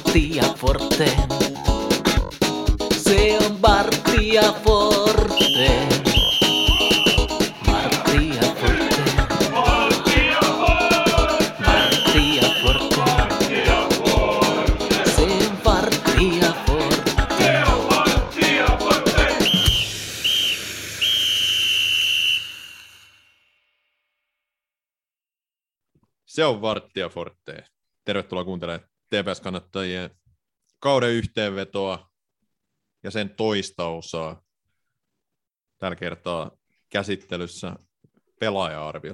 Bartia Forte. Se on Bartia Forte. Bartia Forte. Bartia Forte. Se on Bartia Forte. Se on Bartia Forte. Tervetuloa kuuntelemaan TPS-kannattajien kauden yhteenvetoa ja sen toista osaa. Tällä kertaa käsittelyssä pelaaja-arviot.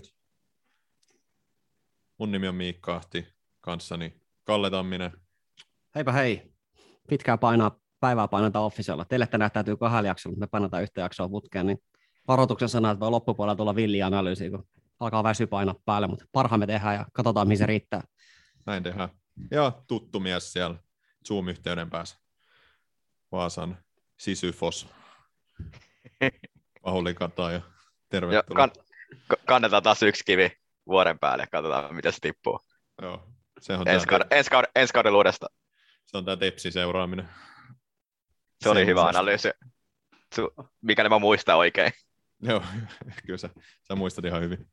Mun nimi on Miikka Ahti, kanssani Kalle Tamminen. Heipä hei. Pitkää päivää painotaan Officella. Teille tänään täytyy 2 jaksoa, mutta me painotaan yhtä jaksoa putkeen, niin varoituksen sana, että voi loppupuolella tulla villianalyysiä, kun alkaa väsy painaa päälle, mutta parhaamme tehdään ja katsotaan, mihin se riittää. Näin tehdään. Ja tuttu mies siellä Zoom-yhteyden päässä. Vaasan Sisyfos. Pauli Kataja. Tervetuloa. Kannetaan taas yksi kivi vuoren päälle ja katsotaan, miten se tippuu. Joo, se on ensi kauden uudesta. Se on tämä Tepsi-seuraaminen. Se oli hyvä analyysi. Mikäli mä muistan oikein. Joo, kyllä sä muistat ihan hyvin.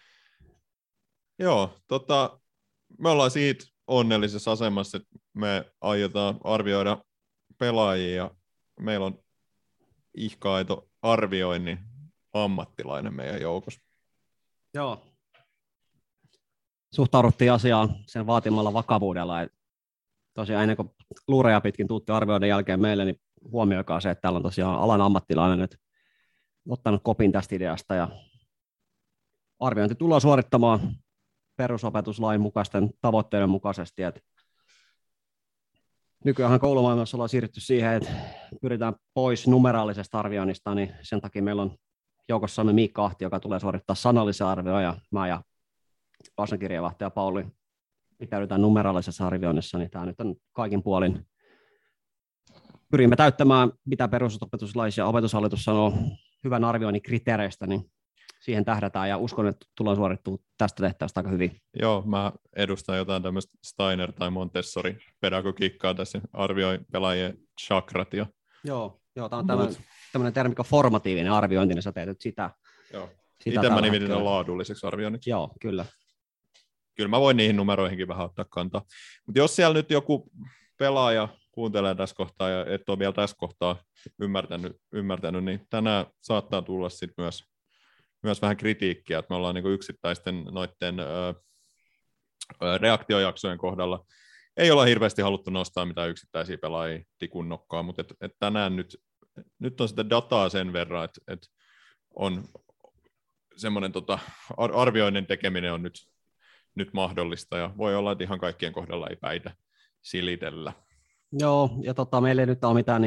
Joo, me ollaan siitä onnellisessa asemassa, että me aiotaan arvioida pelaajia ja meillä on ihka-aito arvioinnin ammattilainen meidän joukossa. Joo. Suhtauduttiin asiaan sen vaatimalla vakavuudella. Että tosiaan ennen kuin luureja pitkin tuutti arvioiden jälkeen meille, niin huomioikaa se, että täällä on tosiaan alan ammattilainen nyt ottanut kopin tästä ideasta ja arviointi tullaan suorittamaan perusopetuslain mukaisten tavoitteiden mukaisesti. Että nykyään koulumaailmassa ollaan siirrytty siihen, että pyritään pois numeraalisesta arvioinnista, niin sen takia meillä on joukossamme Miikka Ahti, joka tulee suorittaa sanallisia arvioja, ja mä ja vastankirjeenvaihtaja Pauli pitäydytään numeraalisessa arvioinnissa, niin tämä nyt on kaikin puolin. Pyrimme täyttämään, mitä perusopetuslais ja opetushallitus sanoo hyvän arvioinnin kriteereistä, niin siihen tähdätään ja uskon, että tullaan suorittua tästä tehtävästä aika hyvin. Joo, mä edustan jotain tämmöistä Steiner- tai Montessori-pedagogiikkaa tässä, arvioin pelaajien chakrat. Joo, tämä on tämmöinen termi kuin formatiivinen arviointi, niin sä teet nyt sitä. Joo. Itse mä nimitin laadulliseksi arvioinniksi. Joo, kyllä. Kyllä mä voin niihin numeroihinkin vähän ottaa kantaa. Mutta jos siellä nyt joku pelaaja kuuntelee tässä kohtaa ja et ole vielä tässä kohtaa ymmärtänyt, niin tänään saattaa tulla sitten myös vähän kritiikkiä, että me ollaan niinku yksittäisten noiden reaktiojaksojen kohdalla ei olla hirveästi haluttu nostaa mitään yksittäisiä pelaajia tikun nokkaan, mutta tänään nyt on sitä dataa sen verran, että on semmoinen arvioinnin tekeminen on nyt mahdollista ja voi olla, että ihan kaikkien kohdalla ei päitä silitellä. Joo, ja meillä ei nyt ole mitään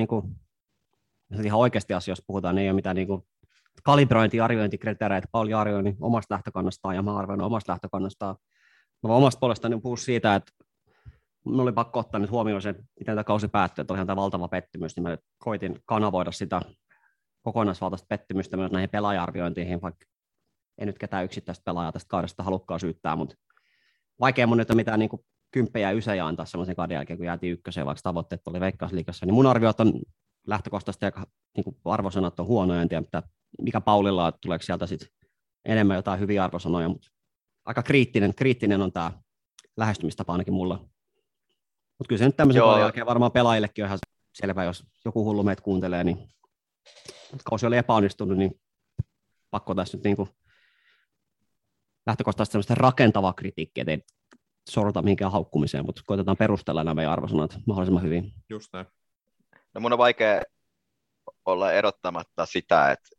ihan oikeasti asioista puhutaan, niin ei ole mitään kalibrointi- arviointikriteereitä. Pauli arvioi omasta lähtökannastaan ja mä arvioin omasta lähtökannastaan. Mä omasta puolestani puhun siitä, että minulla oli pakko ottaa nyt huomioon se, miten tämä kausi päättyi, että oli ihan tämä valtava pettymys, niin mä koitin kanavoida sitä kokonaisvaltaista pettymystä myös näihin pelaaja-arviointiin, vaikka ei nyt ketään yksittäistä pelaajaa tästä kaudesta halukkaan syyttää, mutta vaikea mun nyt on mitään kymppejä ja ysejä antaa semmoisen kauden jälkeen, kun jäätiin ykköseen, vaikka tavoitteet oli Veikkausliigassa, niin mun arviot on lähtökohtaisesti aika arvosanat on huonoja, en tiedä mikä Paulilla on, tuleeko sieltä sitten enemmän jotain hyviä arvosanoja, mutta aika kriittinen on tämä lähestymistapa ainakin mulla. Mutta kyllä se nyt tämmöisen kauden jälkeen varmaan pelaajillekin on ihan selvä, jos joku hullu meitä kuuntelee, niin kausi oli epäonnistunut, niin pakko tässä nyt lähtökohtaisesti semmoista rakentavaa kritiikkiä, ettei sorta mihinkään haukkumiseen, mutta koitetaan perustella nämä meidän arvosanat mahdollisimman hyvin. Just näin. No mun on vaikea olla erottamatta sitä, että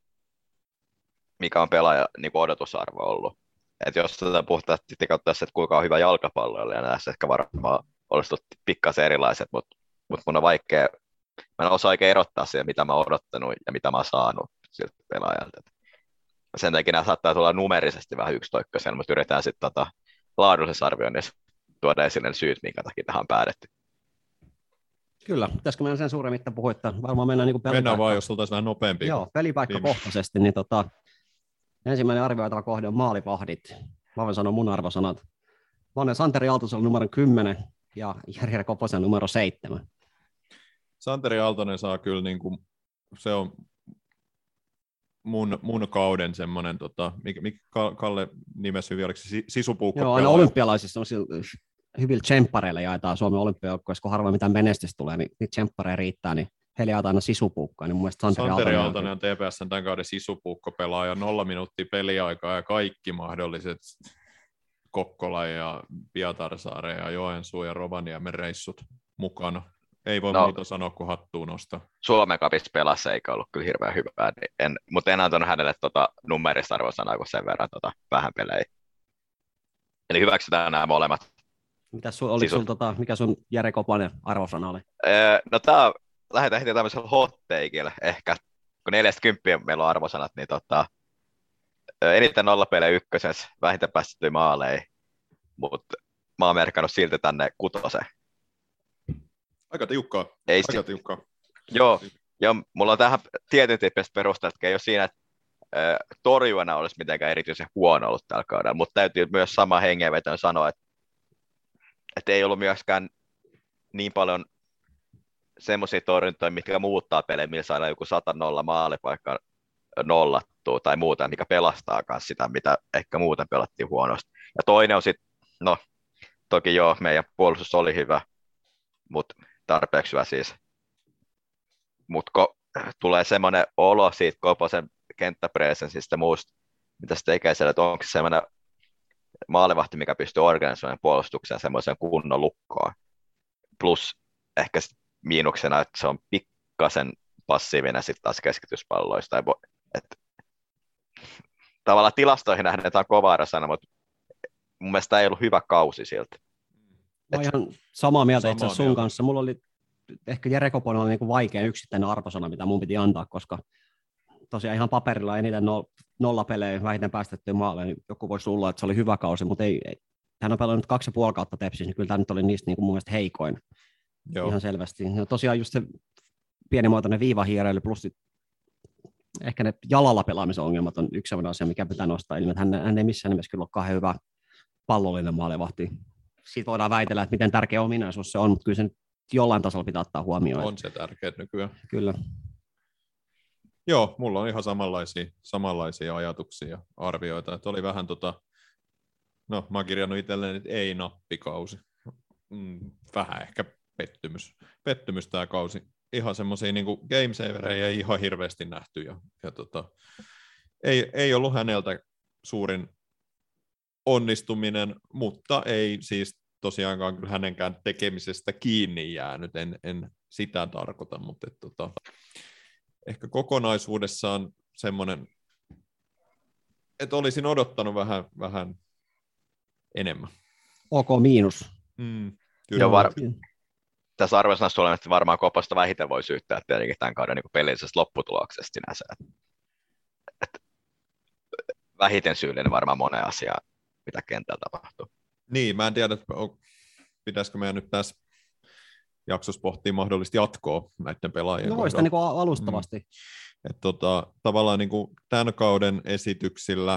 mikä on pelaaja odotusarvo ollut. Et jos puhtaasti katsottaisiin, että kuinka on hyvä jalkapalloilla, ja näissä ehkä varmaan olisi pikkasen erilaiset, mutta mun on vaikea, mä en osaa oikein erottaa siihen, mitä mä oon odottanut ja mitä mä oon saanut siltä pelaajalta. Sen takia nämä saattaa tulla numerisesti vähän yksitoikkoisia, mutta yritetään sitten laadullisessa arvioinnissa tuoda esille ne syyt, minkä takia tähän on päädytty. Kyllä, pitäisikö meidän sen suuremmitta puhua, että varmaan mennään pelipaikka. Mennään vaan, jos oltaisiin vähän nopeampia. Joo, pelipaikkakohtaisesti, niin ensimmäinen arvioitava kohde on maalivahdit. Mä voin sanoa mun arvosanat. Mä olen Santeri Aaltosella numeron 10, ja Jari Koposen numero 7. Santeri Aaltonen saa kyllä, niin kuin, se on mun kauden semmoinen, mikä Kalle nimesi hyvin, oliko se sisupuukko? Joo, aina olympialaisissa on hyvillä tsemppareilla jaetaan Suomen olympiajoukkueessa, kun harvoin mitään menestystä tulee, niin niitä tsemppareja riittää, niin heille jaetaan aina sisupuukkoa, niin mun mielestä Santeri Aaltonen on TPS:n tämän kauden sisupuukko-pelaaja, 0 minuuttia peliaikaa ja kaikki mahdolliset Kokkola ja Pietarsaare ja Joensuu ja Rovaniemen reissut mukana. Ei voi muuta sanoa, kuin hattuun nostaa. Suomen Cupissa pelassa eikä ollut kyllä hirveän hyvää, niin mutta en antanut hänelle numerista arvosanaa, kun sen verran vähän pelejä. Eli hyväksytään nämä molemmat. Mikä sun Jere Koponen arvosana oli? No lähdetään heti tämmöisellä hot takeilla ehkä. Kun 40 meillä on arvosanat, niin eniten nollapelejä ykkösessä, vähintään päästettyjä maaleja, mutta mä oon merkannut silti tänne 6. Aika tiukkaa. Tiukkaa. Joo, ja mulla on tähän tietyn tyyppisestä perusteella, että ei ole siinä, että torjuina olisi mitenkään erityisen huono ollut tällä kaudella, mutta täytyy myös sama hengenvetoon sanoa, että ei ollut myöskään niin paljon semmoisia torjuntoja, mitkä muuttaa pelejä, millä saadaan joku 100-0 maalipaikka nollattua tai muuta, mikä pelastaa myös sitä, mitä ehkä muuten pelattiin huonosti. Ja toinen on sitten, no toki joo, meidän puolustus oli hyvä, mutta tarpeeksi hyvä siis. Mutta tulee semmoinen olo siitä Koposen kenttäpresenssistä muusta, mitä se tekee siellä, että onko se semmoinen maalivahti, mikä pystyy organisoimaan puolustuksen semmoisen kunnon lukkoon. Plus ehkä miinuksena, että se on pikkasen passiivinen sitten taas keskityspalloista. Tavallaan tilastoihin nähden tämä on kova arvosana, mutta mun mielestä ei ollut hyvä kausi siltä. Mä oon ihan samaa mieltä itse asiassa sun kanssa. Mulla oli ehkä Jere Koponen oli niin vaikein yksittäinen arvosana, mitä mun piti antaa, koska tosiaan ihan paperilla eniten nollapelejä, vähiten päästettyä maalle, niin joku voisi luulla, että se oli hyvä kausi, mutta ei. Hän on pelannut 2,5 kautta Tepsissä, niin kyllä tämä nyt oli niistä niin kuin mun mielestä heikoin. Joo. Ihan selvästi. Ja tosiaan just se pienimuotoinen viivahiireily plus ehkä ne jalalla pelaamisen ongelmat on yksi sellainen asia, mikä pitää nostaa. Eli hän ei missään nimessä kyllä ole kauhean hyvä pallollinen maalivahti. Siitä voidaan väitellä, että miten tärkeä ominaisuus se on, mutta kyllä se nyt jollain tasolla pitää ottaa huomioon. On se tärkeä nykyään. Kyllä. Joo, mulla on ihan samanlaisia ajatuksia ja arvioita. Että oli vähän no mä oon kirjannut itselleen, että ei nappikausi. Vähän ehkä pettymys tää kausi. Ihan semmoisia niin kuin gamesavereja ei ihan hirveästi nähty. Ja ei ollut häneltä suurin onnistuminen, mutta ei siis tosiaankaan kyllä hänenkään tekemisestä kiinni jäänyt. En sitä tarkoita, mutta ehkä kokonaisuudessaan semmoinen, että olisin odottanut vähän enemmän. OK miinus. Kyllä. Tässä arvosanassa tulee, että varmaan Koposta vähiten voi syyttää tietenkin tämän kauden niin pelillisestä lopputuloksesta sinänsä. Että vähiten syyllinen varmaan moneen asiaan, mitä kentällä tapahtuu. Niin, mä en tiedä, pitäisikö meidän nyt tässä jaksossa pohtia mahdollisesti jatkoa näiden pelaajien kohdalla. No sitä niin alustavasti. Tavallaan niin kuin tämän kauden esityksillä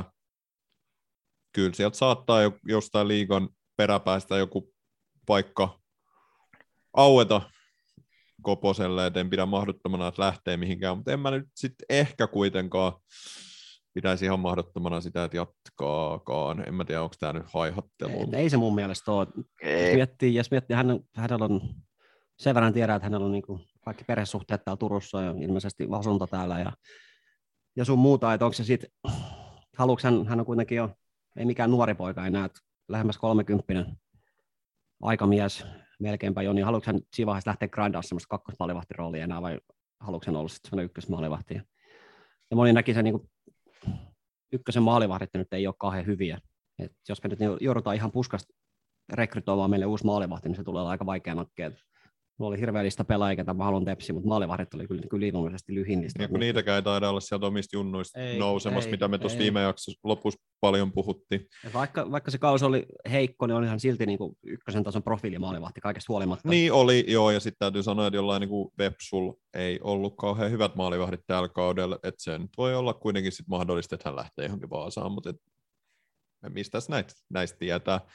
kyllä sieltä saattaa jostain liigan peräpäästä joku paikka aueta Koposelle, et en pidä mahdottomana, että lähtee mihinkään, mutta en mä nyt sitten ehkä kuitenkaan pitäisi ihan mahdottomana sitä, että jatkaakaan. En mä tiedä, onko tämä nyt haihattelu. Ei se mun mielestä ole. Jos miettii hänellä on sen verran tiedä, että hänellä on niin kuin kaikki perhesuhteet täällä Turussa ja ilmeisesti asunto täällä ja sun muuta, että onko se sitten, haluatko hän on kuitenkin jo, ei mikään nuori poika enää, että lähemmäs 30 aikamies melkeinpä jo, niin haluatko hän siinä vaiheessa lähteä grindaamaan semmoista kakkosmaalivahtiroolia enää vai haluatko hän olla sitten semmoinen ykkösmaalivahti? Ja moni näki sen niin kuin ykkösen maalivahdit nyt ei ole kauhean hyviä. Et jos me nyt joudutaan ihan puskasta rekrytoimaan meille uusi maalivahti, niin se tulee olla aika vaikea nakkeet. Mulla oli hirveä lista pelaajia, ketä mä haluan Tepsiä, mutta maalivahdit oli kyllä ylivoimaisesti lyhin lista. Ja kun niitäkään ei taida olla sieltä omista junnuista nousemassa, mitä me tuossa viime jaksossa lopussa paljon puhuttiin. Vaikka se kausi oli heikko, niin on ihan silti niin kuin ykkösen tason profiilimaalivahti kaikesta huolimatta. Niin oli, joo, ja sitten täytyy sanoa, että jollain niin kuin Vepsul ei ollut kauhean hyvät maalivahdit tällä kaudella, että se nyt voi olla kuitenkin sit mahdollista, että hän lähtee johonkin Vaasaan, mutta mistä näistä tietää.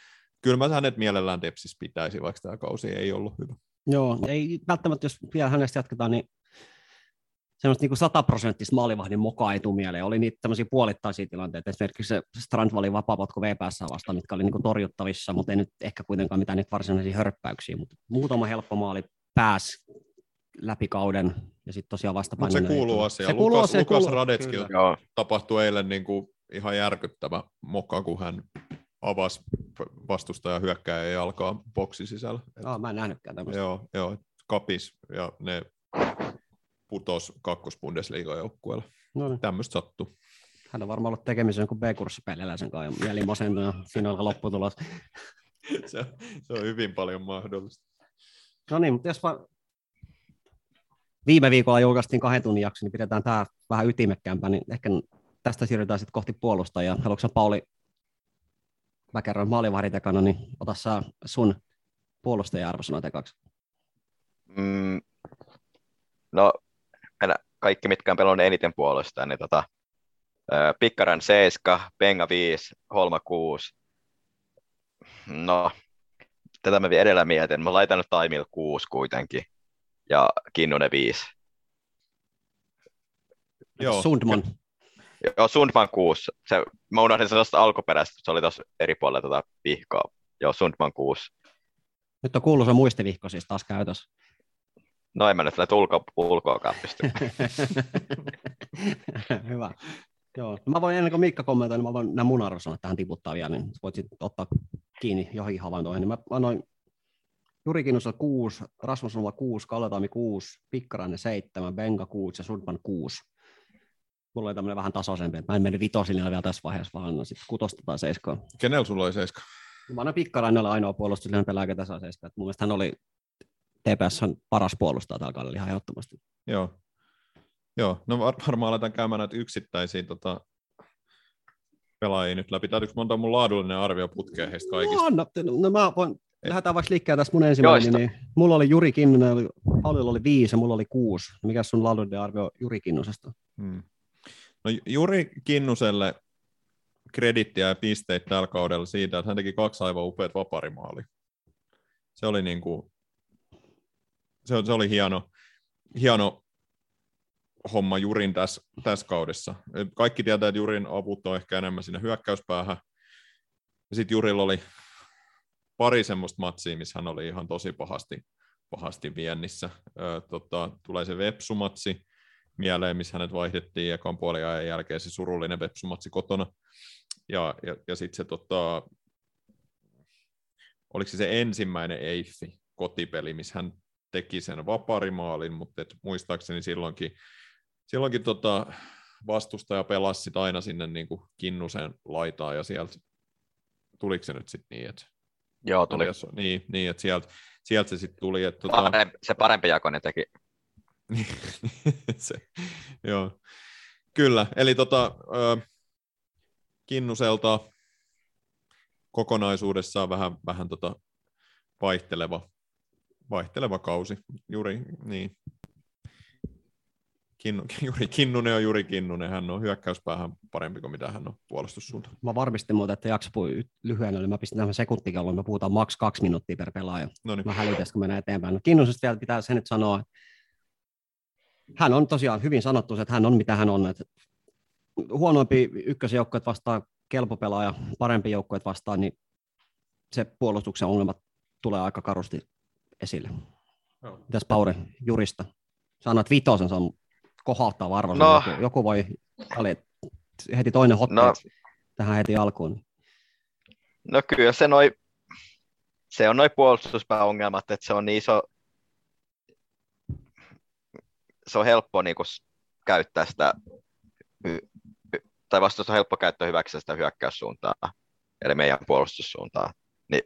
kyllä mä hänet mielellään Tepsissä pitäisi, vaikka tämä kausi ei ollut hyvä. Joo, ei välttämättä, jos vielä hänestä jatketaan, niin semmoista niin 100% maalivahdin mokaa ei tule mieleen. Oli niitä tämmöisiä puolittaisia tilanteita, esimerkiksi se Strandvallin vapaapotku VPS vastaan, mitkä oli niin torjuttavissa, mutta ei nyt ehkä kuitenkaan mitään niitä varsinaisia hörppäyksiä, mutta muutama helppo maali pääsi läpi kauden, ja sitten tosiaan vastapainoinen. Mutta se kuuluu asiaan. Lukas Radetski tapahtui eilen niin kuin ihan järkyttävä moka, kun hän avasi vastustajan hyökkääjän jalkaa boksin sisällä. Mä en nähnytkään tämmöistä. Joo, kapis, ja ne putos kakkos-Bundesliigan joukkueella. No niin. Tämmöistä sattuu. Hän on varmaan ollut tekemisen jonkun B-kurssipelillä sen kanssa, ja mieli masentunut, ja siinä on lopputulos. se on hyvin paljon mahdollista. No niin, mutta jos viime viikolla julkaistiin 2 tunnin jakso, niin pidetään tämä vähän ytimekkäämpää, niin ehkä tästä siirrytään sitten kohti puolustajaa. Haluatko Pauli, mä kerron maalivahdin ekana, niin ota sä sun puolustaja-arvosanat ekaksi. No, kaikki, mitkä on pelannut eniten puolustajaa, niin Pikkaran 7, Benga 5, Holma 6. No, tätä mä edellä mietin. Mä laitan nyt Taimil 6 kuitenkin, ja Kinnunen 5. Joo. Sundman. Joo, Sundman 6. Mä unohdin sen tuosta alkuperäistä, se oli tuossa eri puolella vihkoa. Joo, Sundman 6. Nyt on kuuluisa muistivihko siis taas käytössä. No en mä nyt näitä ulkoakaan pysty. Hyvä. Joo. Mä voin ennen kuin Miikka kommentoi, niin mä voin nämä mun arvosanat tähän tiputtaa vielä, niin voit sitten ottaa kiinni johonkin havaintoihin. Niin mä annoin Juri Kinnusella 6, Rasmussenilla 6, Kalletaimi 6, Pikkarainen 7, Benga 6 ja Sundman 6. Mulla oli tämmöinen vähän tasaisempi, että mä en mennyt vitosille vielä tässä vaiheessa, vaan sitten 6 tai 7. Kenellä sulla oli 7? Mä annan Pikkarainelle ainoa puolustuslinjan pelaaja tässä 7. Mun mielestä hän oli TPS:n paras puolustaja tällä kaudella ihan ehdottomasti. Joo. No varmaan aletaan käymään näitä yksittäisiä pelaajia nyt läpi. Täytyykö monta mun laadullinen arvio putkeen heistä kaikista? No mä voin, lähdetään vaikka liikkeelle tästä mun ensimmäinen. Niin mulla oli Juri Kinnunen, Paulilla oli 5 ja mulla oli 6. Mikä sun laadullinen arvio Juri Kinnusesta? No Juri Kinnuselle kredittiä ja pisteitä tällä kaudella siitä, että hän teki 2 aivan upeat vaparimaalia. Se oli niinku, se oli hieno homma Jurin tässä kaudessa. Kaikki tietää, että Jurin avut on ehkä enemmän sinne hyökkäyspäähän. Ja sitten Jurilla oli pari semmoista matsia, missä hän oli ihan tosi pahasti viennissä. Tulee se Vepsu-matsi mieleen, missä hänet vaihdettiin ekan puoliajan jälkeen, se surullinen Vepsu-matsi kotona. Ja sitten se oliko se ensimmäinen Eiffi kotipeli, missä hän teki sen vaparimaalin, mutta muistaakseni silloinkin vastustaja pelasi sit aina sinne niin kuin Kinnusen laitaan, ja sieltä tuliko se nyt sitten niin, että joo, tuli. Niin, että sieltä se sitten tuli. Että se parempi jakoinen teki. Joo, kyllä. Eli Kinnuselta kokonaisuudessaan vähän vaihteleva kausi. Juri Kinnunen on Juri Kinnunen. Hän on hyökkäyspäähän parempi kuin mitä hän on puolustussuuntaan. Mä varmistin muuten, että jakso puhui lyhyen, eli mä pistin tämän sekuntikellon, me puhutaan maks 2 minuuttia per pelaaja. Noniin. Mä hälytäs, kun mennään eteenpäin. No, Kinnusesta vielä pitää se nyt sanoa, että hän on tosiaan hyvin sanottu, että hän on mitä hän on. Että huonompi ykkösjoukkueet vastaan kelpo pelaaja, parempi joukkueet vastaan, niin se puolustuksen ongelmat tulee aika karusti esille. No. Mitäs Paure Jurista? Sanoit 5, se on kohauttaa arvoa. No. Joku voi heti toinen hotti tähän heti alkuun. No kyllä se on noi puolustuspääongelmat, että se on niin iso, se on helppo niin kuin käyttää sitä, tai vastus on helppo käyttää hyväksi sitä hyökkäyssuuntaa, eli meidän puolustussuuntaa. Niin,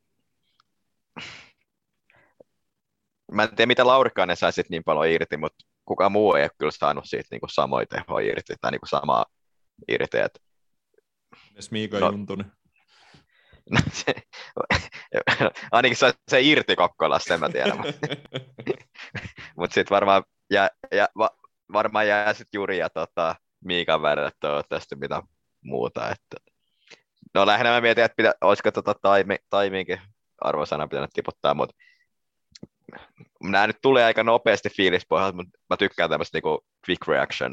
mä en tiedä, mitä Laurikainen sai sit niin paljon irti, mutta kukaan muu ei ole kyllä saanut siitä niin kuin samoja tehoja irti, tai niin kuin samaa irti. Miika Juntunen. No, ainakin se irti Kokkolassa, sen mä tiedän. Mutta sitten varmaan jää sitten Juri ja Miikan välillä toivottavasti mitä muuta. Että No lähinnä mä mietin, että olisiko timingin arvosana pitänyt tiputtaa, mutta nämä nyt tulee aika nopeasti fiilispohjalta, mutta mä tykkään tämmöistä niinku quick reaction,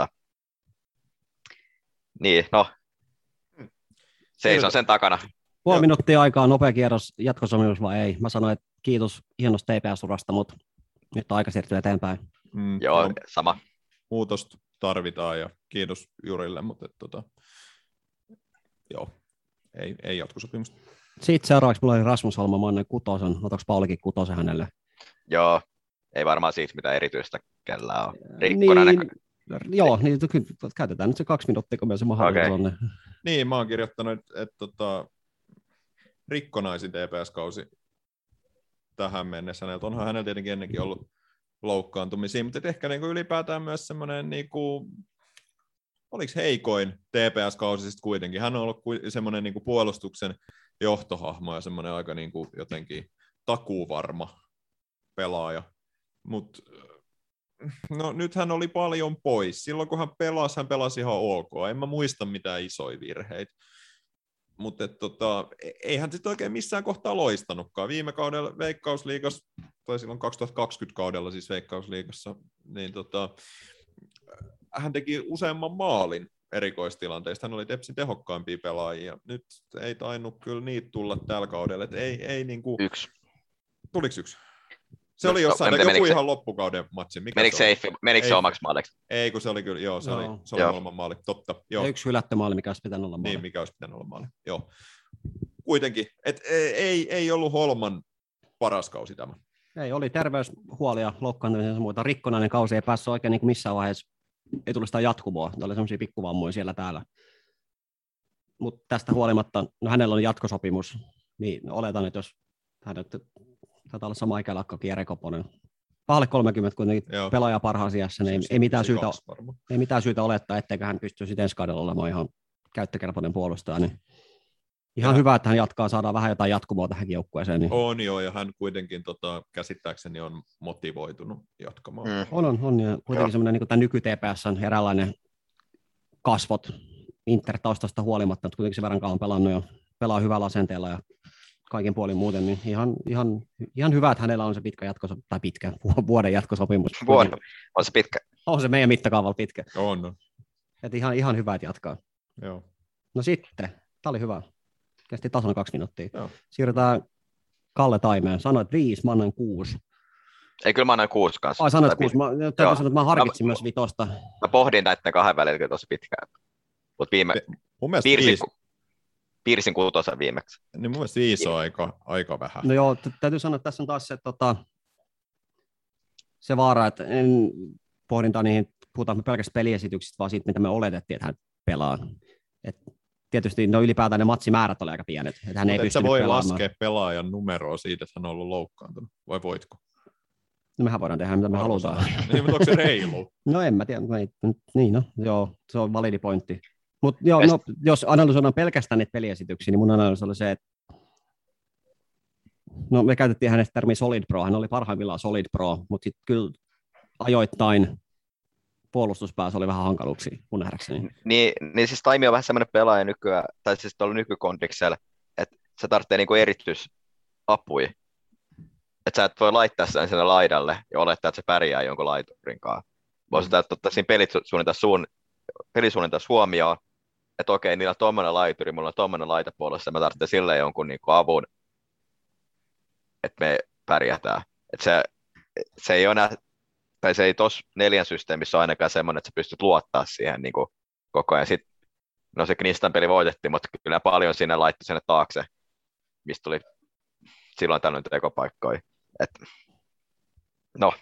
niin no, seison sen takana. Puoli minuuttia aikaa, nopea kierros, jatkosopimus vai ei? Mä sanoin, että kiitos hienosta TPS-urasta, mutta nyt on aika siirtyä eteenpäin. Joo, sama. Muutosta tarvitaan ja kiitos Jurille, mutta joo, ei jatkosopimusta. Sitten seuraavaksi mulla oli Rasmus Holma, mä annan 6. Otatko Paulikin 6 hänelle? Joo, ei varmaan siitä mitään erityistä kellään on. Rikkonainen. Joo, niin käytetään nyt se 2 minuuttia, kun meillä se mahdollisuus on. Niin, mä oon kirjoittanut, että rikkonaisin TPS-kausi tähän mennessä. Onhan hänellä tietenkin ennenkin ollut loukkaantumisia, mutta ehkä niin kuin ylipäätään myös semmoinen, niin kuin, oliko heikoin TPS-kausi sitten kuitenkin. Hän on ollut semmoinen niin kuin puolustuksen johtohahmo ja semmoinen aika niin kuin jotenkin takuuvarma pelaaja. Mutta no, nyt hän oli paljon pois. Silloin kun hän pelasi ihan ok. En mä muista mitään isoja virheitä. Mutta eihän sitten oikein missään kohtaa loistanutkaan. Viime kaudella Veikkausliigassa, tai silloin 2020 kaudella siis Veikkausliigassa, niin hän teki useamman maalin erikoistilanteista. Hän oli Tepsin tehokkaimpia pelaajia. Nyt ei tainnut kyllä niitä tulla tällä kaudella. Et ei niinku... Yksi. Tuliko yksi? Se oli jossain, joku ihan loppukauden matsi. Menikö se omaksi maaliksi? Ei, kun se oli kyllä, joo, se oli Holman maali, totta. Joo. Ja yksi hylätty maali, mikä olisi pitänyt olla maali. Niin, mikä olisi pitänyt olla maali, joo. Kuitenkin, ei ollut Holman paras kausi tämä. Ei, oli terveyshuolia, loukkaantumisia ja muuta. Rikkonainen kausi ei päässyt oikein niin missään vaiheessa, ei tullut sitä jatkumoa. Ne oli semmoisia pikkuvammoja siellä täällä. Mutta tästä huolimatta, no hänellä on jatkosopimus, niin oletan, että jos hänet taitaa olla sama ikäluokka kuin Jere Koponen. Pahalle 30 kuitenkin pelaaja parhaassa iässä, niin ei mitään syytä olettaa, etteikö hän pystyisi ensi kaudella olemaan ihan käyttökelpoinen puolustaja. Niin ihan hyvä, että hän jatkaa, saadaan vähän jotain jatkumoa tähänkin joukkueeseen. Niin. On joo, ja hän kuitenkin käsittääkseni on motivoitunut jatkamaan. On, ja kuitenkin semmoinen niin nyky-TPS:n eräänlainen kasvot Inter-taustasta huolimatta, että kuitenkin se verran kauan pelannut ja pelaa hyvällä asenteella ja kaiken puolin muuten, niin ihan hyvä, että hänellä on se vuoden jatkosopimus. On se pitkä. On se meidän mittakaavalla pitkä. On. Että ihan hyvä, että jatkaa. Joo. No sitten, tämä oli hyvä. Kesti tasan 2 minuuttia. Joo. Siirrytään Kalle Taimeen. Sanoit 5, mä annan 6. Ei, kyllä mä annan 6 kanssa. Sanoit 6. Täytyy sanoa, että mä harkitsin myös 5. Mä pohdin näiden 2 välillä tosi pitkään. Mutta mun mielestä piirsin 6 viimeksi. Niin mun mielestä 5 on aika vähän. No joo, täytyy sanoa, että tässä on taas se vaara, että en pohdinta niihin, puhutaan pelkästään peliesityksistä, vaan siitä, mitä me oletettiin, että hän pelaa. Et tietysti ylipäätään ne matsimäärät oli aika pienet. Että hän ei pystynyt voi pelaamaan. laskea pelaajan numeroa siitä, että hän on ollut loukkaantunut, vai voitko? No mehän voidaan tehdä, mitä me halutaan. Niin, mutta onko se reilu? No en mä tiedä. Joo, se on validi pointti. Mutta jos analysoidaan pelkästään niitä peliesityksiä, niin mun analyysi oli se, että no me käytettiin hänestä termiä Solid Pro, hän oli parhaimmillaan Solid Pro, mutta sitten kyllä ajoittain puolustuspäässä oli vähän hankaluuksia mun nähdäkseni. Niin siis Taimi on vähän semmoinen pelaaja nykyään, tai siis tuolla nykykondiksella, että se tarvitsee niinku erityisapuja. Että sä et voi laittaa sen sinne laidalle ja olettaa, että se pärjää jonkun laiturin kanssa. Voisi ottaa siinä pelisuunnitelmassa huomioon, että okei, niillä on tommoinen laituri, mulla on tommoinen laitapuolessa, ja mä tarvitsen silleen jonkun niin kuin avun, että me pärjätään. Että se ei ole tai se ei tuossa 4 systeemissä ole ainakaan semmoinen, että sä pystyt luottaa siihen niin kuin koko ajan. Sitten, no se Knistan peli voitettiin, mutta kyllä paljon sinne laittoi sinne taakse, mistä tuli silloin tällöin tekopaikkoja. No,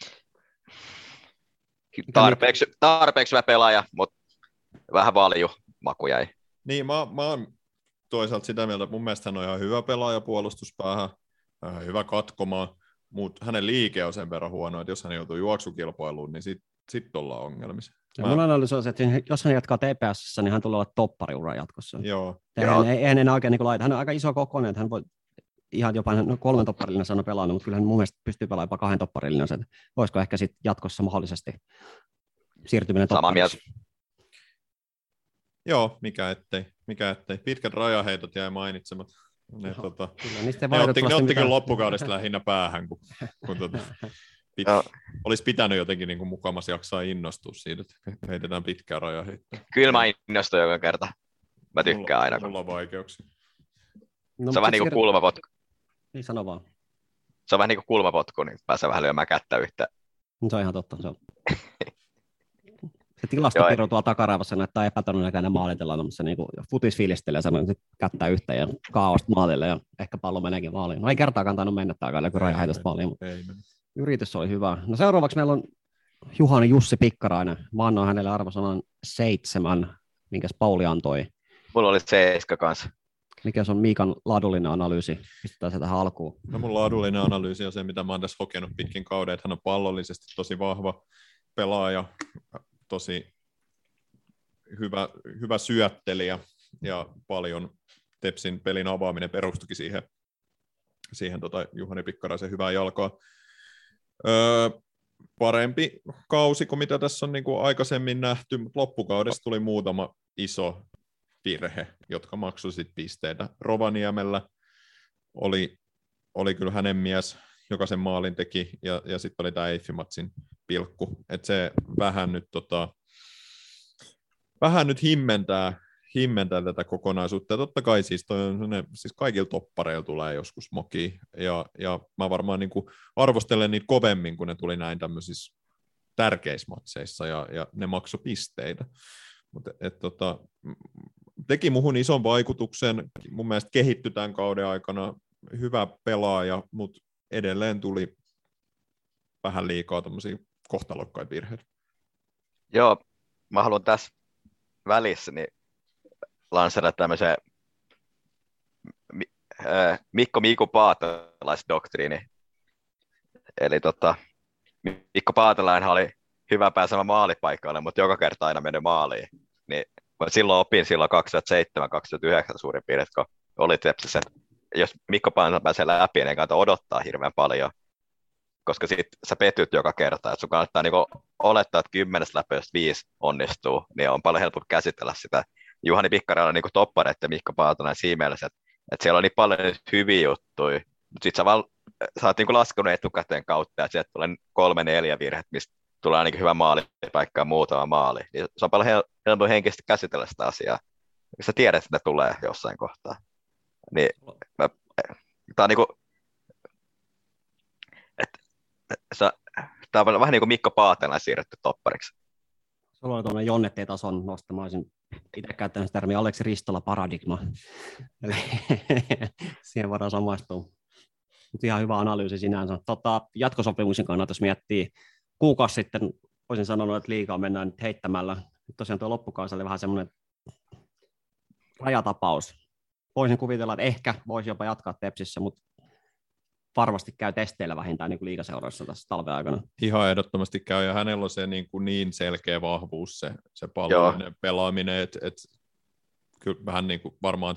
tarpeeksi hyvä pelaaja, mutta vähän valju maku jäi. Niin, mä oon toisaalta sitä mieltä, että mun mielestä hän on ihan hyvä pelaaja puolustuspäähän, hyvä katkomaan, mutta hänen liike on sen verran huono, että jos hän joutuu juoksukilpailuun, niin sit ollaan ongelmissa. Mun analyysi on se, että jos hän jatkaa TPS:ssä, niin hän tulee olla toppariura jatkossa. Joo. Eihän enää oikein niin laita. Hän on aika iso kokoinen, että hän voi ihan jopa 3 topparillinen sanon pelannut, mutta kyllä hän mun mielestä pystyy pelaamaan jopa 2 topparillinen. Voisiko ehkä sitten jatkossa mahdollisesti siirtyminen toppariksi? Joo, mikä ettei. Pitkät rajaheitot jäi mainitsemat. Ne, Kyllä, niistä ei ne otti valitettavasti kyllä mitään. loppukaudesta lähinnä päähän, kun Joo. olisi pitänyt jotenkin niin kuin mukamas jaksaa innostua siitä, että heitetään pitkää rajaheittoa. Kyllä mä innostuin joka kerta. Mä tykkään aina. Mulla on vaikeuksia. No, Se on vähän niin kuin kulmapotku. Niin sano vaan. Se on vähän niin kuin kulmapotku, niin pääsee vähän lyömään kättä yhteen. Se on ihan totta. Se tilastopiru tuolla takaraivassa näyttää epätodennäköinen maalintila, mutta se niin futis fiilistelee ja sanoo, että kättä yhteen ja kaaosta maalille ja ehkä pallo meneekin maaliin. No ei kertaakaan tainnut mennä täällä, kun rajaheitosta maaliin, mutta yritys oli hyvä. No seuraavaksi meillä on Juhani Jussi Pikkarainen. Mä annan hänelle arvosanan 7, minkäs Pauli antoi. Mulla oli 7 kanssa. Mikä se on Miikan laadullinen analyysi? Pistetään se tähän alkuun. No mun laadullinen analyysi on se, mitä mä oon tässä hokenut pitkin kauden, että hän on pallollisesti tosi vahva pelaaja, tosi hyvä syöttelijä ja paljon Tepsin pelin avaaminen perustukin siihen Juhani Pikkaraisen hyvää jalkaa. Parempi kausi kuin mitä tässä on niin kuin aikaisemmin nähty, mutta loppukaudessa tuli muutama iso virhe, jotka maksoi sitten pisteitä. Rovaniemellä oli kyllä hänen mies, joka sen maalin teki, ja sitten oli tämä Eiffi-matsin pilkku. Et se vähän nyt himmentää tätä kokonaisuutta. Ja totta kai siis, siis kaikilla toppareilla tulee joskus moki, ja mä varmaan niin kuin arvostelen niitä kovemmin, kun ne tuli näin tämmöisissä tärkeissä matseissa, ja ne maksoi pisteitä. Mutta teki muhun ison vaikutuksen, mun mielestä kehittyi tämän kauden aikana, hyvä pelaaja, mutta edelleen tuli vähän liikaa tämmöisiä kohtalokkaita virheitä. Joo, mä haluan tässä välissä niin lanseerata tämmöisen Mikko Paatelaisdoktriini. Eli Mikko Paatelainhan oli hyvä pääsemään maalipaikalle, mutta joka kerta aina mennyt maaliin. Niin silloin opin 2007-2009 suurin piirtein, kun oli Tepsissä. Jos Mikko Paatela pääsee läpi, niin ei kannata odottaa hirveän paljon, koska sit sä petyt joka kerta. Et sun kannattaa niinku olettaa, että 10 läpöistä 5 onnistuu, niin on paljon helpompi käsitellä sitä. Juhani Pikkarainen on niinku toppareiden Mikko Paatelainen siinä mielessä, että siellä on niin paljon hyviä juttuja, mutta sitten sä oot niinku laskenut etukäteen kautta, ja sieltä tulee 3-4 virhet, mistä tulee ainakin hyvä maalipaikka ja muutama maali. Niin se on paljon helpompi henkisesti käsitellä sitä asiaa. Sä tiedät, että ne tulee jossain kohtaa. Niin, tää on niinku, tää on vähän niin kuin Mikko Paatelainen siirretty toppariksi. Sulla oli tuollainen Jonne-tason nostama, olisin itse käyttänyt sitä termiä Aleksi Ristola paradigma. Eli siihen voidaan samaistua. Mutta ihan hyvä analyysi sinänsä. Jatkosopimuksen kannalta, jos miettii kuukausi sitten, olisin sanonut, että liigaa mennään nyt heittämällä. Nyt tosiaan tuo loppukausi oli vähän semmoinen rajatapaus. Voisin kuvitella, että ehkä voisi jopa jatkaa Tepsissä, mutta varmasti käy testeillä vähintään niin kuin liigaseuroissa tässä talven aikana. Ihan ehdottomasti käy, ja hänellä on se niin selkeä vahvuus, se pallollinen pelaaminen, että kyllä vähän niin kuin varmaan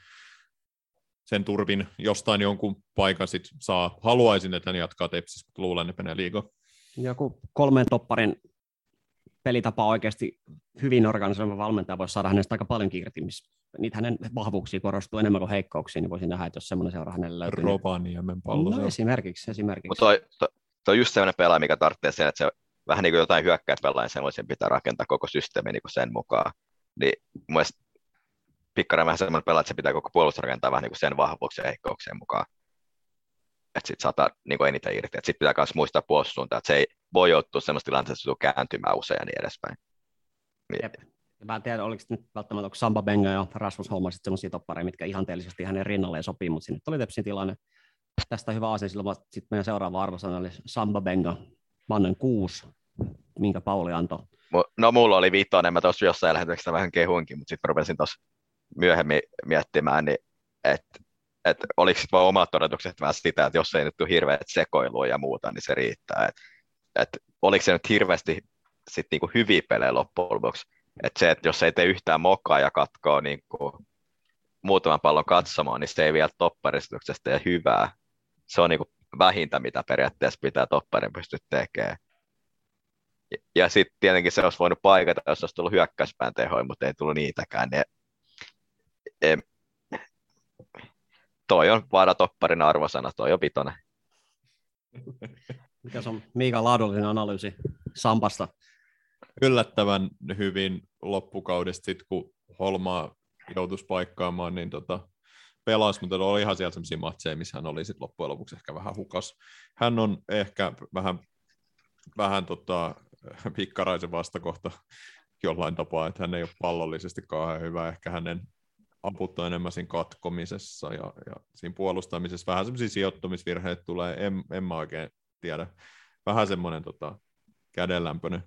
sen turvin jostain jonkun paikan sit saa. Haluaisin, että hän jatkaa Tepsissä, mutta luulen, että menee liigaan. Joku 3 topparin pelitapa oikeasti hyvin organisoima valmentaja voisi saada hänestä aika paljon irti, missä niitä hänen vahvuuksia korostuu enemmän kuin heikkouksia, niin voisin nähdä, että jos semmoinen seura hänelle löytyy. Rovaniemen pallo. No esimerkiksi. Mutta toi on just sellainen pelaaja, mikä tarvitsee sen, että se vähän niin kuin jotain hyökkäät pelaajan sen pitää rakentaa koko systeemi niin kuin sen mukaan. Niin mun mielestä Pikkarainen vähän semmoinen pelaaja, että se pitää koko puolustus rakentaa vähän niin kuin sen vahvuuksien ja heikkouksien mukaan. Että sitten saattaa niin kuin eniten irti. Että sitten pitää myös muistaa puolustussuuntaan, että se ei voi joutua semmoista tilanteesta, että se tulee kääntymään usein ja niin edespäin. Niin. Mä en tiedä, oliko nyt välttämättä, onko Samba Benga ja Rasmus Holma sitten semmoisia toppareja, mitkä ihanteellisesti hänen rinnalleen sopii, mutta sinne oli Tepsin tilanne. Tästä hyvä asia, silloin sitten meidän seuraava arvosana oli Samba Benga. Mä annan 6, minkä Pauli antoi. No mulla oli 5, mä tuossa jossain lähetyksessä vähän kehuinkin, mutta sitten rupesin tuossa myöhemmin miettimään, niin että oliko sitten vaan omat odotukset vähän sitä, että jos ei nyt tule hirveät sekoilua ja muuta, niin se riittää. Että oliko se nyt hirveästi sitten niinku hyviä pelejä loppujen lopuksi. Että se, että jos ei tee yhtään mokaa ja katkoo niinku muutaman pallon katsomaan, niin se ei vielä topparistuksesta tee hyvää. Se on niinku vähintä, mitä periaatteessa pitää topparin pystyä tekemään. Ja sitten tietenkin se olisi voinut paikata, jos olisi tullut hyökkäyspään tehoja, mutta ei tullut niitäkään. Em, toi on varatopparin arvosana, toi on vitonen. Mikä se on Miikan laadullinen analyysi Sampasta? Yllättävän hyvin loppukaudesta, sit, kun Holmaa joutuisi paikkaamaan, niin pelasi, mutta oli ihan siellä sellaisia matseja, missä hän oli sit loppujen lopuksi ehkä vähän hukas. Hän on ehkä vähän pikkaraisen vastakohta jollain tapaa, että hän ei ole pallollisesti kauhean hyvä. Ehkä hänen aput on enemmän siinä katkomisessa ja siinä puolustamisessa. Vähän semmoisia sijoittumisvirheitä tulee, en mä oikein tiedä. Vähän semmoinen kädenlämpöinen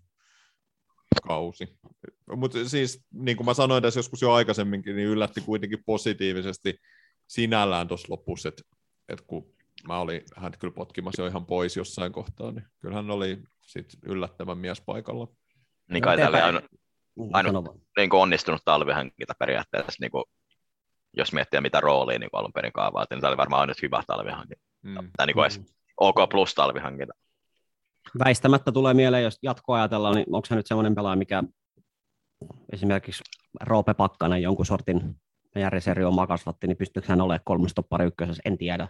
kausi. Mutta siis, niin kuin mä sanoin tässä joskus jo aikaisemminkin, niin yllätti kuitenkin positiivisesti sinällään tuossa lopussa, että kun mä olin hän kyllä potkimassa jo ihan pois jossain kohtaa, niin kyllä hän oli sit yllättävän mies paikalla. Niin kai tämä oli ainut niin onnistunut talvihankinta periaatteessa, niin kuin, jos miettii mitä roolia niin alun perin kaavailtiin, niin tämä oli varmaan ainut hyvä talvihankinta. Tai niin kuin edes OK plus talvihankinta. Väistämättä tulee mieleen, jos jatkoa ajatellaan, niin onko hän nyt semmoinen pelaaja, mikä esimerkiksi Roope Pakkanen jonkun sortin meidän reservi oma kasvatti, niin pystyykö hän olemaan kolmostoppari ykkösessä, en tiedä.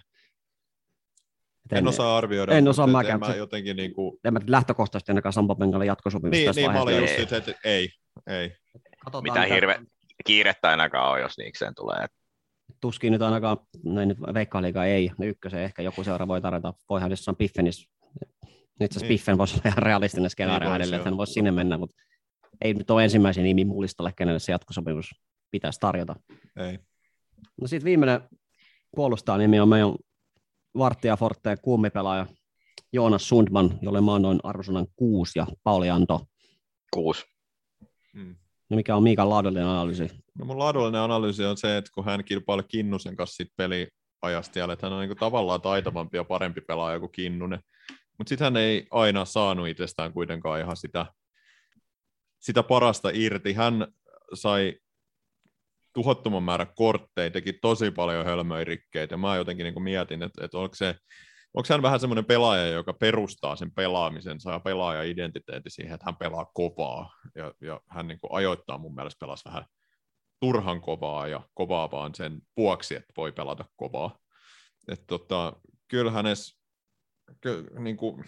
En osaa arvioida. En osaa mäkään. Mä jotenkin niinku... En mä lähtökohtaisesti ainakaan Sampo Penkalle jatkosopimus niin, tässä mä olin vaiheessa. just että ei. Mitään kiirettä ainakaan on, jos niikseen tulee. Tuskin nyt ainakaan, näin nyt Veikkaaliigaan ei, ykkösen ehkä joku seura voi tarjota, voihan jossain Piffenissä. Nyt se Piffen voisi olla ihan realistinen skenaario hänelle, että hän voisi sinne mennä, mutta ei nyt ole ensimmäisen nimi mullistalle, kenelle se jatkosopimus pitäisi tarjota. Ei. No sitten viimeinen puolustaja nimi on meidän Vartija Forteen kuumipelaaja Joonas Sundman, jolle mä annoin arvosanan 6 ja Pauli antoi 6. No mikä on Miikan laadullinen analyysi? No mun laadullinen analyysi on se, että kun hän kilpaili Kinnusen kanssa sit peliajasta jälleen, että hän on niinku tavallaan taitavampi ja parempi pelaaja kuin Kinnunen. Mutta sitten hän ei aina saanut itsestään kuitenkaan ihan sitä parasta irti. Hän sai tuhottoman määrän kortteja, teki tosi paljon hölmöirikkeitä. Ja mä jotenkin niin mietin, että onko hän vähän semmoinen pelaaja, joka perustaa sen pelaamisensa ja pelaaja-identiteetti siihen, että hän pelaa kovaa. Ja hän niin ajoittaa mun mielestä pelasi vähän turhan kovaa ja kovaa vaan sen vuoksi, että voi pelata kovaa. Että kyllä hänessä niin kuin,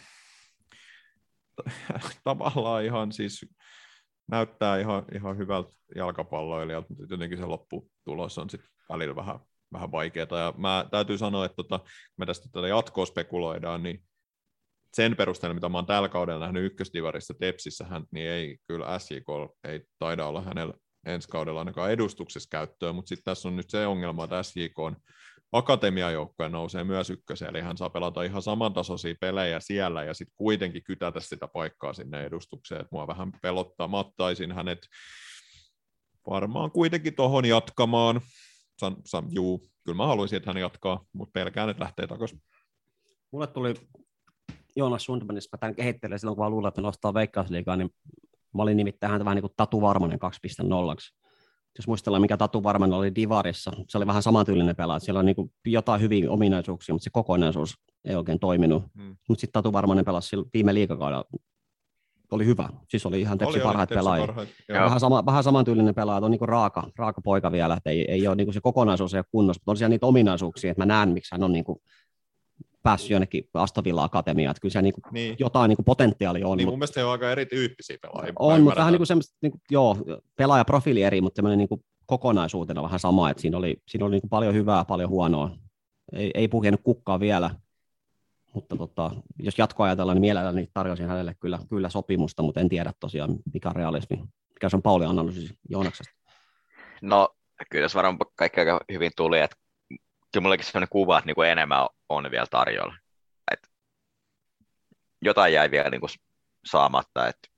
tavallaan ihan siis näyttää ihan hyvältä jalkapalloilijalta, mutta jotenkin se lopputulos on sitten välillä vähän vaikeaa. Ja mä täytyy sanoa, että me tästä tätä jatkoa spekuloidaan, niin sen perusteella, mitä mä oon tällä kaudella nähnyt ykkösdivarissa Tepsissä, niin ei kyllä SJK ei taida olla hänellä ensi kaudella ainakaan edustuksessa käyttöön, mutta sitten tässä on nyt se ongelma, että SJK on akatemiajoukkoja nousee myös ykköseen, eli hän saa pelata ihan samantasoisia pelejä siellä ja sitten kuitenkin kytätä sitä paikkaa sinne edustukseen, että mua vähän pelottaa. Mä ottaisin hänet varmaan kuitenkin tuohon jatkamaan. Juu, kyllä mä haluaisin, että hän jatkaa, mutta pelkään, että lähtee takaisin. Mulle tuli Joonas Sundmanista, mä tämän kehittelen silloin, kun mä luulen, että nostaa Veikkausliigaa, niin mä olin nimittäin häntä vähän niin kuin Tatu Varmanen 2.0. Jos muistellaan, mikä Tatu Varmanen oli Divarissa, se oli vähän samantyylinen pelaaja. Siellä on niin kuin jotain hyviä ominaisuuksia, mutta se kokonaisuus ei oikein toiminut. Mutta sitten Tatu Varmanen pelasi viime liigakaudella. Oli hyvä. Siis oli ihan Tepsin parhaita pelaajia. Vähän samantyylinen pelaaja, on niin kuin raaka poika vielä, että ei ole niin kuin se kokonaisuus ei ole kunnossa, mutta on siellä niitä ominaisuuksia, että mä näen, miksi hän on niin kuin päässyt jonnekin Aston Villa Akatemiaan, että kyllä siellä niin. Jotain niin potentiaalia on. Niin mun mielestä he on aika erityyppisiä pelaajia. On, mutta vähän niin kuin semmoista, niin kuin, pelaajaprofiili eri, mutta semmoinen niin kuin kokonaisuutena vähän sama, että siinä oli niin kuin paljon hyvää, paljon huonoa. Ei puhjennut kukkaa vielä, mutta jos jatkoa ajatellaan, niin mielelläni tarjosin hänelle kyllä sopimusta, mutta en tiedä tosiaan, mikä on realismi. Mikä se on Pauli analyysi Joonaksesta? No, kyllä jos varmaan kaikki aika hyvin tuli, että kyllä mullekin sellainen kuva, että niin kuin enemmän on vielä tarjolla. Et jotain jäi vielä niin kuin saamatta. Et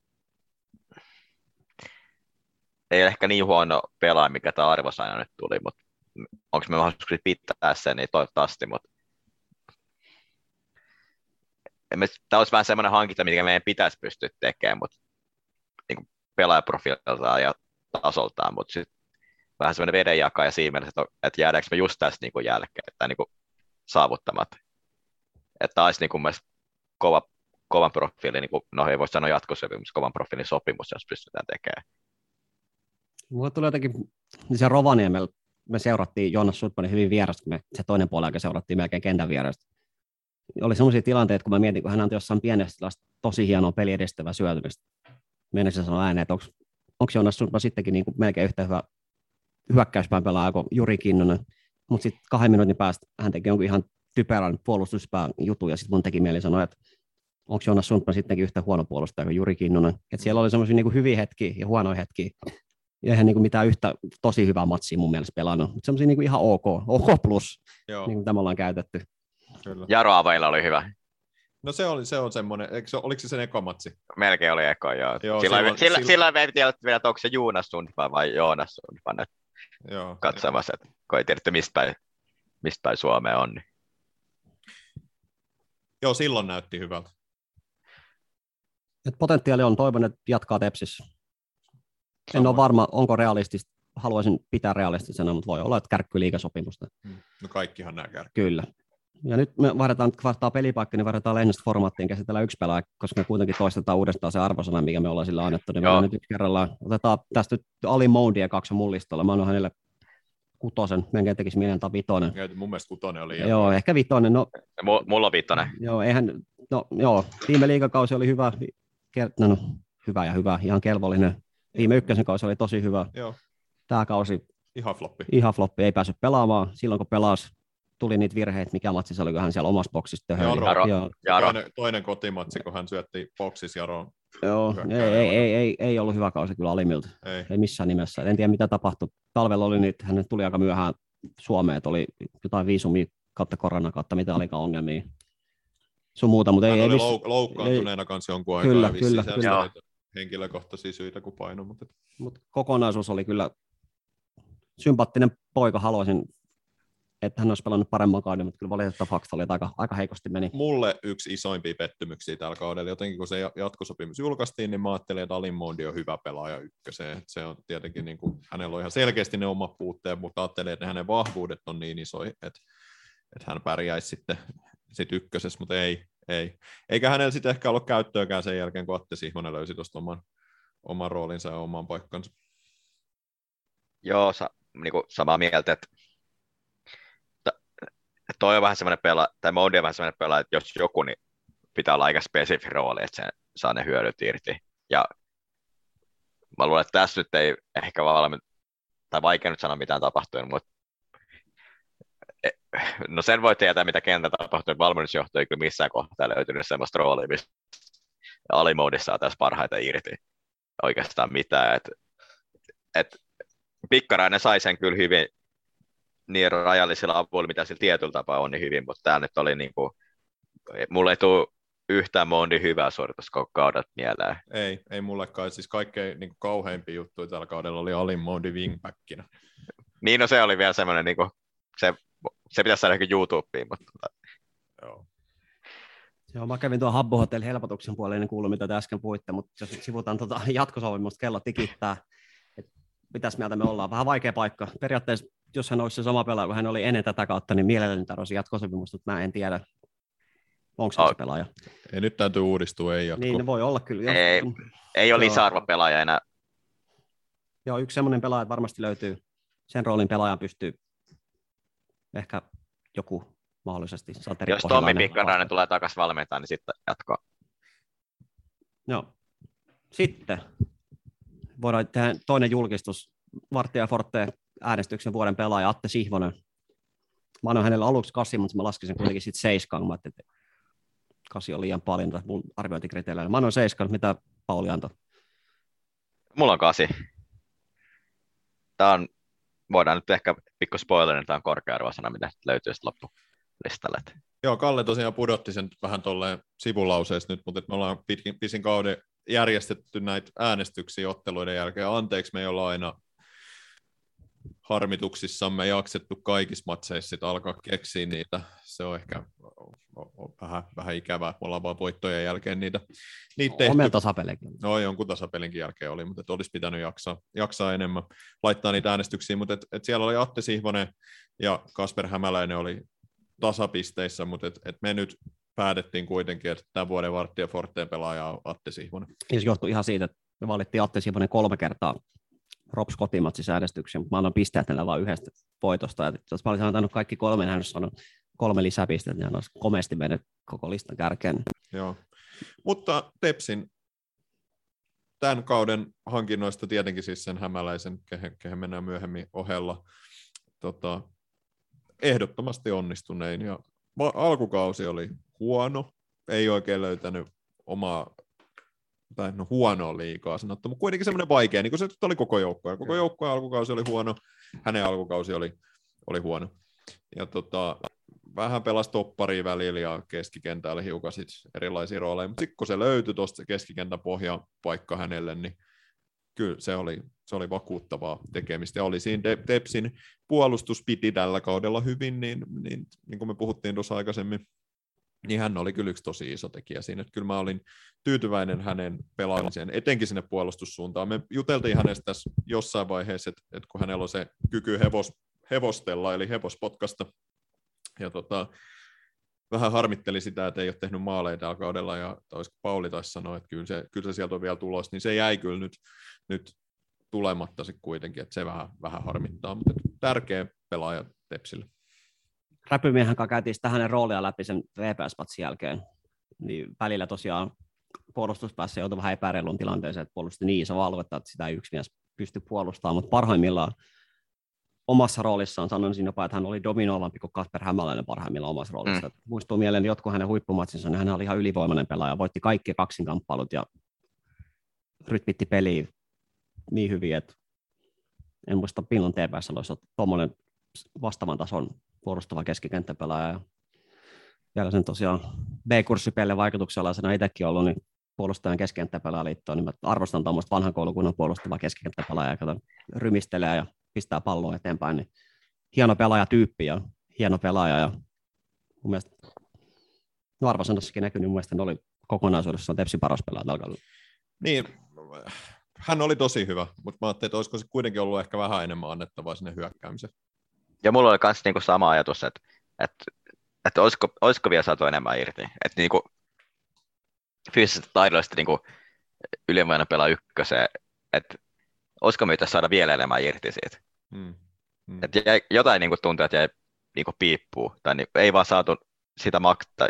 ei ole ehkä niin huono pelaaja, mikä tämä arvosana nyt tuli, mutta onko me mahdollisuus pitää sen, niin toivottavasti. Tämä olisi vähän semmoinen hankinta, mikä meidän pitäisi pystyä tekemään, mutta niin pelaajaprofiililtaan ja tasoltaan, mutta sitten vähän semmoinen vedenjakaja siinä mielessä, että jäädäänkö me just tässä niin kuin jälkeen, että niin kuin saavuttamatta. Että olisi niin kuin kova kovan profiilin, niin kuin, no ei voi sanoa jatkosopimus, kovan profiilin sopimus, jos pystytään tekemään. Mulla tuli jotenkin, niin se Rovaniemellä me seurattiin Joonas Sundmanin hyvin vierasta, kun me se toinen puoli aika seurattiin melkein kentän vierasta. Oli sellaisia tilanteita, kun mä mietin, kun hän antoi jossain pienessä tosi hienoa peli edistävää syötymistä. Meinasin sanoa ääneen, että onko Joonas Sundman sittenkin niin kuin melkein yhtä hyvä hyökkäyspään pelaaja kuin Juri Kinnunen. Mutta sitten 2 minuutin päästä hän teki jonkun ihan typerän puolustuspään jutun, ja sitten mun teki mieli sanoa, että onko Joonas Sundman sittenkin yhtä huono puolustaja kuin Juri Kinnunen. Et siellä oli semmoisia niin hyviä hetkiä ja huonoja hetkiä. Ja eihän niin mitään yhtä tosi hyvää matsia mun mielestä pelannut, mutta semmoisia niin ihan ok plus, niin kuin tämä ollaan käytetty. Kyllä. Jaro Aveilla oli hyvä. No se on semmoinen, oliko se sen eka matsi? Melkein oli eka, joo. Silloin me ei tiedä, että onko se Joonas Sundman vai Joonas Sundman. Joo. Katsomassa, että kun ei tiedä, mistä päin Suomea on. Niin. Joo, silloin näytti hyvältä. Et potentiaali on, toivon, että jatkaa Tepsissä. En ole varma, onko realistista. Haluaisin pitää realistisena, mutta voi olla, että kärkkyy liigasopimusta. No kaikkihan nämä kärkkyy. Kyllä. Ja nyt me vaihdetaan pelipaikka, niin vaihdetaan Lehdestä formaattiin, käsitellään yksi pelaaja, koska me kuitenkin toistetaan uudestaan se arvosana, mikä me ollaan sillä annettu. Niin me nyt yksi kerrallaan otetaan tästä nyt Ali Moundia 2 mun listalla. Mä annan hänelle 6, melkein tekisi mieleen antaa 5. Mun mielestä 6 oli. Joo, ehkä 5. No, mulla on 5. Joo, viime liigakausi oli hyvä. Hyvä, ihan kelvollinen. Viime ykkösen kausi oli tosi hyvä. Joo. Tämä kausi ihan floppi, ei päässyt pelaamaan. Silloin kun pelasi, tuli niitä virheitä, mikä matsi se oli, kun hän siellä omassa boksissa Jaro. Toinen kotimatsi, kun hän syötti boksissa Jaroon. Joo, ei ollut hyvä kausi kyllä Alimilta. Ei missään nimessä. En tiedä, mitä tapahtui. Talvella oli niitä, hän tuli aika myöhään Suomeen, että oli jotain viisumia kautta korona kautta, mitä olikaan ongelmia. Sun muuta, mutta hän oli loukkaantuneena kanssa jonkun aikaa. Kyllä. Henkilökohtaisia syitä, kun paino. Mutta kokonaisuus oli kyllä sympaattinen poika, haluaisin, että hän olisi pelannut paremman kauden, mutta kyllä valitettava fakta oli, että aika heikosti meni. Mulle yksi isoimpia pettymyksiä tällä kaudella, jotenkin kun se jatkosopimus julkaistiin, niin mä ajattelin, että Ali Mondi on hyvä pelaaja ykköseen. Se on tietenkin, niin kuin, hänellä on ihan selkeästi ne omat puutteet, mutta ajattelin, että hänen vahvuudet on niin isoja, että hän pärjäisi sitten ykkösessä, mutta ei. Eikä hänellä sitten ehkä ollut käyttöäkään sen jälkeen, kun Atte Sihvonen löysi tuosta oman roolinsa ja oman paikkansa. Joo, niin kuin samaa mieltä, että toi on vähän semmoinen pelaaja, tai Mondi on vähän semmoinen pelaaja, että jos joku, niin pitää olla aika spesifi rooli, että se saa ne hyödyt irti. Ja mä luulen, että tässä nyt ei ehkä tai vaikea nyt sanoa mitään tapahtunut, mutta no sen voi tietää, mitä kentällä tapahtui, että valmennusjohto ei kyllä missään kohtaa löytynyt semmoista roolia, missä Ali Moudissa saa tässä parhaita irti oikeastaan mitään. Pikkarainen sai sen kyllä hyvin niin rajallisilla avuilla, mitä sillä tietyllä tapaa on niin hyvin, mutta tämä nyt oli niin kuin, mulle ei tule yhtään Moundin hyvää suoritusta koko kaudet mieleen. Ei mullekaan. Siis kaikkein niin kauheimpia juttuja tällä kaudella oli Ali Moundi wingbackinä. Niin, no se oli vielä semmoinen, niin kuin, se pitäisi saada YouTubeen, mutta... Joo, mä kävin tuon Habbo Hotel helpotuksen puolelle, en kuulu mitä te äsken puhuitte, mutta jos sivutaan jatkosopimusta, kello tikittää, että mitäs mieltä me ollaan. Vähän vaikea paikka. Periaatteessa, jos hän olisi se sama pelaaja, kun hän oli ennen tätä kautta, niin mielelläni tarvitsi jatkosopimusta, mutta mä en tiedä, onko se pelaaja. Ei, nyt täytyy uudistua, ei jatko. Niin, ne voi olla kyllä. Ei ole lisäarvopelaaja enää. Joo, yksi semmoinen pelaaja varmasti löytyy. Sen roolin pelaajan pystyy ehkä joku mahdollisesti. Jos Tommi Pikkarainen tulee takaisin valmentaan, niin sitten jatkoa. Joo. Sitten voidaan tehdä toinen julkistus. Vartija Forte äänestyksen vuoden pelaaja Atte Sihvonen. Mä annan hänelle aluksi 8, mutta mä laskin sen kuitenkin sitten 7. Mä ajattelin, että 8 on liian paljon mun arviointikriteereillä. Mä annan 7, mitä Pauli antoi? Mulla on 8. Tämä on, voidaan nyt ehkä pikku spoilerin, tämä on korkea arvosana, mitä löytyy sitten loppulistalle. Joo, Kalle tosiaan pudotti sen vähän tolleen sivulauseessa nyt, mutta me ollaan pisin kauden järjestetty näitä äänestyksiä otteluiden jälkeen. Anteeksi, me ei olla aina harmituksissamme jaksettu kaikissa matseissa alkaa keksiä niitä. Se on ehkä vähän ikävää. Me ollaan vaan voittojen jälkeen niitä tehty. Omien tasapelinkin. No jonkun tasapelinkin jälkeen oli, mutta olisi pitänyt jaksaa enemmän laittaa niitä äänestyksiä. Mutta siellä oli Atte Sihvonen ja Kasper Hämäläinen oli tasapisteissä, mutta me nyt päätettiin kuitenkin, että tämän vuoden Varttia Forteen pelaaja on Atte Sihvonen. Ja se johtui ihan siitä, että me valittiin Atte Sihvonen 3 kertaa Rops kotimatsissa äänestyksiä, mutta mä annan pisteet näillä vain yhdestä voitosta. Ja jos mä olisin antanut kaikki 3, niin hän olisi saanut 3 lisäpistettä, niin hän olisi komeasti mennyt koko listan kärkeen. Joo. Mutta Tepsin tämän kauden hankinnoista tietenkin siis sen Hämäläisen, kehen mennään myöhemmin ohella, ehdottomasti onnistunein. Ja alkukausi oli huono, ei oikein löytänyt omaa, tai no huonoa liikaa sanottu, mutta kuitenkin semmoinen vaikea, niin kuin se oli koko joukkoja. Koko joukkojen alkukausi oli huono, hänen alkukausi oli huono. Ja vähän pelasi topparia välillä ja keskikentällä hiukan erilaisia rooleja, mutta sitten kun se löytyi tuosta keskikentän pohjapaikka hänelle, niin kyllä se oli vakuuttavaa tekemistä. Ja oli siinä Tepsin puolustus piti tällä kaudella hyvin, niin kuin me puhuttiin tuossa aikaisemmin, niin hän oli kyllä yksi tosi iso tekijä siinä. Että kyllä mä olin tyytyväinen hänen pelaamiseen, etenkin sinne puolustussuuntaan. Me juteltiin hänestä tässä jossain vaiheessa, että kun hänellä on se kyky hevostella, eli hevospodcasta, ja vähän harmitteli sitä, että ei ole tehnyt maaleja tällä kaudella, ja olisiko Pauli taisi sanoa, että kyllä se sieltä on vielä tulos, niin se jäi kyllä nyt tulematta sitten kuitenkin, että se vähän harmittaa, mutta tärkeä pelaaja Tepsille. Räpymiehän kanssa käytiin sitä hänen roolia läpi sen VPS-patsin jälkeen, niin välillä tosiaan puolustuspäässä joutui vähän epäreilun tilanteeseen, että puolusti niin iso aluetta, että sitä ei yksi mies pysty puolustamaan, mutta parhaimmillaan omassa roolissaan sanoisin jopa, että hän oli dominoivampi kuin Kasper Hämäläinen parhaimmillaan omassa roolissa. Muistuu mieleen jotkut hänen huippumatsinsa, niin hän oli ihan ylivoimainen pelaaja, voitti kaikki kaksinkamppailut ja rytmitti peliä niin hyvin, että en muista milloin TPS olisi tuommoinen vastaavan tason puolustava keskikenttäpelaaja. Ja vielä sen tosiaan B-kurssipelien vaikutuksella itsekin ollut, niin puolustajan keskikenttäpelaajaliittoon, niin mä arvostan tuommoista vanhan koulukunnan puolustavaa keskikenttäpelaajaa, joka rymistelee ja pistää palloa eteenpäin, niin hieno pelaajatyyppi ja hieno pelaaja, ja mun mielestä arvosanassakin näkyy, niin mun mielestä ne oli kokonaisuudessaan Tepsin paras pelaaja tällä kaudella. Niin, hän oli tosi hyvä, mutta mä ajattelin, että olisiko se kuitenkin ollut ehkä vähän enemmän annettavaa sinne hyökkäämiseen. Ja mulla oli myös niinku sama ajatus, että olisiko vielä saatu enemmän irti. Että niinku fyysisesti taidollisesti niinku ylivoimainen pelaa ykköseen, että olisiko me pitäisi saada vielä enemmän irti siitä. Että jotain niinku tuntuu, että jäi niinku piippuu, tai niinku, ei vaan saatu sitä maktaa.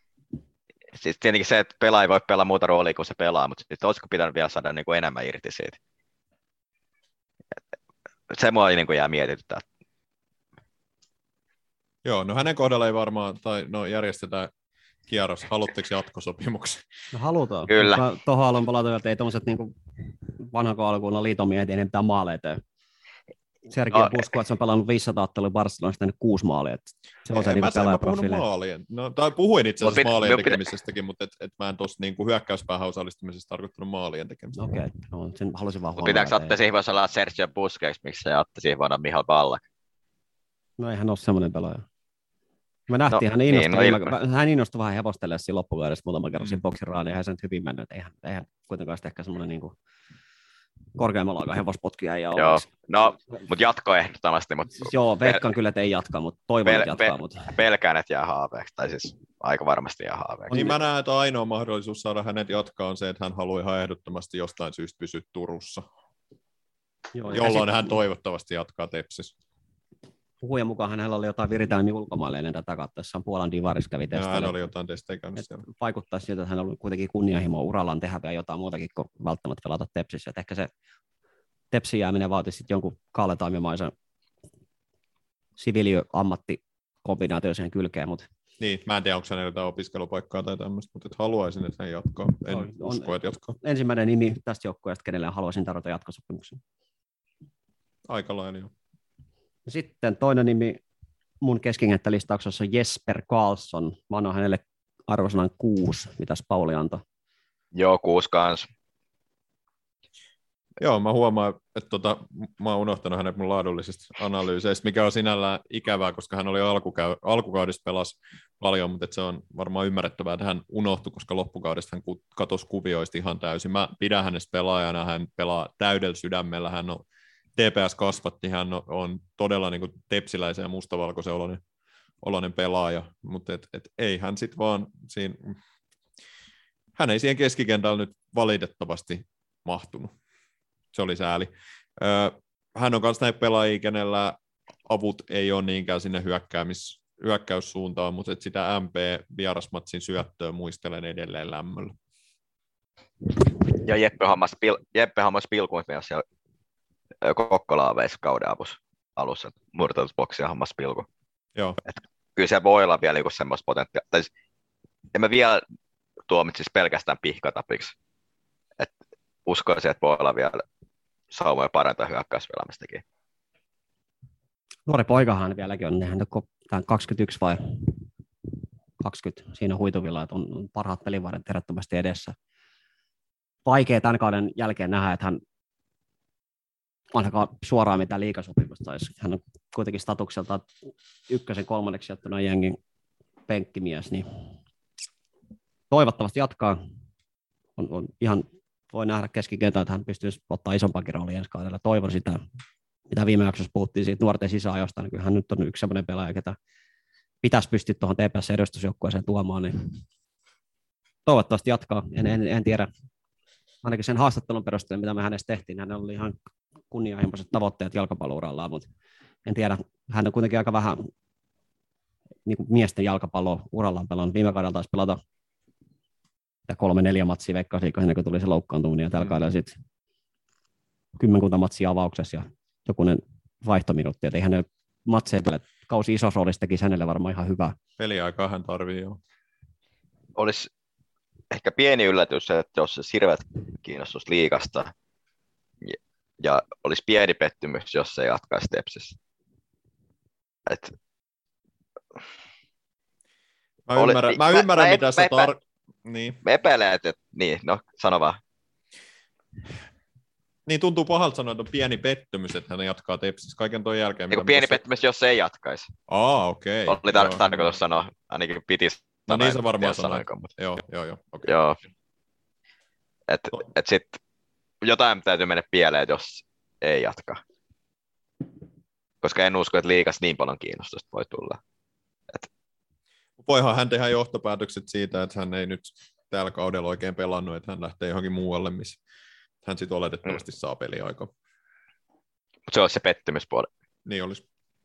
Siis tietenkin se, että pelaaja ei voi pelaa muuta roolia kuin se pelaa, mutta olisiko pitänyt vielä saada niinku enemmän irti siitä. Se mua niinku jää mietityttää. Joo, no hänen kohdalla ei varmaan, tai no järjestetään kierros. Haluatteko jatkosopimuksen? No halutaan. Kyllä. Tuohon haluan palata, että ei tuommoiset niin vanhan alkuunnan liitomiehet, ei ne mitään maaleja tee. Sergio Busquets, että se on pelannut 500 ottelua Barcelonasta, tehnyt 6 maalia. Se on se niin pelaajaprofiili. Tai puhuin itse asiassa maalien tekemisestäkin, mutta et mä en tuossa niin hyökkäyspäähän osallistumisesta tarkoittanut maalien tekemistä. Okei, no, sen halusin vaan huomioon. Pitääkö Atte Sihvonen olla Sergio Busquets, miksi se Atte Sihvonen on Mihail Ballack? No eihän ole semmoinen pelaaja. Me nähtiin, hän innostui vähän hevostelemaan siinä loppukaudessa muutaman kerran siinä boksiraan, ja eihän se nyt hyvin mennyt. Eihän kuitenkaan sitten ehkä semmoinen niin korkeammalla aikaa hevospotkia ei ole. Joo, no, mutta jatko ehdottomasti. Joo, veikkaan kyllä, että ei jatka, mutta toivon, että jatkaa. Pelkään, että jää haaveeksi, tai siis aika varmasti jää haaveeksi. Niin mä näen, että ainoa mahdollisuus saada hänet jatkaa on se, että hän haluaa ihan ehdottomasti jostain syystä pysyä Turussa, jolloin hän toivottavasti jatkaa Tepsissä. Puhujan mukaan hänellä oli jotain viritelmiä ulkomaille ennen tätä katsoessaan Puolan divarissa kävi testillä. Hän oli jotain testejä käynyt siellä. Vaikuttaa siltä, että hän oli kuitenkin kunnianhimo urallaan tehdä vielä jotain muutakin kuin välttämättä pelata Tepsissä. Että ehkä se Tepsin jääminen vaatisi sitten jonkun kaaletaimimaisen siviili-ammattikombinaatio siihen kylkeen. Mutta niin, mä en tiedä, onko hänellä jotain opiskelupaikkaa tai tämmöistä, mutta haluaisin, että hän jatkaa. En usko, että jatkaa. Ensimmäinen nimi tästä joukkueesta, kenelle haluaisin tarjota jatkosopimuksen. Aika lailla jo. Sitten toinen nimi mun keskikenttälistauksessa on Jesper Karlsson. Mä annan hänelle arvosanan 6. Mitäs Pauli antoi? Joo, 6 kanssa. Joo, mä huomaan, että mä oon unohtanut hänet mun laadullisista analyyseistä, mikä on sinällään ikävää, koska hän oli alkukaudesta pelasi paljon, mutta se on varmaan ymmärrettävää, että hän unohtui, koska loppukaudesta hän katosi kuvioista ihan täysin. Mä pidän hänestä pelaajana, hän pelaa täydellä sydämellä, hän on TPS kasvatti, hän on todella niin kuin tepsiläisen ja mustavalkoisen oloinen pelaaja, mutta ei hän sitten vaan siinä, hän ei siihen keskikentällä nyt valitettavasti mahtunut. Se oli sääli. Hän on myös näitä pelaajia, kenellä avut ei ole niinkään sinne hyökkäyssuuntaan, mutta sitä MP-vierasmatsin syöttöä muistelen edelleen lämmöllä. Ja Jeppe hammas pilkun myös siellä Kokkolaaveissa kauden alussa, murtautusboksia hammas pilku. Joo. Kyllä se voi olla vielä semmoista potentiaalia. Tai en mä vielä tuomitsisi pelkästään pihkatapiksi. Uskoisin, että voi olla vielä saumoja parantaa hyökkäyspelaamistakin. Nuori poikahan vieläkin on, hän on 21 vai 20 siinä huituvilla, että on parhaat pelivuodet ehdottomasti edessä. Vaikea tämän kauden jälkeen nähdä, että hän ainakaan suoraan mitään liigasopimusta saisi. Hän on kuitenkin statukselta 1-3 jättynä jengin penkkimies, niin toivottavasti jatkaa. On ihan, voi nähdä keskikentää, että hän pystyisi ottaa isompakin rooli ensi kaudella. Toivon sitä, mitä viime jaksossa puhuttiin siitä nuorten sisäajosta, niin kyllä hän nyt on yksi sellainen pelaaja, ketä pitäisi pystyä tuohon TPS-edustusjoukkueeseen tuomaan, niin toivottavasti jatkaa. En tiedä, ainakin sen haastattelun perusteella, mitä me hänestä tehtiin, hänellä oli ihan kunnianhimoiset tavoitteet jalkapallourallaan, mutta en tiedä, hän on kuitenkin aika vähän niin kuin miesten jalkapalloa urallaan pelannut. Viime kaudella taisi pelata 3-4 matsia Veikkausliigassa ennen kuin tuli se loukkaantuminen, ja tällä kaudella sitten 10 matsia avauksessa ja jokunen vaihtominuutti, että ei hänen matseja tule. Kausi isossa roolissa tekisi hänelle varmaan ihan hyvää. Peliaikaa hän tarvii jo. Olisi ehkä pieni yllätys, että jos se hirveät kiinnostus liigasta, ja olisi pieni pettymys, jos se jatkaisi Tepsissä. Mä ymmärrän mitä sä niin. Mä epäilen, että niin, no sano vaan. Niin tuntuu pahalta sanoa, että on pieni pettymys, että hän jatkaa Tepsissä kaiken ton jälkeen. Niin pieni pettymys, jos se ei jatkaisi. Okei. Oli tarkoitus sanoa, ainakin piti sanoa. No niin se varmaan sanoi. Joo, okay. Joo. Et sit jotain täytyy mennä pieleen, jos ei jatka. Koska en usko, että liigassa niin paljon kiinnostusta voi tulla. Voihan hän tehdä johtopäätökset siitä, että hän ei nyt tällä kaudella oikein pelannut, että hän lähtee johonkin muualle, missä hän sitten oletettavasti saa peliaikaa. Mutta se olisi se pettymyspuoli. Niin olisi.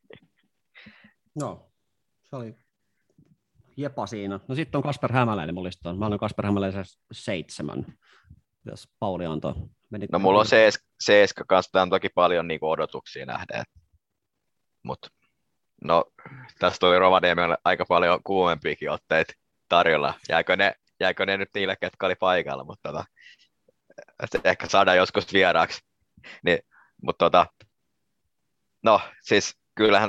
No, se oli jepa siinä. No sitten on Kasper Hämäläinen mun listaan. Mä olen Kasper Hämäläisen 7, jos Pauli antoi. No mulla on Seeska kanssa, tämä on toki paljon niin odotuksia nähdään. Mutta no, tästä oli Rovaniemellä aika paljon kuumempiakin otteita tarjolla. Jäikö ne nyt niille, ketkä oli paikalla, mutta ehkä saadaan joskus vieraaksi. Niin, mutta no siis kyllähän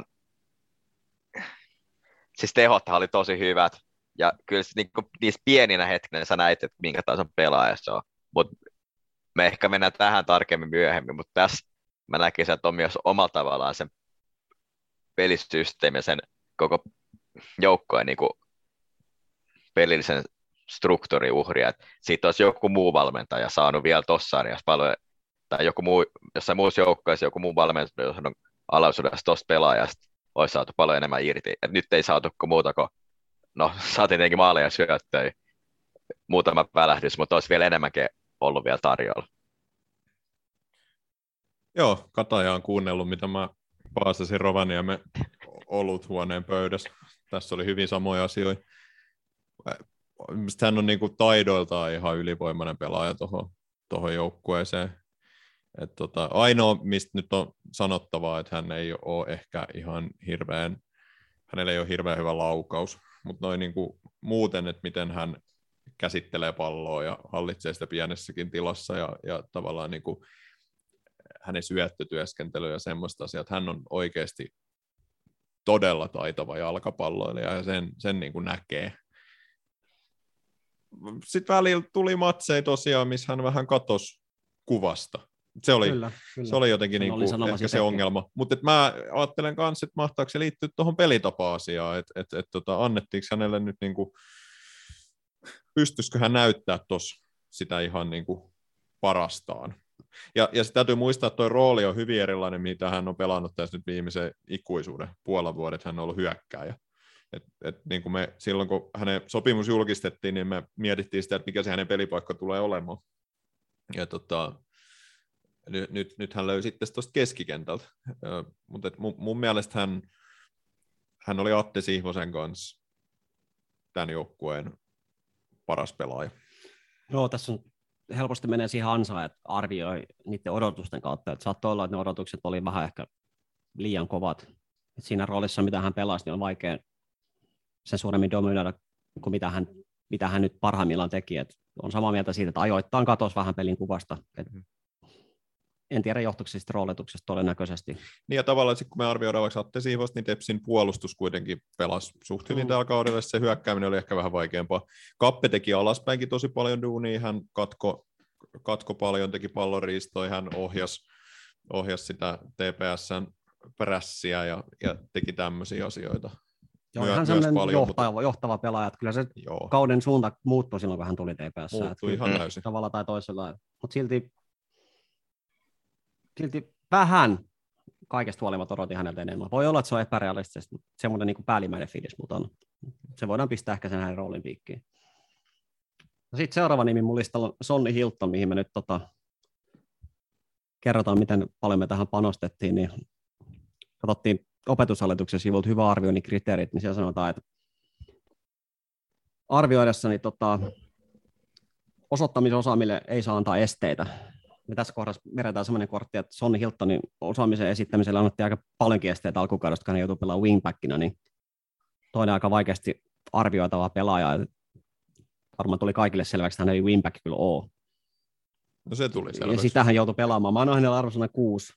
siis tehothan oli tosi hyvät. Ja kyllä niissä pieninä hetkinä sä näit, että minkä tason pelaaja se on. Mutta me ehkä mennään tähän tarkemmin myöhemmin, mutta tässä mä näkisin, että on myös omalla tavallaan sen pelisysteemi ja sen koko joukkojen niin pelillisen struktuurin uhria, että siitä olisi joku muu valmentaja saanut vielä tuossa sarjassa paljon, tai joku muu, jossain muussa joukkoissa joku muu valmentaja, jos on alaisuudessa tuosta pelaajasta, olisi saatu paljon enemmän irti. Et nyt ei saatu kuin muuta kuin, no saatiin tietenkin maaleja syöttöjä, muutama välähdys, mutta olisi vielä enemmänkin ollut vielä tarjolla. Joo, Kataja on kuunnellut, mitä mä paasasin Rovaniemen oluthuoneen pöydässä. Tässä oli hyvin samoja asioita. Hän on niin kuin taidoiltaan ihan ylivoimainen pelaaja tuohon joukkueeseen. Ainoa, mistä nyt on sanottavaa, että hän ei ole ehkä ihan hänellä ei ole hirveän hyvä laukaus, mutta noin niin kuin muuten, että miten hän käsittelee palloa ja hallitsee sitä pienessäkin tilassa ja tavallaan niin kuin hänen syöttötyöskentely ja semmoista asiat. Hän on oikeasti todella taitava jalkapalloilija ja sen niin kuin näkee. Sitten välillä tuli matseja tosiaan, missä hän vähän katosi kuvasta. Se oli, kyllä. Se oli jotenkin niin kuin ehkä se ongelma. Mutta mä ajattelen kanssa, että mahtaako se liittyä tuohon pelitapa-asiaan, että annettiinko hänelle nyt, niin kuin, pystyisikö hän näyttää tuossa sitä ihan niin kuin parastaan. Ja se täytyy muistaa, että tuo rooli on hyvin erilainen, mitä hän on pelannut tässä nyt viimeisen ikuisuuden puolen vuodet. Hän on ollut hyökkääjä. Niin kuin me, silloin kun hänen sopimus julkistettiin, niin me mietittiin sitä, että mikä se hänen pelipaikka tulee olemaan. Ja nyt hän löysi sitten tuosta keskikentältä, mutta mun mielestä hän oli Atte Sihvosen kanssa tämän joukkueen paras pelaaja. Joo, tässä on helposti menee siihen ansaan, että arvioi niiden odotusten kautta. Että saattoi olla, että ne odotukset oli vähän ehkä liian kovat. Että siinä roolissa, mitä hän pelasi, niin on vaikea sen suuremmin dominoida kuin mitä hän nyt parhaimmillaan teki. Et on samaa mieltä siitä, että ajoittain katosi vähän pelin kuvasta. En tiedä, johtuiko se roolituksesta todennäköisesti. Niin ja tavallaan, kun me arvioidaan vaikka Atte Sihvosta, niin Tepsin puolustus kuitenkin pelasi suht hyvin tällä kaudella. Se hyökkääminen oli ehkä vähän vaikeampaa. Kappe teki alaspäinkin tosi paljon duunia. Hän katko paljon, teki pallonriistoja, hän ohjasi sitä TPS:n prässiä ja teki tämmöisiä asioita. Joo, hän sellainen johtava pelaaja. Kyllä se kauden suunta muuttui silloin, kun hän tuli TPS:ään. Muuttui ihan täysin. Tavalla tai toisella. Mutta silti vähän kaikesta huolimatta odotin häneltä enemmän. Voi olla, että se on epärealistisesti, mutta semmoinen niin kuin päällimmäinen fiilis, mutta se voidaan pistää ehkä sen hänen roolin piikkiin. No sitten seuraava nimi mun listalla on Sonny Hilton, mihin me nyt kerrotaan, miten paljon me tähän panostettiin. Niin katsottiin opetushallituksen sivulta hyvä arvioinnin kriteerit, niin siellä sanotaan, että arvioidessani osoittamisosaamille ei saa antaa esteitä. Me tässä kohdassa meretään sellainen kortti, että Sonny Hiltonin osaamisen esittämisellä annettiin aika paljonkin esteitä alkukaudesta, kun hän joutui pelaamaan wingbackina, niin toinen aika vaikeasti arvioitava pelaaja. Varmaan tuli kaikille selväksi, että hän ei wingback kyllä ole. No se tuli selväksi. Ja sitä hän joutui pelaamaan. Mä annoin hänelle arvosana 6.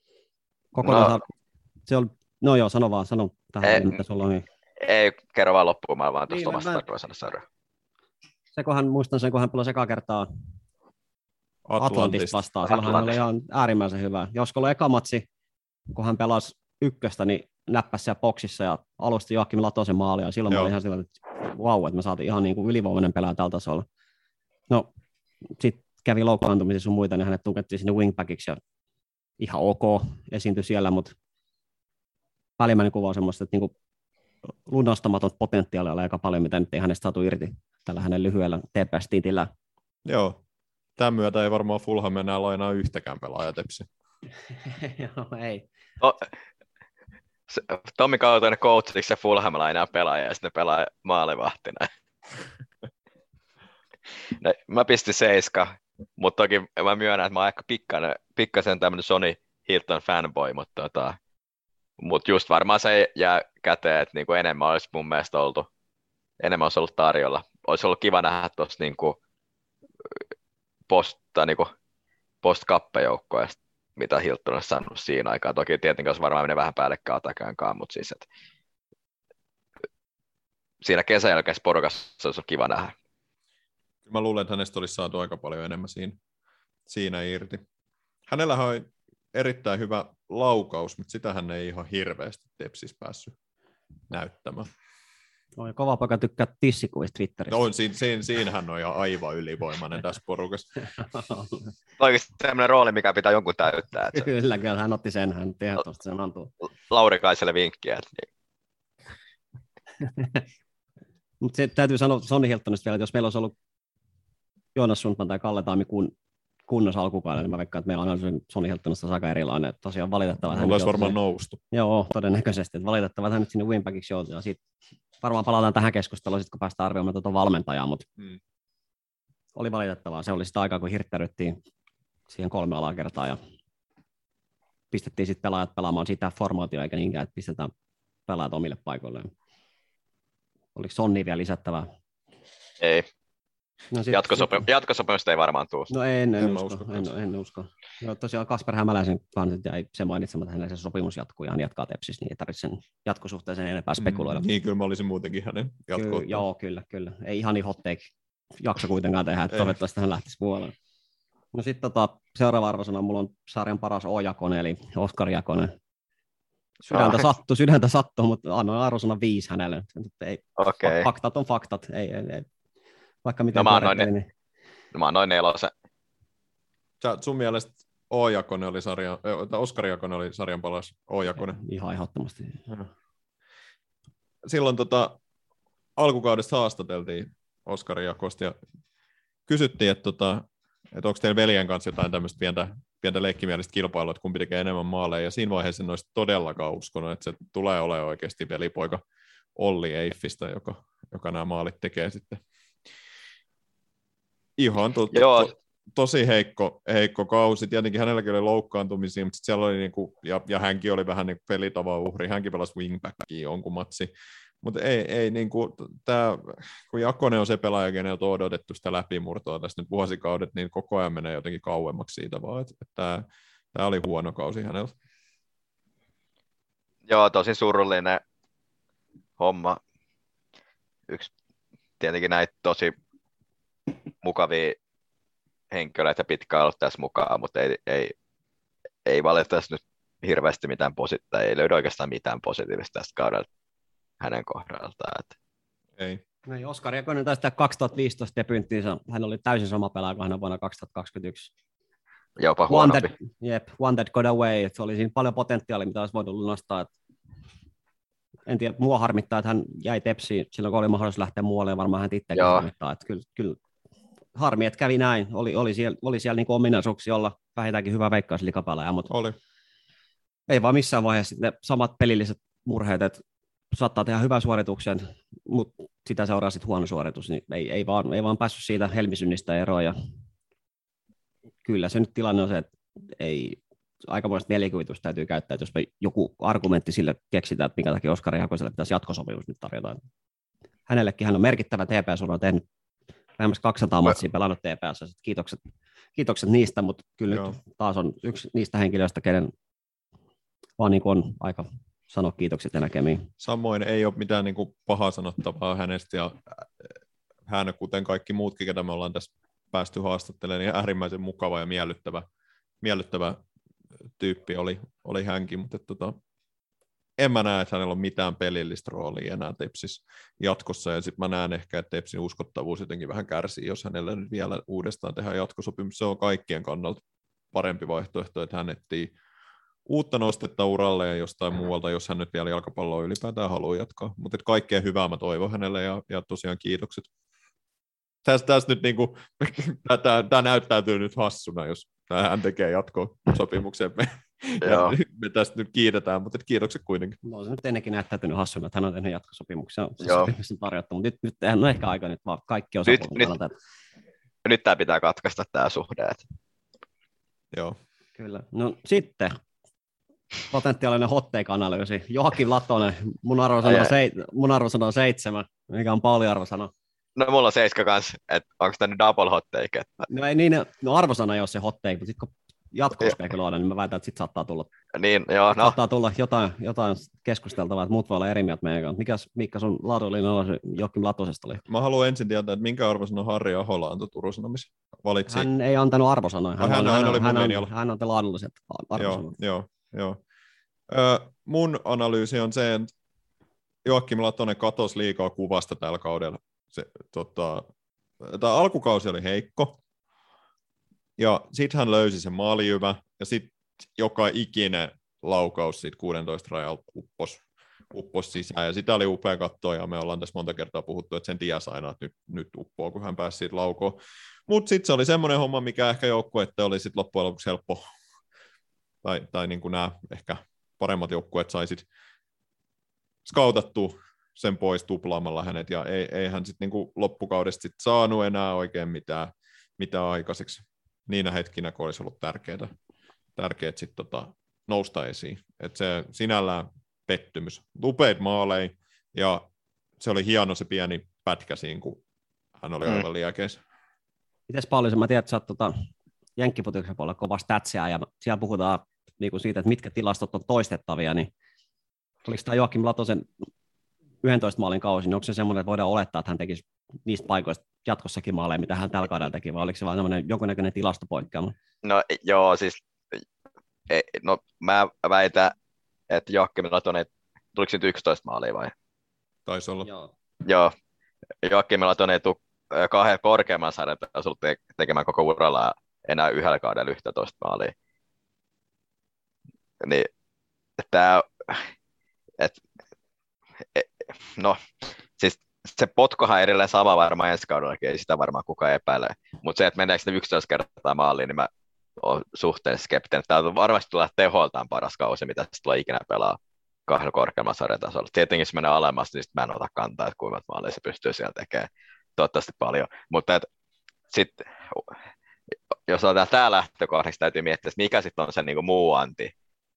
No joo, sano tähän, mitä sulla on. Niin. Ei, kerro vaan loppuun, mä vaan tuosta omasta tarkoisanassa. Muistan sen, kun hän pelasi ekaa kertaa Atlantista vastaan. Silloin hän oli ihan äärimmäisen hyvä. Josko oli eka matsi, kun hän pelasi ykköstä, niin näppäsi siellä boksissa ja alusti Joakim Latosen maalia. Silloin mä olin ihan sillä, että vau, että me saatiin ihan niin kuin ylivoimainen pelaaja tällä tasolla. No, sitten kävi loukkaantumisia sun muita, niin hänet tukettiin sinne wingbackiksi ja ihan ok esiintyi siellä, mutta päällimmäinen kuva on semmoista, että niin lunastamaton potentiaalia oli aika paljon, mitä nyt ei hänestä saatu irti tällä hänen lyhyellä TPS-titillä. Joo, tämän myötä ei varmaan Fulham enää lainaa yhtäkään pelaajaa Tepsi. Joo, ei. Tommi Kautoinen coachiksi se Fulham lainaa pelaajia ja sitten pelaa maalivahtina. Mä pistin 7, mutta toki mä myönnän, että mä oon ehkä pikkasen tämmöinen Sonny Hilton fanboy, mutta just varmaan se jää käteen, että niinku enemmän olisi mun mielestä enemmän olisi ollut tarjolla. Olisi ollut kiva nähdä tuossa niinku post-kappejoukkoja, mitä Hilton olisi saanut siinä aikaa. Toki tietenkin olisi varmaan menee vähän päällekkäin Atakankaan, mutta siis, että siinä kesän jälkeisessä porukassa olisi kiva nähdä. Mä luulen, että hänestä olisi saatu aika paljon enemmän siinä irti. Hänellähän on erittäin hyvä laukaus, mutta sitä hän ei ihan hirveästi Tepsissä päässyt näyttämään. No, kova poika tykkää tissikuvista Twitterissä. No, siinähän on ihan aivan ylivoimainen tässä porukassa. Oikeasti sellainen rooli, mikä pitää jonkun täyttää. Että Kyllä, hän otti sen, hän ehdottomasti sen antuu. Lauri Kaiselle vinkkiä. Mutta täytyy sanoa Sonny Hiltonista vielä, että jos meillä olisi ollut Joonas Sundman tai Kalle Taimi kunnossa alkukaudella, niin mä veikkaan, että meillä on Sonny Hiltonista aika erilainen. Tosiaan valitettavaa. Mulla olisi varmaan noustu. Joo, todennäköisesti. Että valitettavaa, että hän nyt sinne wingbackiksi joutui. Ja siitä varmaan palataan tähän keskusteluun, sit kun päästään arvioimaan tuota valmentajaa, mutta oli valitettavaa. Se oli sitä aikaa, kun hirttäryttiin siihen 3 alakertaan ja pistettiin sitten pelaajat pelaamaan sitä formaatioa, eikä niinkään, että pistetään pelaajat omille paikoilleen. Oliko Sonny vielä lisättävää? Ei. No jatkosopimusta ei varmaan tule. No en usko. No, tosiaan Kasper Hämäläisen kanssa jäi se mainitsematta, että hänen se sopimus jatkuu ja hän jatkaa Tepsissä, niin ei tarvitse sen jatkosuhteeseen enempää spekuloida. Niin, kyllä mä olisin muutenkin hänen jatkoa. Joo, kyllä. Ei ihan niin hot take jakso kuitenkaan tehdä, että toivottavasti hän lähtisi puolelle. No sitten seuraava arvosana mulla on sarjan paras O-Jakonen, eli Oskar Jakonen. Sydäntä sattuu, mutta annoin arvosana 5 hänelle. Okay. Faktat on faktat, ei. Vaikka miten mä annoin 4. Sun mielestä Oskar Jakonen oli sarjan paras O-Jakonen? Ihan ehdottomasti. silloin alkukaudesta haastateltiin Oskari Jakosta ja kysyttiin, että onko teillä veljen kanssa jotain tämmöistä pientä leikkimielistä kilpailua, että kumpi tekee enemmän maaleja, ja siinä vaiheessa en olisi todellakaan uskonut, että se tulee olemaan oikeasti velipoika Olli Eiffistä, joka nämä maalit tekee sitten. Ihan tosi heikko kausi. Tietenkin hänelläkin oli loukkaantumisia, mutta siellä oli niinku, ja hänkin oli vähän niin pelitavan uhri. Hänkin pelasi wingbackia jonkun matsi. Mutta ei niinku, kun Jakonen on se pelaaja, keneltä on odotettu sitä läpimurtoa tässä nyt vuosikaudet, niin koko ajan menee jotenkin kauemmaksi siitä vaan, että tämä oli huono kausi häneltä. Joo, tosi surullinen homma. Yksi tietenkin näitä tosi mukavia henkilöitä pitkään ollut tässä mukaan, mutta ei valitettavasti nyt hirveästi mitään positiivista, ei löydy oikeastaan mitään positiivista tästä kaudelta hänen kohdaltaan. Ei, Oskari Jakonen taisi tehdä 2015 debyyttiinsä. Hän oli täysin sama pelaaja kuin hän vuonna 2021. Jopa huonompi. One that got away. Että se oli siinä paljon potentiaalia, mitä olisi voinut lunastaa. En tiedä, mua harmittaa, että hän jäi Tepsiin silloin, kun oli mahdollisuus lähteä muualle, ja varmaan hän itsekin harmittaa. Että kyllä harmi, että kävi näin. Oli siellä niin ominaisuuksia olla vähintäänkin hyvä veikkausliigapelaaja, mutta ei vaan missään vaiheessa ne samat pelilliset murheet, että saattaa tehdä hyvän suorituksen, mutta sitä seuraa sitten huono suoritus, niin ei vaan päässyt siitä helmisynnistä eroon. Ja kyllä se nyt tilanne on se, että ei aikamoista mielikuvitusta täytyy käyttää, että jos me joku argumentti sille keksitään, että minkä takia Oskari Jakoselle pitäisi jatkosopimus nyt tarjota. Hänellekin hän on merkittävä TPS, on tehnyt lähemmäs 200 matsia pelannut TPS, kiitokset niistä, mutta kyllä nyt taas on yksi niistä henkilöistä, kenen vaan niin on aika sanoa kiitokset ja näkemiin. Samoin ei ole mitään niin kuin pahaa sanottavaa hänestä, ja hän, kuten kaikki muutkin, ketä me ollaan tässä päästy haastattelemaan, niin äärimmäisen mukava ja miellyttävä tyyppi oli hänkin, mutta en mä näe, että hänellä on mitään pelillistä roolia enää Tepsissä jatkossa, ja sitten mä näen ehkä, että Tepsin uskottavuus jotenkin vähän kärsii, jos hänellä nyt vielä uudestaan tehdään jatkosopimus. Se on kaikkien kannalta parempi vaihtoehto, että hän etsii uutta nostetta uralle ja jostain muualta, jos hän nyt vielä jalkapalloa ylipäätään haluaa jatkaa. Mutta kaikkea hyvää mä toivon hänelle, ja tosiaan kiitokset. Tässä nyt niinku, tämä näyttäytyy nyt hassuna, jos hän tekee jatkosopimuksen. Me tästä nyt kiitetään, mutta kiitokset kuitenkin. No se nyt ennenkin näyttäytynyt hassuna, että hän on tehnyt jatkosopimuksen. Se on tarjottu, mutta nyt on ehkä aika nyt vaan kaikki osapuolet. Nyt tämä pitää katkaista tämä suhde. Joo. Kyllä. No sitten potentiaalinen hot take-analyysi. Joakim Latonen, mun arvosana on 7. Mikä on Pauli arvosana? No mulla on 7 kanssa, että onko tämä nyt double hot take? No ei niin, arvosana ei ole se hot take, mutta sitten kun jatkoa spekuloidaan, niin mä väitän, että sitten saattaa tulla, saattaa tulla jotain keskusteltavaa, että muut voi olla eri mieltä meidän kanssa. Mikäs Mikka sun laadullinen alaisi Joakim Latosesta oli? Mä haluan ensin tietää, että minkä arvosana Harri Ahola antoi Turun Sanomissa. Valitsi. Hän ei antanut arvosanoja. Hän antoi laadulliset arvosanat. Joo. Mun analyysi on se, että Joakim Latonen katosi liikaa kuvasta tällä kaudella. Tämä alkukausi oli heikko, ja sitten hän löysi sen maalijyvä, ja sitten joka ikinen laukaus siitä 16 rajalta upposi sisään, ja sitä oli upea katsoa, ja me ollaan tässä monta kertaa puhuttu, että sen tiesi aina, että nyt uppoo, kun hän pääsi siitä laukoon. Mutta sitten se oli semmoinen homma, mikä ehkä joukkueette oli sitten loppujen lopuksi helppo, tai niin kuin nämä ehkä paremmat joukkueet sai sitten skautattua sen pois tuplaamalla hänet, ja ei hän sitten niinku loppukaudesta sit saanut enää oikein mitään aikaiseksi niinä hetkinä, kun olisi ollut tärkeää sitten nousta esiin. Et se sinällään pettymys. Upeat maaleja, ja se oli hieno se pieni pätkä siinä, kun hän oli aivan liäkeis. Mites Pauli, mä tiedän, että sä oot jenkkiputiksen puolella kova statsia, ja siellä puhutaan niinku siitä, että mitkä tilastot on toistettavia, niin oliko tämä Joakim Latosen 11 maalin kausi, niin onko se semmoinen, että voidaan olettaa, että hän tekisi niistä paikoista jatkossakin maaleja, mitä hän tällä kaudella teki, vai oliko se vain semmoinen jonkunnäköinen tilastopoikkeama? No joo, siis mä väitän, että Joakim Latonen, tuliko se nyt 11 maalia vai? Taisi olla. Joo. Joakim Latonen ei tule 2 korkeamman sarjan tekemään koko uralla enää yhdellä kaudella 11 maalia. Niin, no, siis se potkohan edelleen sama varmaan ensi kaudellakin, ei sitä varmaan kukaan epäile. Mutta se, että mennäänkö ne 11 kertaa maaliin, niin mä oon suhteellisen skeptinen. Tämä varmasti tulee teholtaan paras kausi, mitä se tulee ikinä pelaa kahdella korkeammalla sarjatasolla. Tietenkin, jos menee alemmas, niin mä en ota kantaa, että kuinka maaleja se pystyy siellä tekemään. Toivottavasti paljon. Mutta sitten, jos otetaan tämä lähtökohdaksi, täytyy miettiä, että mikä sitten on se niin kuin muu anti.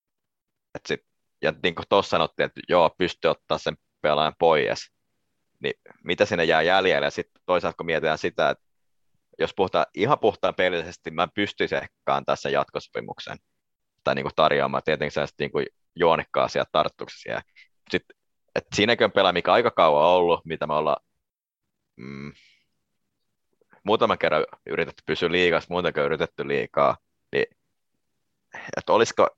Ja niin kuin tuossa sanottiin, että joo, pystyy ottaa sen pelaajan pois, niin mitä sinne jää jäljellä? Ja sitten toisaalta kun mietitään sitä, että jos puhutaan ihan puhtaan pelillisesti, mä pystyisin ehkä antaa sen jatkosopimuksen tai niin kuin tarjoamaan tietenkin sellaista niin kuin juonikkaa sieltä tarttuksessa. Sitten, että siinäkin on pelaaja, mikä aika kauan on ollut, mitä me ollaan muutaman kerran yritetty pysyä liigassa, muutenkin yritetty liikaa, niin että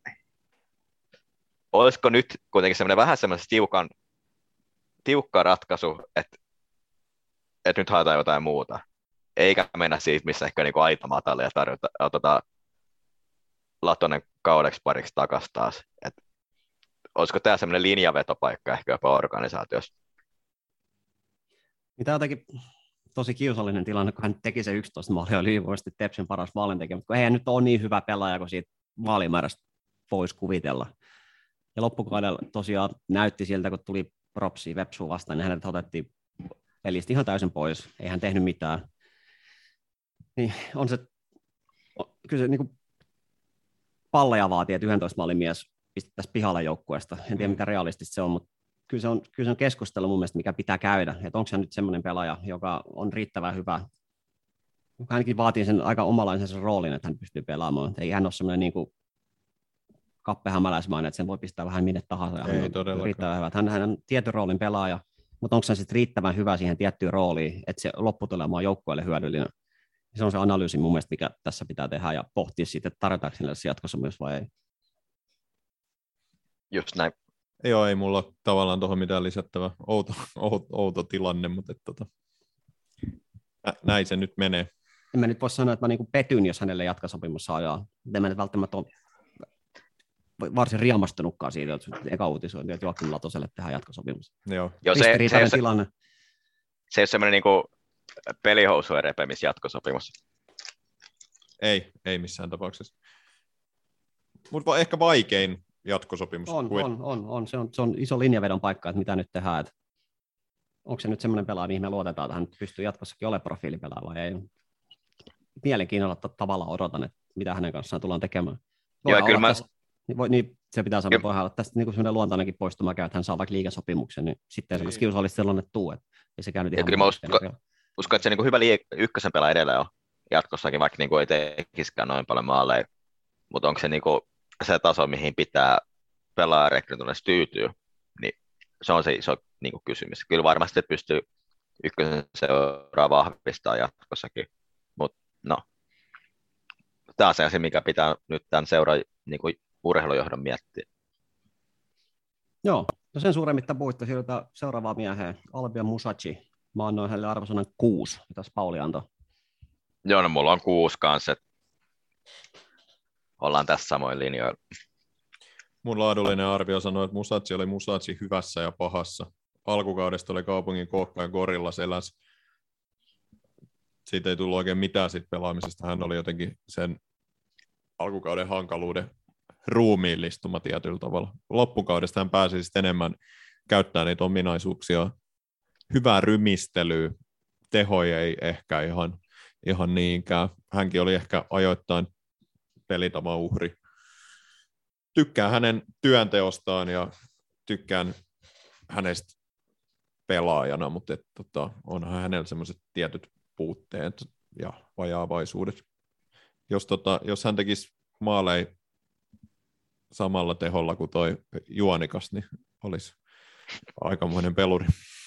olisiko nyt kuitenkin semmoinen vähän semmoinen tiukka ratkaisu, että nyt haetaan jotain muuta, eikä mennä siitä, missä ehkä niinku aita matalle ja otetaan Latonen kaudeksi pariksi takaisin taas. Olisiko tämä semmoinen linjavetopaikka ehkä jopa organisaatiossa? Tämä on jotenkin tosi kiusallinen tilanne, kun hän teki se 11 maalia, oli ylivoimaisesti Tepsin paras maalintekijä, mutta kun eihän nyt ole niin hyvä pelaaja, kun siitä maalimäärästä voisi kuvitella. Ja loppukaudella tosiaan näytti siltä, kun tuli propsia Vepsuun vastaan, niin hänet otettiin pelistä ihan täysin pois. Ei hän tehnyt mitään. Niin on se, kyllä se niin kuin palleja vaatii, että 11 maalin mies pistettäisiin pihalle joukkueesta. En tiedä, mitä realistista se on, mutta kyllä se on keskustelu mun mielestä, mikä pitää käydä. Että onko se nyt semmoinen pelaaja, joka on riittävän hyvä. Hänkin vaatii sen aika omalaisensa roolin, että hän pystyy pelaamaan. Ei hän ole semmoinen niin kuin kappehämäläismainen, että sen voi pistää vähän minne tahansa. Ja Ei riittävän hyvä. Hän on tietyn roolin pelaaja, mutta onko se sitten riittävän hyvä siihen tiettyyn rooliin, että se lopputulema on joukkueelle hyödyllinen. Se on se analyysi mun mielestä, mikä tässä pitää tehdä ja pohtia sitten, että tarjotaanko sille jatkossa myös vai ei. Just näin. Joo, ei mulla tavallaan tuohon mitään lisättävää. Outo tilanne, mutta näin se nyt menee. En mä nyt voi sanoa, että mä niinku petyn, jos hänelle jatkosopimus saa. En mä nyt välttämättä ole varsin riemastunutkaan siitä, että eka uutisointi, että Joakim Latoselle tehdään jatkosopimus. Joo. Ristiriitainen tilanne. Se ei ole semmoinen niinku pelihousujen repemis jatkosopimus. Ei missään tapauksessa. Mutta ehkä vaikein jatkosopimus. On. Se on iso linjavedon paikka, että mitä nyt tehdään. Että onko se nyt semmoinen pelaaja, mihin me luotetaan, että hän pystyy jatkossakin olemaan profiilipelaaja vai ei. Mielenkiinnolla tavallaan odotan, että mitä hänen kanssaan tullaan tekemään. Se pitää sanoa, että voi olla tästä niin semmoinen luontainenkin poistuma käy, että hän saa vaikka liigasopimuksen, niin sitten semmoista kiusallista sellainen tuu, että ei se käynyt ihan kyllä uskon, että se niin hyvä ykkösen pelaa edelleen on jatkossakin, vaikka niin ei tekisikään noin paljon maaleja, mutta onko se niin se taso, mihin pitää pelaa rekrytoinnissa tyytyä, niin se on se iso niin kysymys. Kyllä varmasti pystyy ykkösen seuraa vahvistaa jatkossakin, mutta no, tämä on se, mikä pitää nyt tämän seuran niin urheilujohdon miettiä. Joo, no sen suuremmitta puhuitte, siirrytään seuraavaan mieheen, Albion Musaci. Mä annoin hänelle arvosanan 6, mitäs Pauli antoi? Joo, no mulla on 6 kanssa, että ollaan tässä samoin linjoilla. Mun laadullinen arvio sanoi, että Musaci oli Musaci hyvässä ja pahassa. Alkukaudesta oli kaupungin kookka ja gorilla seläs. Siitä ei tullut oikein mitään siitä pelaamisesta. Hän oli jotenkin sen alkukauden hankaluuden ruumiillistuma tietyllä tavalla. Loppukaudesta hän pääsi sitten enemmän käyttämään niitä ominaisuuksia. Hyvää rymistelyä, tehoja ei ehkä ihan niinkään. Hänkin oli ehkä ajoittain pelitavan uhri. Tykkään hänen työnteostaan ja tykkään hänestä pelaajana, mutta onhan hänellä sellaiset tietyt puutteet ja vajaavaisuudet. Jos hän tekisi maaleja samalla teholla kuin toi Juonikas, niin olisi aikamoinen peluri.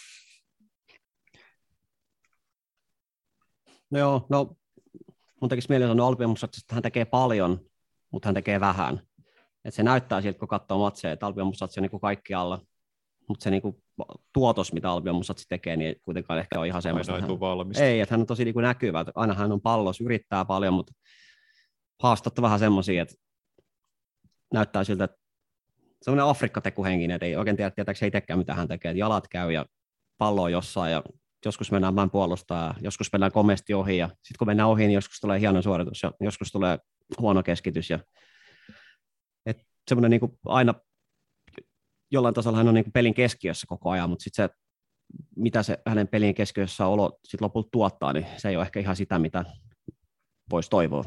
No mun tekisi mieli sanoa Albion Musacista, että hän tekee paljon, mutta hän tekee vähän. Et se näyttää siltä, kun katsoo matseja, että Albion Musaci on niin kaikkialla, mutta se niin tuotos, mitä Albion Musaci tekee, niin kuitenkaan ehkä on ihan semmoista. Ei, että hän on tosi niin näkyvä, että aina hän on pallossa, yrittää paljon, mutta haastat vähän semmoisia, että näyttää siltä, että semmoinen Afrikka-tekuhenkinen, että ei oikein tiedä, tietääkö itsekään, mitä hän tekee. Jalat käy ja pallo on jossain ja joskus mennään vain puolustaa ja joskus mennään komeasti ohi ja sitten kun mennään ohi, niin joskus tulee hieno suoritus ja joskus tulee huono keskitys. Ja semmoinen niin kuin aina jollain tasolla hän on niin kuin pelin keskiössä koko ajan, mutta sitten se, mitä se hänen pelin keskiössä olo sit lopulta tuottaa, niin se ei ole ehkä ihan sitä, mitä voisi toivoa.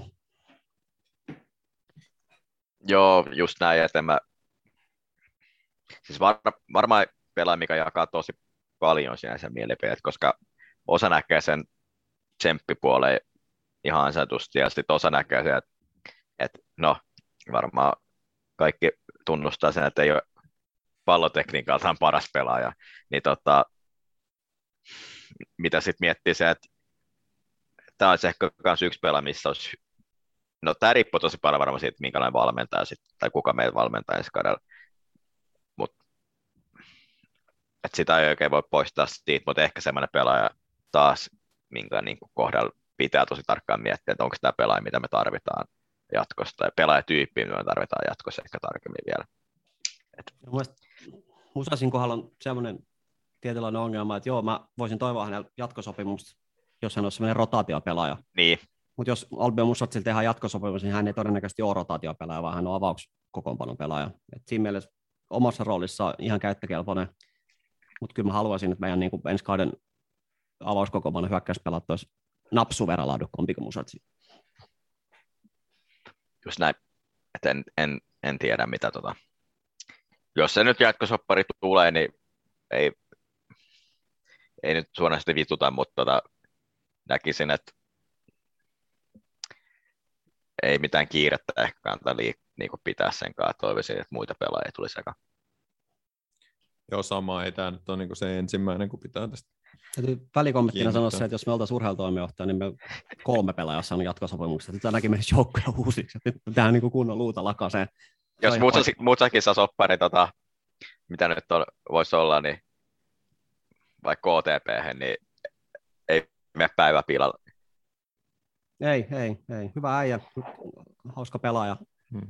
Joo, just näin, että siis varmaan pelaaja, mikä jakaa tosi paljon siinä sen mielipiteet, koska osa näkee sen tsemppipuoleen ihan ansaitusti, ja sitten osa näkee sen, että no, varmaan kaikki tunnustaa sen, että ei ole pallotekniikaltaan paras pelaaja, niin mitä sitten miettii se, että tämä olisi ehkä myös yksi pelaaja, missä olisi, no tämä riippuu tosi paljon varmaan siitä, minkälainen valmentaja sitten, tai kuka meitä valmentaa ensi kaudella, mutta sitä ei oikein voi poistaa siitä, mutta ehkä semmoinen pelaaja taas, minkä niin kuin kohdalla pitää tosi tarkkaan miettiä, että onko tämä pelaaja, mitä me tarvitaan jatkossa, tai pelaajatyyppi, mitä me tarvitaan jatkossa ehkä tarkemmin vielä. Musasin kohdalla on semmoinen tietynlainen ongelma, että joo, mä voisin toivoa hänellä jatkosopimusta, jos hän olisi semmoinen rotaatiopelaaja. Niin. Mutta jos Albion Musatsil tehdään jatkosopimus, niin hän ei todennäköisesti ole rotaatiopelaaja, vaan hän on avauskokoonpanon pelaaja. Et siinä mielessä omassa roolissa ihan käyttökelpoinen, mutta kyllä mä haluaisin, että meidän niin kuin ensi kauden avauskokoonpanon hyökkäyspelat olisi napsu verran laadukkaampi kuin Musatsi. Just näin, että en tiedä mitä jos se nyt jatkosoppari tulee, niin ei nyt suorasti vituta, mutta näkisin, että ei mitään kiirettä ehkä kannata niin pitää senkaan. Toivoisin, että muita pelaajia tulisi eka. Joo, sama. Ei tämä nyt ole niin se ensimmäinen, kun pitää tästä. Täytyy välikommenttina sanoa se, että jos me oltaisiin urheilutoimijohtaja, niin me 3 pelaajaa saanut jatkosopimuksia. Nyt ainakin menisi joukkoja uusiksi. Nyt tehdään niin kunnon luuta lakaseen. Jos muutsakin saa soppari, mitä nyt voisi olla, niin vaikka KTP, niin ei mene päivä pilalla. Ei. Hyvä äijä, hauska pelaaja.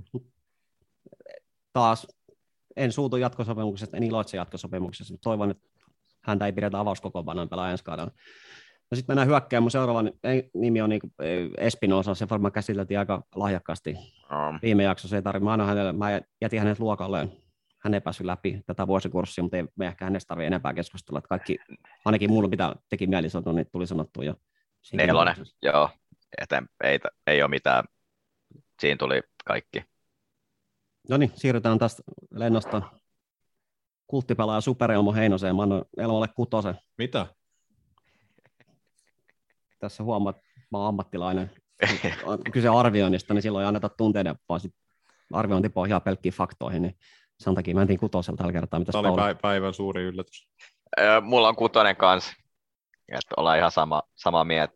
Taas en suutu jatkosopimuksesta, en iloitse jatkosopimuksesta, mutta toivon, että häntä ei pidetä avauskokoonpanon pelaa ensi kaudella. No sitten mennään hyökkään. Mun seuraava nimi on niin Espinosa, se varmaan käsiteltiin aika lahjakkaasti. Viime jaksossa ei tarvitse. Mä jätin hänet luokalleen. Hän ei päässyt läpi tätä vuosikurssia, mutta ei me ehkä hänestä tarvitse enempää keskustella. Että kaikki, ainakin mulla mitä teki mieli sanoa, niin tuli sanottua jo. 4, joo. Ei ole mitään. Siinä tuli kaikki. No niin, siirrytään tästä lennosta kulttipelaaja Super-Elmo Heinoseen. Mä annan Elmolle 6. Mitä? Tässä huomaat, mä oon ammattilainen. On kyse arvioinnista, niin silloin ei anneta tunteiden, vaan arviointi pohjaa pelkkiin faktoihin. Niin sen takia mä entin 6 tällä kertaa. Mitäs Tämä oli päivän suuri yllätys. Mulla on 6 kanssa. Että ollaan ihan sama mieltä.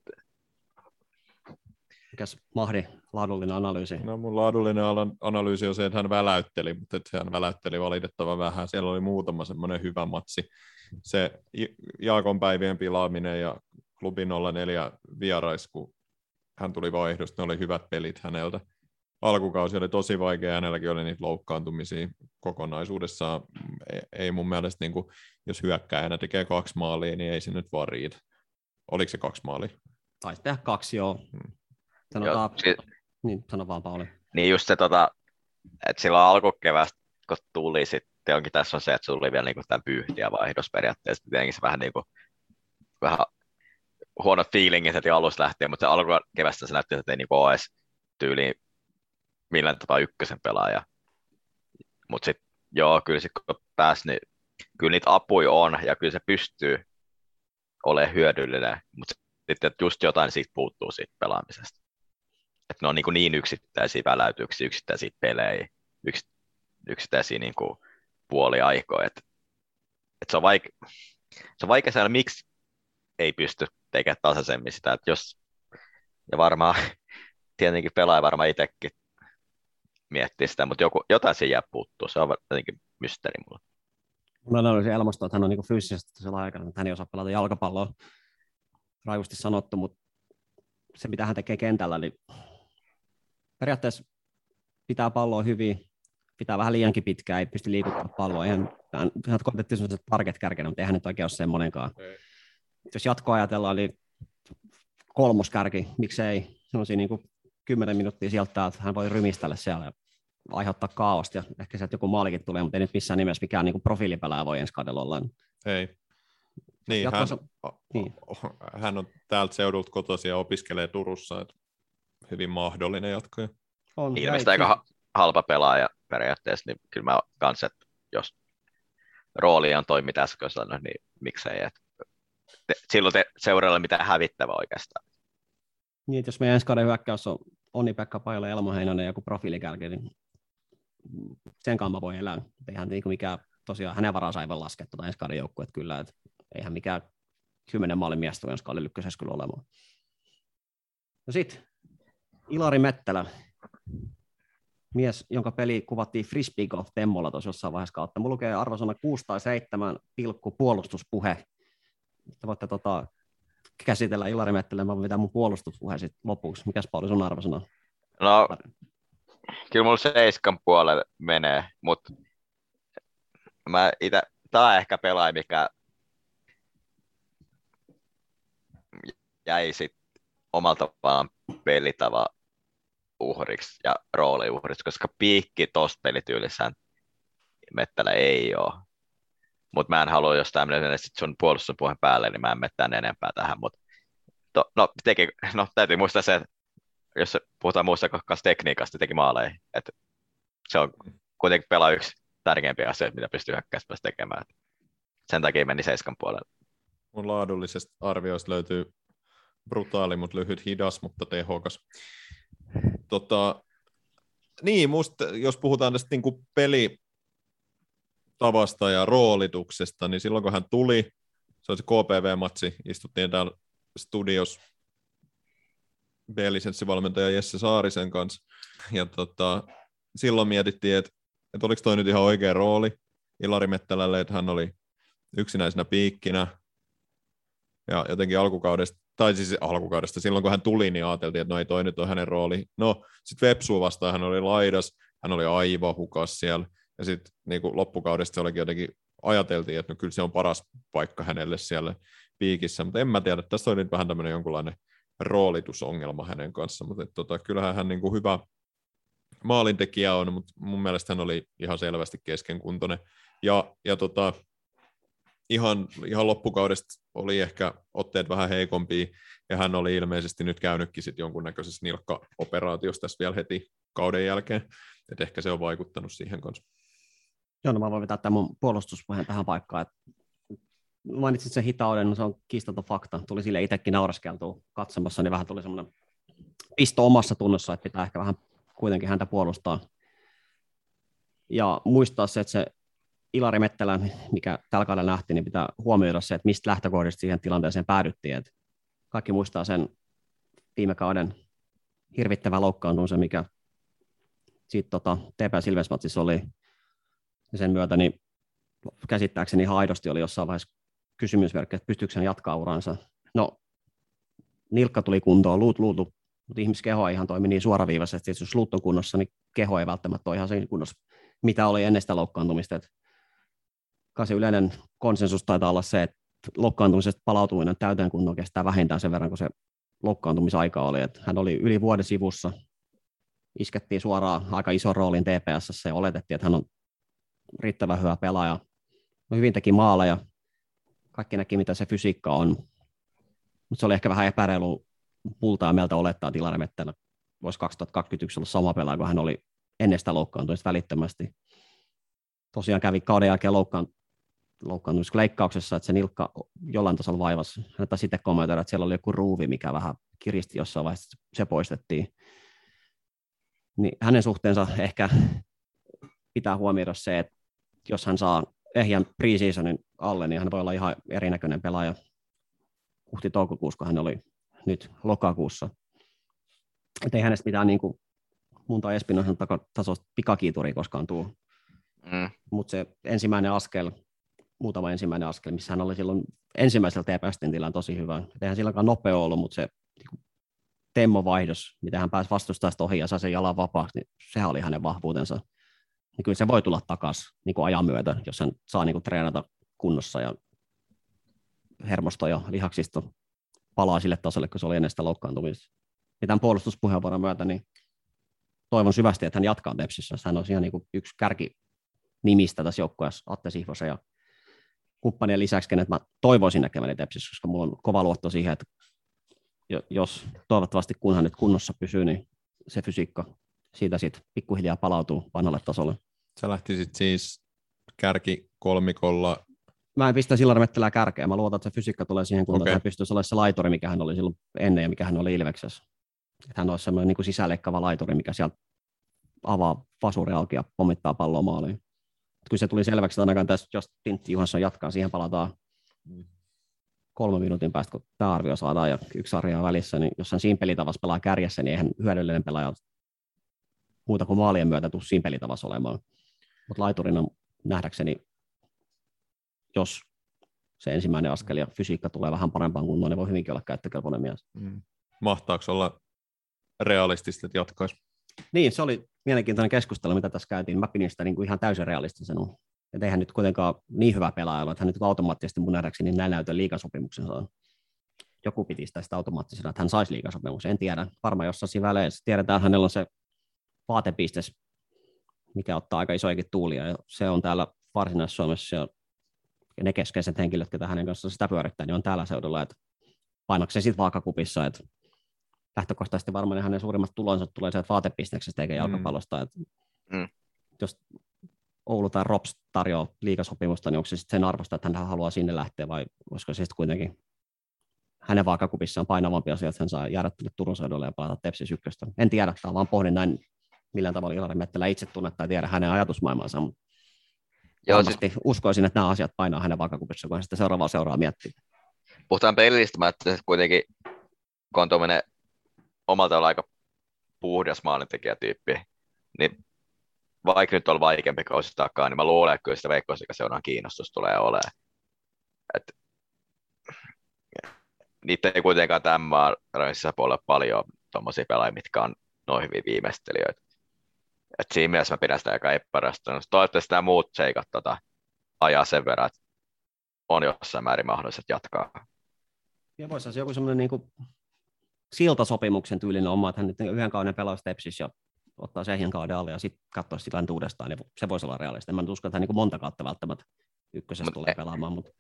Mikäs Mahdi, laadullinen analyysi? No mun laadullinen analyysi on se, että hän väläytteli, mutta että hän väläytteli valitettavan vähän. Siellä oli muutama semmoinen hyvä matsi. Se Jaakon päivien pilaaminen ja klubi 04 vierais, kun hän tuli vaihdosta, ne oli hyvät pelit häneltä. Alkukausi oli tosi vaikea, hänelläkin oli niitä loukkaantumisia kokonaisuudessaan. Ei mun mielestä, niin kuin, jos hyökkääjänä tekee 2 maalia, niin ei se nyt vaan riitä. Oliko se 2 maalia? Taisi tehdä 2, joo. Sanotaan, niin, sano vaan Pauli. Niin just se, että silloin alkukeväästä, kun tuli sitten, onkin tässä on se, että sulla oli vielä niinku tämän pyyhtiä vaihdos periaatteessa. Tietenkin se vähän huonot fiilingit heti alusta lähtien, mutta se alkukevästä se näytti, että ei niinku ole edes tyyliin millään tapaa 1 pelaaja. Mutta sitten joo, kyllä sit, kun pääsi, niin kyllä niitä apuja on ja kyllä se pystyy olemaan hyödyllinen, mutta sitten just jotain siitä puuttuu siitä pelaamisesta. Että ne on niin yksittäisiä väläytyksiä, yksittäisiä pelejä, yksittäisiä niin kuin puoliaikoja. Et se on vaikea sanoa, miksi ei pysty tekemään tasaisemmin sitä. Että ja varmaan tietenkin pelaaja varmaan itsekin miettii sitä, mutta jotain siinä jää puuttuu. Se on jotenkin mysteeri mulle. Mä olisin Elmosta, että hän on niin fyysisesti tosi laajakainen, että hän ei osaa pelata jalkapalloa. Raivusti sanottu, mutta se mitä hän tekee kentällä, niin periaatteessa pitää palloa hyvin, pitää vähän liiankin pitkään, ei pysty liikuttamaan palloa. Ihan koetettiin sellaiset target-kärkenä, mutta eihän nyt oikein ole semmoinenkaan. Jos jatkoa ajatellaan, niin kolmoskärki, miksei, sellaisia niin kuin 10 minuuttia sieltä, että hän voi rymistellä siellä ja aiheuttaa kaaosta, ja ehkä sieltä joku maalikin tulee, mutta ei nyt missään nimessä mikään niin kuin profiilipelaaja voi ensi kaudella olla. Ei. Niin, hän on täältä seudulta kotoisin ja opiskelee Turussa, että hyvin mahdollinen jatkoja. Ilmeisesti aika halpa pelaaja periaatteessa, niin kyllä mä kanssa, että jos rooli on toi, mitä äsken sanoin, niin miksei. Silloin seuraavalle mitään hävittävää oikeastaan. Niin, että jos meidän ensi kauden hyökkäys on Onni-Pekka Paila, Elmo Heinonen ja joku profiilikälki, niin sen kanssa mä voin elää. Eihän niin kuin mikään, tosiaan hänen varansa aivan laskettu ensi kauden joukkueet kyllä, että eihän mikään 10 maalin miestä voi ensi kauden lykköisessä kyllä olemaan. No sitten Ilari Mettälä, mies, jonka peli kuvattiin frisbee golf Temmolla tuossa jossain vaiheessa kautta. Mulla lukee arvosana 6 tai 7 puolustuspuhe. Te voitte käsitellä Ilari Mettälä, mä voin vetää mun puolustuspuhe sitten lopuksi. Mikäs Pauli sun arvosana? No, kyllä mulla 7 puolelle menee, mutta tää on ehkä pelaaja, mikä jäi sit omalta tavallaan pelitavan uhriksi ja rooliuhriksi, koska piikki tosta pelityylissään Mettälä ei ole. Mutta mä en halua, jos tämmöinen menee sit sun puolustuspuheen päälle, niin mä en mene tänne enempää tähän. Täytyy muistaa se, että jos puhutaan muusta kuin tekniikasta, teki maaleja. Et se on kuitenkin pelaa yksi tärkeimpiä asioita, mitä pystyy hyökkäyspäässä tekemään. Sen takia meni 7 puolelle. Mun laadullisesta arvioista löytyy brutaali, mutta lyhyt, hidas, mutta tehokas. Niin, musta, jos puhutaan tästä niin kuin pelitavasta ja roolituksesta, niin silloin kun hän tuli, se oli se KPV-matsi, istuttiin täällä studios B-lisenssivalmentaja Jesse Saarisen kanssa, ja silloin mietittiin, että oliko toi nyt ihan oikea rooli Ilari Mettälälle, että hän oli yksinäisenä piikkinä, ja jotenkin alkukaudesta, silloin kun hän tuli, niin ajateltiin, että no ei toi nyt ole hänen rooli. No, sitten Vepsua vastaan hän oli laidas, hän oli aivan hukas siellä, ja sitten niin loppukaudesta se olikin jotenkin, ajateltiin, että no kyllä se on paras paikka hänelle siellä piikissä, mutta en mä tiedä, tässä oli nyt vähän tämmöinen jonkunlainen roolitusongelma hänen kanssa, mutta kyllähän hän niin kuin hyvä maalintekijä on, mutta mun mielestä hän oli ihan selvästi keskenkuntoinen, ja ihan loppukaudesta oli ehkä otteet vähän heikompia, ja hän oli ilmeisesti nyt käynytkin sitten jonkunnäköisessä nilkkaoperaatiossa tässä vielä heti kauden jälkeen, että ehkä se on vaikuttanut siihen kanssa. Joo, no mä voin vetää tämän mun puolustuspuheen tähän paikkaan, että mainitsit sen hitauden, no se on kiistaton fakta, tuli sille itsekin nauraskeltua katsomassa, niin vähän tuli semmoinen pisto omassa tunnossa, että pitää ehkä vähän kuitenkin häntä puolustaa, ja muistaa se, että se Ilari Mettälä, mikä tällä kaudella nähtiin, niin pitää huomioida se, että mistä lähtökohdista siihen tilanteeseen päädyttiin. Että kaikki muistaa sen viime kauden hirvittävän loukkaantumisen, mikä siitä TPS Ilves-matsissa oli. Ja sen myötä niin käsittääkseni ihan aidosti oli jossain vaiheessa kysymysmerkki, että pystyykö hän jatkaa uransa. No, nilkka tuli kuntoon, luutu, mutta ihmiskeho ei ihan toimi niin suoraviivaisesti. Jos luut on kunnossa, niin keho ei välttämättä ole ihan sen kunnossa, mitä oli ennen sitä loukkaantumista. Se yleinen konsensus taitaa olla se, että loukkaantumisesta palautuminen täyteen kuntoon kestää vähintään sen verran, kun se loukkaantumisaika oli. Että hän oli yli vuoden sivussa, iskettiin suoraan aika ison roolin TPS:ssä ja oletettiin, että hän on riittävän hyvä pelaaja. No, hyvin teki maaleja, kaikki näki, mitä se fysiikka on, mutta se oli ehkä vähän epäreilu pultaa meiltä olettaa, että Ilari Mettälä voisi 2021 olla sama pelaaja, kun hän oli ennen sitä loukkaantumista välittömästi. Tosiaan kävi kauden jälkeen leikkauksessa, että se nilkka jollain tasolla vaivasi. Hän taisi sitten kommentoida, että siellä oli joku ruuvi, mikä vähän kiristi jossain vaiheessa, se poistettiin. Niin hänen suhteensa ehkä pitää huomioida se, että jos hän saa ehjän pre-seasonin alle, niin hän voi olla ihan erinäköinen pelaaja huhti-toukokuussa, kun hän oli nyt lokakuussa. Että ei hänestä mitään niin kuin mun tai Espinosan tasosta pikakiituria koskaan tule. Mutta se muutama ensimmäinen askel, missä hän oli silloin ensimmäisellä TPS-tentillä tosi hyvä. Eihän silloinkaan nopea ollut, mutta se temmovaihdos, mitä hän pääsi vastustajasta ohi ja sai sen jalan vapaaksi, niin sehän oli hänen vahvuutensa. niin kyllä se voi tulla takaisin niin kuin ajan myötä, jos hän saa niin kuin treenata kunnossa ja hermosto ja lihaksisto palaa sille tasolle, kun se oli ennen sitä loukkaantumista. Ja tämän puolustuspuheenvuoron myötä niin toivon syvästi, että hän jatkaa Tepsissä. Hän on ihan niin kuin yksi kärkinimistä tässä joukkueessa, Atte Sihvosen ja kumppanien lisäksi, kenet mä toivoisin näkeväni Tepsissä, koska mulla on kova luotto siihen, että jos toivottavasti kun hän nyt kunnossa pysyy, niin se fysiikka siitä sitten pikkuhiljaa palautuu vanhalle tasolle. Sä lähtisit siis kärkikolmikolla. Mä en pistä Silari Mettelää kärkeä. Mä luotan, että se fysiikka tulee siihen kuntoon, että hän pystyisi olemaan se laituri, mikä hän oli silloin ennen ja mikä hän oli Ilveksessä. Että hän olisi semmoinen niin kuin sisäänleikkava laituri, mikä sieltä avaa vasuri auki ja pommittaa palloa maaliin. Kyllä se tuli selväksi, että ainakaan tässä, jos Tintti Johansson jatkaa, siihen palataan 3 minuutin päästä, kun tämä arvio saadaan ja 1 sarjaa välissä, niin jos hän siinä pelitavassa pelaa kärjessä, niin eihän hyödyllinen pelaaja muuta kuin maalien myötä tule siinä pelitavassa olemaan. Mutta laiturina nähdäkseni, jos se ensimmäinen askel ja fysiikka tulee vähän parempaan kunnoon, niin voi hyvinkin olla käyttökelpoinen mies. Mahtaako olla realistista, että jatkaisi? Niin, se oli mielenkiintoinen keskustelu, mitä tässä käytiin. Mä pidin sitä niin kuin ihan täysin realistisena. Että eihän nyt kuitenkaan niin hyvä pelaaja ole, että hän nyt automaattisesti mun nähdäkseni niin näin näytön liigasopimuksen saa. Joku piti sitä automaattisena, että hän saisi liigasopimuksen. En tiedä. Varmaan jossain siinä väleissä. Tiedetään, että hänellä on se vaatepistes, mikä ottaa aika isoikin tuulia. Ja se on täällä Varsinais-Suomessa ja ne keskeiset henkilöt, jotka hänen kanssaan sitä pyörittää, niin on täällä seudulla. Että painaako se sitten vaakakupissa, että lähtökohtaisesti varmaan hänen suurimmat tulonsa tulee sieltä vaatebisneksestä eikä jalkapallosta. Jos Oulu tai Rops tarjoaa liigasopimusta, niin onko se sitten sen arvosta, että hän haluaa sinne lähteä, vai olisiko se sitten kuitenkin hänen vaakakupissaan painavampi asia, että hän saa jäädä Turun seudulle ja palata Tepsis ykköstä. En tiedä, tämä vaan pohdin näin, millään tavalla Ilari Mettelä itse tunne tai tiedä hänen ajatusmaailmansa, mutta varmasti uskoisin, että nämä asiat painaa hänen vaakakupissaan, kun hän sitä seuraavaa seuraa miettii. Puhutaan pelistä, mä ajattelin, että kuitenkin kun on tuommoinen omalta olla aika puhdas maalintekijätyyppi, niin vaikka nyt on vaikeampi kausi takaa, niin mä luulen, että kyllä sitä Veikkausliigaseuran kiinnostus tulee olemaan. Niitä ei kuitenkaan tämän maan puolella paljon tuommoisia pelaajia, mitkä on noin hyvin viimeistelijöitä. Et siinä mielessä mä pidän sitä aika epärästä. Toivottavasti nämä muut seikat ajaa sen verran, että on jossain määrin mahdolliset jatkaa. Ja voisi olla joku semmoinen niin siltasopimuksen tyylinen oma, että hän nyt yhden kauden pelaa Tepsissä ja ottaa sen kauden alle ja sitten katsoa sitä uudestaan, niin se voisi olla realistista. Mä en usko, että hän niin monta kautta välttämättä ykkösessä tulee pelaamaan. Mutta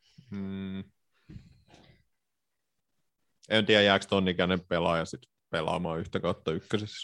En tiedä, jääkö ton ikäinen pelaaja sitten pelaamaan yhtä kautta ykkösessä.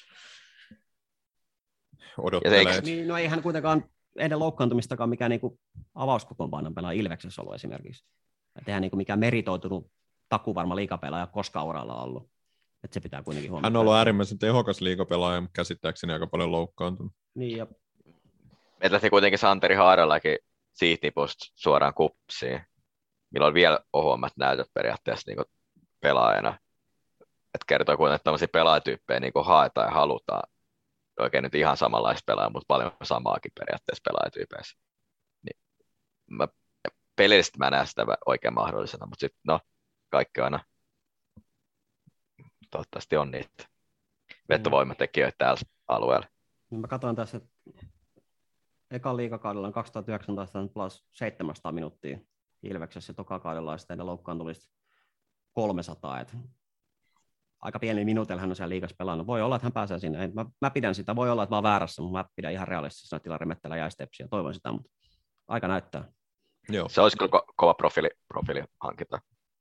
Odottelee. Niin, no ei hän kuitenkaan ennen loukkaantumistakaan mikään niin avauskokoonpainon pelaaja Ilveksessä ollut esimerkiksi. Että eihän niin mikään meritoitunut takuvarma liigapelaaja koskaan uralla ollut. Että se pitää kuitenkin huomata. Hän on ollut äärimmäisen tehokas liigapelaaja, mutta käsittääkseni aika paljon loukkaantunut. Niin, ja meillä lähti kuitenkin Santeri Haarallakin siitä nipusta suoraan kupsiin, milloin on vielä ohuemmat näytöt periaatteessa niin pelaajana. Että kertoo, kuinka tämmöisiä pelaajatyyppejä niin haetaan ja halutaan. Oikein nyt ihan samanlaista pelaajaa, mutta paljon samaakin periaatteessa pelaajatyypeissä. Niin pelillisesti mä näen sitä oikein mahdollisena, mutta sitten kaikki aina toivottavasti on niitä vetovoimatekijöitä täällä alueella. Mä katsoin tässä, että ekan liigakaudella on 2019 plus 700 minuuttia Ilveksessä ja toka kaudella on sitten loukkaantumista 300. Et aika pieni minuutilla hän on siellä liigassa pelannut. Voi olla, että hän pääsee sinne. Mä pidän sitä. Voi olla, että mä oon väärässä, mutta mä pidän ihan realistisena, että Ilari Mettelä jäi Tepsiin. Toivon sitä, mutta aika näyttää. Joo. Se olisi kyllä kova profiili hankinta.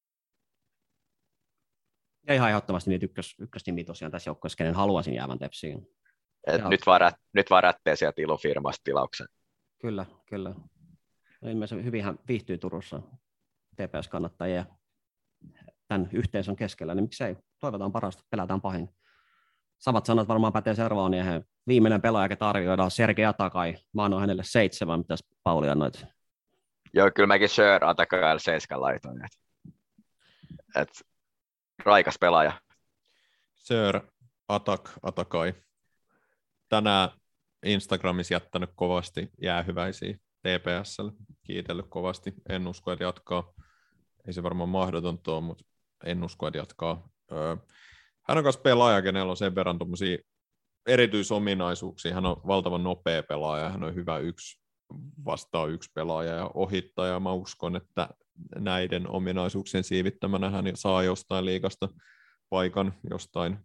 Ja ihan ehdottomasti niitä ykkösnimi tosiaan tässä joukkueessa, kenen haluaisin jäävän Tepsiin. Nyt vaan rättee sieltä ilofirmasta tilauksen. Kyllä. Ilmeisesti hyvin hän viihtyy Turussa TPS-kannattajia tämän yhteisön keskellä, niin miksei toivotaan parasta, pelätään pahin. Samat sanat varmaan pätee seuraavaan miehen. Viimeinen pelaaja, ketä arvioidaan Sergei Atakai. Mä annoin hänelle 7, mitäs Pauli annoit? Joo, kyllä mäkin Sör Atakaille 7 laitoin. Et raikas pelaaja. Sör Atakai. Tänään Instagramissa jättänyt kovasti jäähyväisiä TPS:lle. Kiitellyt kovasti. En usko, että jatkaa. Ei se varmaan mahdotonta ole, mutta en usko, että jatkaa. Hän on myös pelaaja, kenellä on sen verran tuommoisia erityisominaisuuksia. Hän on valtavan nopea pelaaja, hän on hyvä 1-vastaan-1 pelaaja ja ohittaja. Mä uskon, että näiden ominaisuuksien siivittämänä hän saa jostain liigasta paikan, jostain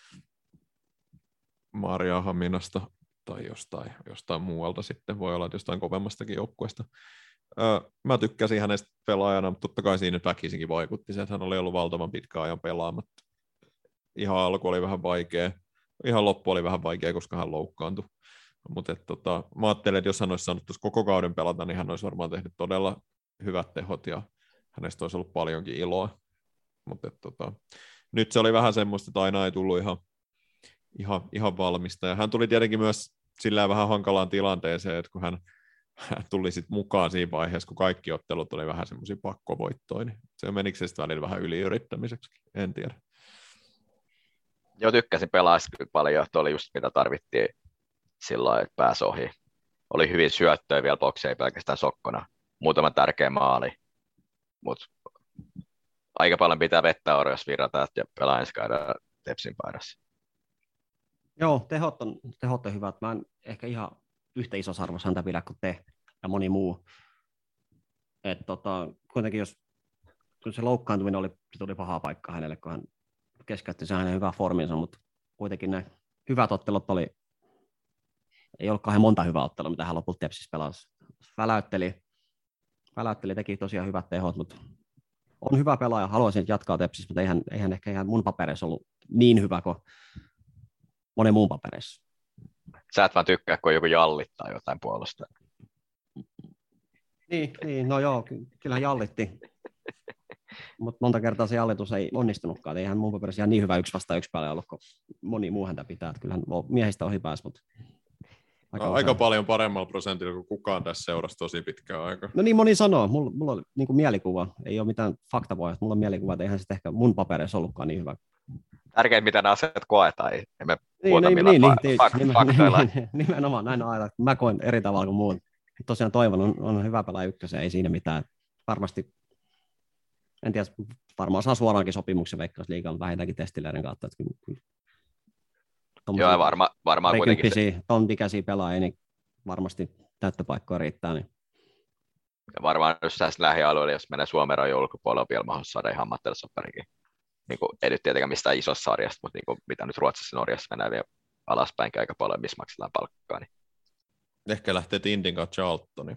Maariahaminasta tai jostain muualta sitten. Voi olla, että jostain kovemmastakin joukkueesta. Mä tykkäsin hänestä pelaajana, mutta totta kai siinä väkisinkin vaikutti se, että hän oli ollut valtavan pitkän ajan pelaamatta. Ihan alku oli vähän vaikea, ihan loppu oli vähän vaikea, koska hän loukkaantui. Mutta mä ajattelin, että jos hän olisi saanut tuossa koko kauden pelata, niin hän olisi varmaan tehnyt todella hyvät tehot ja hänestä olisi ollut paljonkin iloa. Mutta nyt se oli vähän semmoista, että aina ei tullut ihan valmista. Ja hän tuli tietenkin myös sillä vähän hankalaan tilanteeseen, että kun hän tuli sitten mukaan siinä vaiheessa, kun kaikki ottelut oli vähän semmoisia pakkovoittoja, niin se menikö se sitten välillä vähän yliyrittämiseksi, en tiedä. Joo, tykkäsin pelaajasta kyllä paljon, tuo oli just mitä tarvittiin silloin, että pääsi ohi. Oli hyvin syöttöä vielä boksi, ei pelkästään sokkona. Muutama tärkeä maali, mutta aika paljon pitää vettä jos virrata ja pelaa ensi käydään Tepsin paidassa. Joo, tehot on hyvät. Mä en ehkä ihan yhtä isossa arvossa häntä pidä kuin te ja moni muu. Kuitenkin kun se loukkaantuminen tuli paha paikka hänelle, kun hän keskeytti sen hänen hyvää forminsa, mutta kuitenkin ne hyvät ottelut ei ollut kauhean monta hyvää ottelua, mitä hän lopulta Tepsissä pelasi. Väläytteli, teki tosiaan hyvät tehot, mutta on hyvä pelaaja, haluaisin jatkaa Tepsissä, mutta ei hän ehkä ihan mun papereissa ollut niin hyvä kuin monen muun papereissa. Sä et vaan tykkää, kun joku jallittaa jotain puolusta. Niin, no joo, kyllähän jallitti. Mutta monta kertaa se jallitus ei onnistunutkaan. Eihän mun paperissa ihan niin hyvä 1-vastaan-1 pelaaja ollut, kun moni muu häntä pitää. Että kyllähän miehistä ohi pääsi, mutta aika paljon paremmalla prosentilla kuin kukaan tässä seurasi tosi pitkään aikaa. No niin moni sanoo. Mulla on niin kuin mielikuva. Ei ole mitään faktapohjasta. Mulla on mielikuva, että eihän se ehkä mun papereissa ollutkaan niin hyvä. Tärkeintä, mitä nämä asiat koetaan. Emme puhuta millään faktoilla. Nimenomaan, näin on aina. Mä koen eri tavalla kuin muut. Tosiaan toivon, on hyvä pelaaja ykkösen, ei siinä mitään. Varmasti, en tiedä, varmaan saa suoraankin sopimuksen Veikkausliigaan vähintäänkin testiläiden kautta. Joo, varmaan kuitenkin se. Tontikäisiä pelaajia, niin varmasti täyttöpaikkoja riittää. Niin. Ja varmaan jos tässä lähialueella, jos menee Suomen rajojen ulkopuolella, on vielä mahdollista saada ihan ammattilaissopparikin. Niin ei nyt tietenkään mistään isosta sarjasta, mutta niin kuin, mitä nyt Ruotsissa ja Norjassa menee vielä alaspäin aika paljon, missä maksetaan palkkaa. Niin. Ehkä lähtee Tindin kanssa Charltoniin.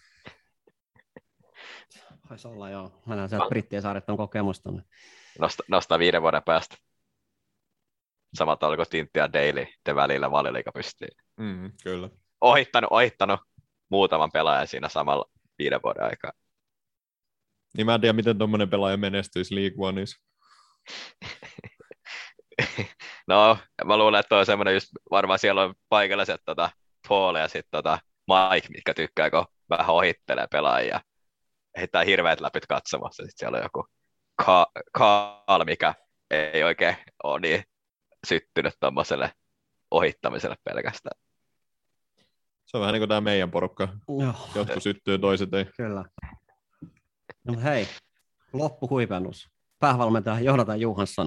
Voisi olla, joo. Mä näen sieltä Brittien saaret on kokemusta. Nostaa 5 vuoden päästä. Samat alkoi Tintti ja Daily, te välillä Valioliiga pystyy. Kyllä. Ohittanut muutaman pelaajan siinä samalla 5 vuoden aikaa. Niin mä en tiedä, miten tuommoinen pelaaja menestyisi League Oneissa. No, mä luulen, että on semmoinen just, varmaan siellä on paikalliset Paul ja sitten Mike, mitkä tykkää, kun vähän ohittelee pelaajia. Heittää hirveät läpyt katsomassa. Sitten siellä on joku Kaal, mikä ei oikein ole niin syttynyt tuommoiselle ohittamiselle pelkästään. Se on vähän niin kuin tämä meidän porukka. Joo. Jotkut syttyy, toiset ei. Kyllä. No hei, loppuhuipennus. Päävalmentaja Jonathan Johansson.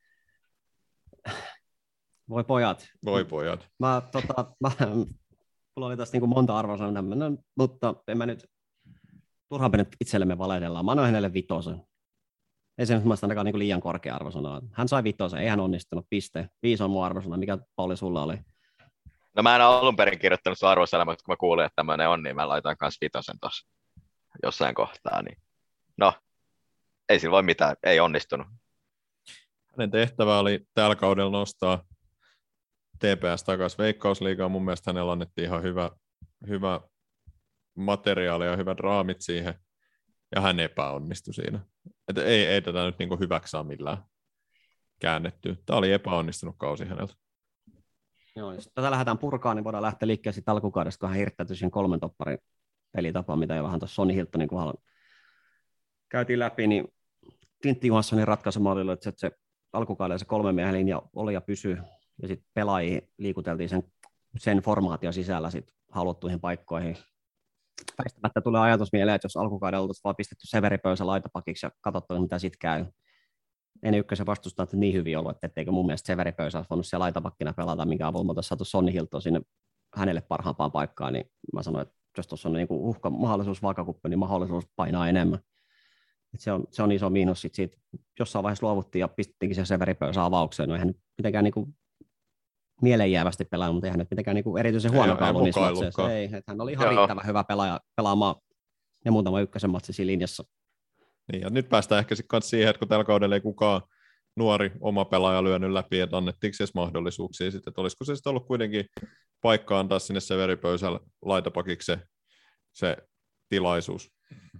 Voi pojat. Voi pojat. Mulla oli tässä niin kuin monta arvosanaa, mutta en mä nyt turhaan nyt itsellemme valehdellaan. Mä annoin hänelle 5. Ei se nyt mielestäni ainakaan niin kuin liian korkea arvosana. Hän sai 5, ei hän onnistunut, piste. 5 on mun arvosana. Mikä Pauli sulla oli? No mä en ole alun perin kirjoittanut sun arvosana, mutta kun mä kuulin, että tämmöinen on, niin mä laitan kanssa 5 tuossa jossain kohtaa. Niin. No, ei sillä voi mitään, ei onnistunut. Hänen tehtävä oli tällä kaudella nostaa TPS takaisin Veikkausliigaan. Mun mielestä hänellä annettiin ihan hyvä materiaali ja hyvät raamit siihen, ja hän epäonnistui siinä. Että ei tätä nyt niin hyväksi saa millään käännettyä. Tämä oli epäonnistunut kausi häneltä. Joo, jos tätä lähdetään purkaan, niin voidaan lähteä liikkeelle sitten alkukaudesta, kun hän hirttäytyi siihen 3 topparin pelitapaan, mitä jo vähän tuossa Sonny Hiltonin kohdalla käytiin läpi, niin Tintti Johanssonin ratkaisumalli oli, että se alkukaudella se 3 miehen linja oli ja pysyi, ja sitten pelaajia liikuteltiin sen formaation sisällä sit haluttuihin paikkoihin. Väistämättä tulee ajatus mieleen, että jos alkukaudella oltaisiin vaan pistetty Severi Pöysä laitapakiksi ja katsottu, mitä sitten käy, ennen ykkösen vastustajat niin hyvin ollut, että etteikö mun mielestä Severi Pöysä olisi voinut siellä laitapakkina pelata, minkä avulla me oltaisiin saatu Sonni Hilton sinne hänelle parhaampaan paikkaan, niin mä sanoin, että jos tuossa on niin mahdollisuus vaakakuppi, niin mahdollisuus painaa enemmän. Se on iso miinus siitä. Jossain vaiheessa luovuttiin ja pistettiinkin se Severi Pöysä avaukseen. No eihän nyt mitenkään niin mielenjäävästi pelannut, mutta eihän nyt mitenkään niin erityisen huono ollut niissä matseissa. Ei, että hän oli ihan riittävän hyvä pelaaja pelaamaan ja muutama ykkösen matsi siinä linjassa. Niin, ja nyt päästään ehkä sitten siihen, että kun tällä kaudella ei kukaan nuori oma pelaaja lyönyt läpi, että annettiinko edes mahdollisuuksia sitten, että olisiko se sitten ollut kuitenkin paikka antaa sinne Severi Pöysälle laitapakiksi se tilaisuus.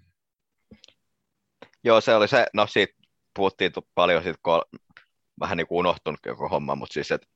Joo, se oli se, no siitä puhuttiin paljon, siitä, kun vähän niin kuin unohtunut koko homma, mutta siis, että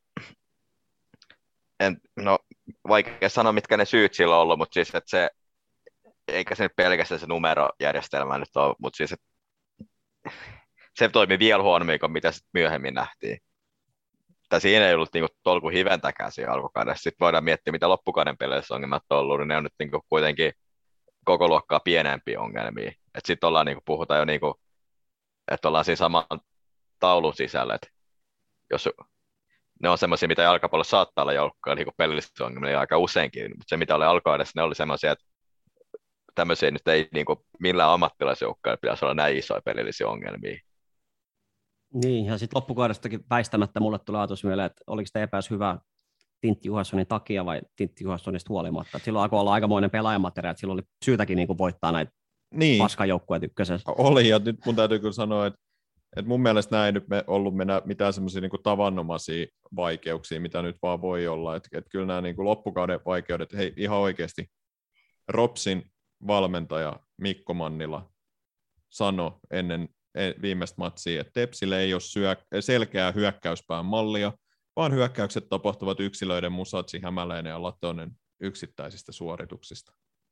vaikea sanoa, mitkä ne syyt sillä on ollut, mutta siis, että se, eikä se nyt pelkästään se numerojärjestelmä nyt ole, mutta siis, että se toimi vielä huonommin kuin mitä sitten myöhemmin nähtiin. Tai siinä ei ollut niinku tolku hiventäkään siinä alkukaudessa. Sitten voidaan miettiä, mitä loppukauden peleissä ongelmat on ollut, niin ne on nyt niinku kuitenkin koko luokkaa pienempiä ongelmia. Sitten ollaan niinku, puhutaan jo, niinku, että ollaan siinä saman taulun sisällä. Et jos ne on semmoisia, mitä jalkapallossa saattaa olla joukkoja, niinku pelillisiä ongelmia aika useinkin, mutta se mitä oli alkukaudessa, ne oli semmoisia, että tämmöisiä nyt ei niinku millään ammattilaisjoukkoilla pitäisi olla näin isoja pelillisiä ongelmia. Niin, ja sitten loppukaudestakin väistämättä mulle tulee ajatus mieleen, että oliko te epäs hyvä Tintti Juhassonin takia vai Tintti Juhassonista huolimatta. Silloin alkoi olla aikamoinen pelaajamateria, että silloin oli syytäkin niin kuin voittaa näitä paskajoukkueet ykkösessä. Oli, ja nyt mun täytyy kyllä sanoa, että mun mielestä näin nyt ollut mitään semmoisia niin tavanomaisia vaikeuksia, mitä nyt vaan voi olla. Että kyllä nämä niin kuin loppukauden vaikeudet, hei ihan oikeasti, Ropsin valmentaja Mikko Mannila sanoi ennen viimeistä matsia, että Tepsille ei ole selkeää hyökkäyspään mallia, vaan hyökkäykset tapahtuvat yksilöiden Musatsi, Hämäläinen ja Latonen yksittäisistä suorituksista.